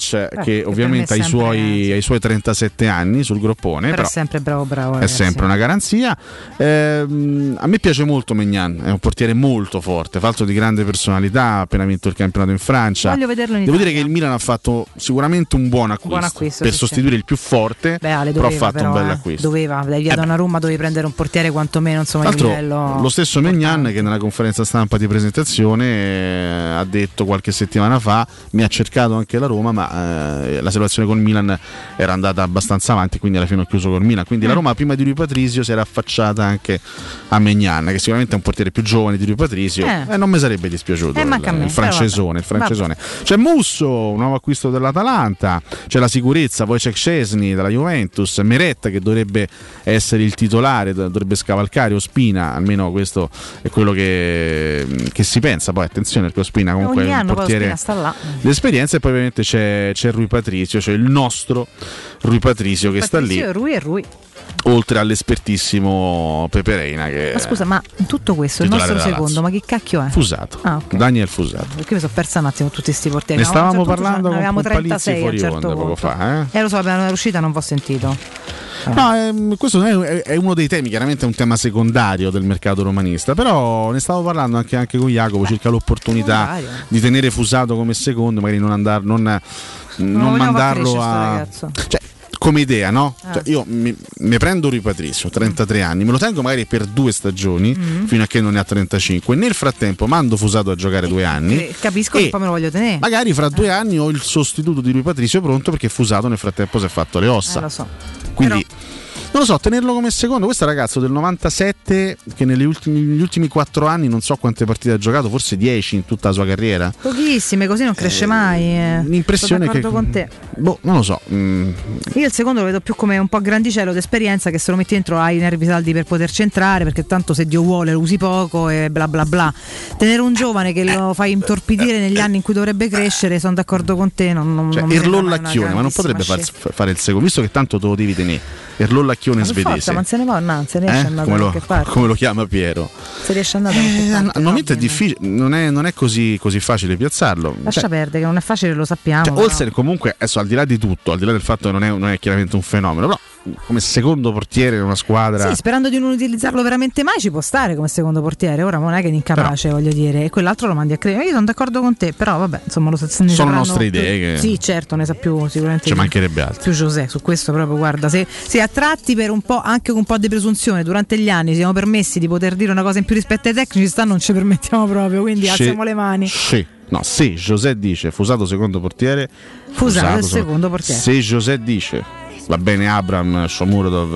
Ibrahimovic che ovviamente ha i suoi 37 anni sul groppone, però è sempre bravo, è sempre una garanzia. A me piace molto Maignan, è un portiere molto forte, fatto di grande personalità, ha appena vinto il campionato in Francia. Voglio vederlo in Devo Italia. dire che il Milan ha fatto sicuramente un buon acquisto per sostituire il più forte, però ha fatto un bel acquisto. Doveva, dai via Donnarumma, dovevi prendere un portiere quantomeno insomma di livello. Lo stesso Maignan che nella conferenza stampa di presentazione ha detto qualche settimana fa, mi ha cercato anche la Roma, ma la situazione col Milan era andata abbastanza avanti, quindi alla fine ho chiuso col Milan. Quindi la Roma prima di Rui Patrizio si era affacciata anche a Maignan, che sicuramente è un portiere più giovane di Rui Patrizio, non mi sarebbe dispiaciuto il francesone. C'è Musso, un nuovo acquisto dell'Atalanta, c'è la sicurezza, Wojciech Szczesny dalla Juventus, Meret che dovrebbe essere il titolare, dovrebbe scavalcare Ospina, almeno questo è quello che si pensa. Poi attenzione, perché Ospina comunque è un portiere d'esperienza, e poi ovviamente c'è Rui Patrizio, cioè il nostro Rui Patrizio che sta lì. Rui. Oltre all'espertissimo Pepe Reina che ma scusa, ma in tutto questo il nostro secondo, ma che cacchio è? Fusato. Okay. Daniel Fusato. Perché mi sono persa un attimo tutti questi portieri. Ne stavamo parlando avevamo con 36 a un certo poco fa, lo so, appena era uscita non vi ho sentito. No, questo è uno dei temi, chiaramente è un tema secondario del mercato romanista, però ne stavo parlando anche con Jacopo circa l'opportunità di tenere Fusato come secondo, magari non mandarlo a come idea, no? Cioè io mi prendo Rui Patrizio, 33 anni, me lo tengo magari per 2 stagioni fino a che non ne ha 35. Nel frattempo mando Fusato a giocare 2 anni. Capisco che poi me lo voglio tenere. Magari fra 2 anni ho il sostituto di Rui Patrizio pronto, perché Fusato nel frattempo si è fatto le ossa. Lo so. Quindi non lo so, tenerlo come secondo. Questo ragazzo del 97 che negli ultimi 4 anni non so quante partite ha giocato, forse 10 in tutta la sua carriera. Pochissime, così non cresce mai. L'impressione che con te. Non lo so. Io il secondo lo vedo più come un po' grandicello d'esperienza, che se lo metti dentro hai i nervi saldi per poter centrare, perché tanto se Dio vuole lo usi poco e bla bla bla. Tenere un giovane che lo fai intorpidire negli anni in cui dovrebbe crescere, sono d'accordo con te. Erlollacchione, ma non potrebbe fare il secondo, visto che tanto te lo devi tenere. Erlollacchione svedese. Forza, ma se ne va, non se riesce a andare come lo chiama Piero. Se riesce a andare al momento è difficile, non è così facile piazzarlo. Lascia perdere, che non è facile, lo sappiamo. Olsen comunque, adesso al di là di tutto, al di là del fatto che non è chiaramente un fenomeno, però come secondo portiere in una squadra. Sì, sperando di non utilizzarlo veramente mai, ci può stare come secondo portiere. Ora non è che è incapace, voglio dire, e quell'altro lo mandi a credere. Io sono d'accordo con te, però vabbè, insomma, sono nostre idee. Sì, certo, ne sa più sicuramente. Ci mancherebbe altro. Più José, su questo proprio, guarda, se a tratti per un po', anche con un po' di presunzione, durante gli anni siamo permessi di poter dire una cosa in più rispetto ai tecnici, non ci permettiamo proprio, quindi alziamo le mani. Sì. No, se José dice Fusato secondo portiere, Fusato secondo portiere. Se José dice va bene Abram, Shomurodov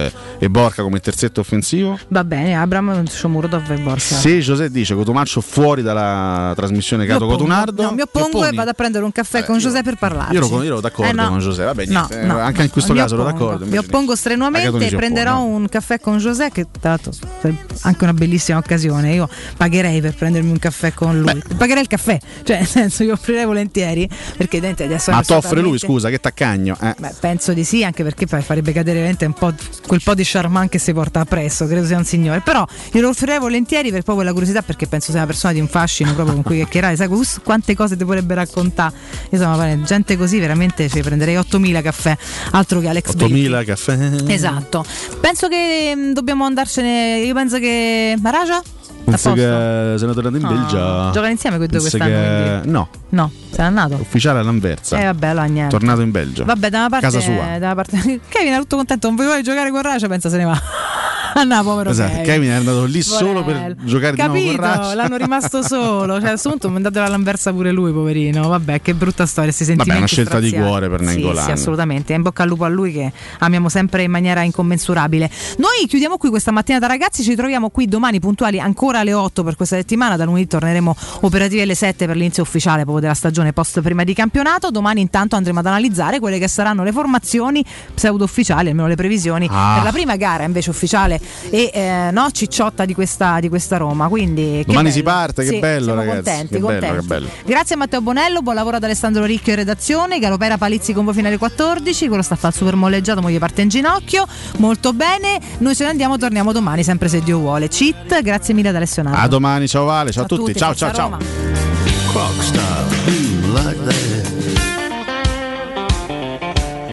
e Borca come terzetto offensivo, va bene Abram, Shomurodov e Borca. Se José dice Cotomaccio fuori dalla trasmissione Cato Cotunardo, mi oppongo e vado a prendere un caffè con José per parlarci. Io ero d'accordo con José, vabbè, niente, anche in questo caso ero d'accordo. Mi oppongo strenuamente e prenderò un caffè con José, che tra l'altro è anche una bellissima occasione. Io pagherei per prendermi un caffè con lui. Pagherei il caffè, cioè nel senso io offrirei volentieri, perché adesso ma t'offre lui, scusa, che taccagno. Beh, penso di sì, anche perché poi farebbe cadere veramente un po' quel po' di charmant che si porta appresso, credo sia un signore, però io lo offrirei volentieri per proprio la curiosità, perché penso sia una persona di un fascino proprio con cui chiacchierare, sai quante cose ti potrebbe raccontare. Insomma, gente così veramente prenderei 8.000 caffè, altro che Alex 8.000 caffè. Esatto. Penso che dobbiamo andarcene, io penso che Maraja penso che siano tornati in Belgio. Giocano insieme quei due quest'anno? No, se n'è andato. Ufficiale all'Anversa. Vabbè, allora niente. Tornato in Belgio. Vabbè, da una parte, casa sua. Kevin è tutto contento, non vuole giocare con Raja, pensa se ne va. No, povero Kevin è andato lì solo per giocare di nuovo con Raja. L'hanno rimasto solo, cioè a questo punto mandatelo all'Anversa pure lui, poverino. Vabbè, che brutta storia, si sentimenti. Vabbè, è una scelta straziati. di cuore per Nainggolan. Sì, assolutamente. In bocca al lupo a lui, che amiamo sempre in maniera incommensurabile. Noi chiudiamo qui questa mattinata, ragazzi, ci troviamo qui domani puntuali ancora alle 8 per questa settimana. Da lunedì torneremo operativi alle 7 per l'inizio ufficiale proprio della stagione post prima di campionato. Domani intanto andremo ad analizzare quelle che saranno le formazioni pseudo ufficiali, almeno le previsioni per la prima gara invece ufficiale e cicciotta di questa Roma. Quindi domani si parte, che bello, ragazzi. Contenti. Che bello. Grazie a Matteo Bonello, buon lavoro ad Alessandro Ricchio in redazione. Galopera Palizzi con voi finale 14, quello sta a fare il super molleggiato, moglie parte in ginocchio, molto bene. Noi ce ne andiamo, torniamo domani sempre se Dio vuole. Cheat, grazie mille ad Alessio Nardo. A domani, ciao Vale, ciao a tutti. Ciao. Roma. Rockstar, like that.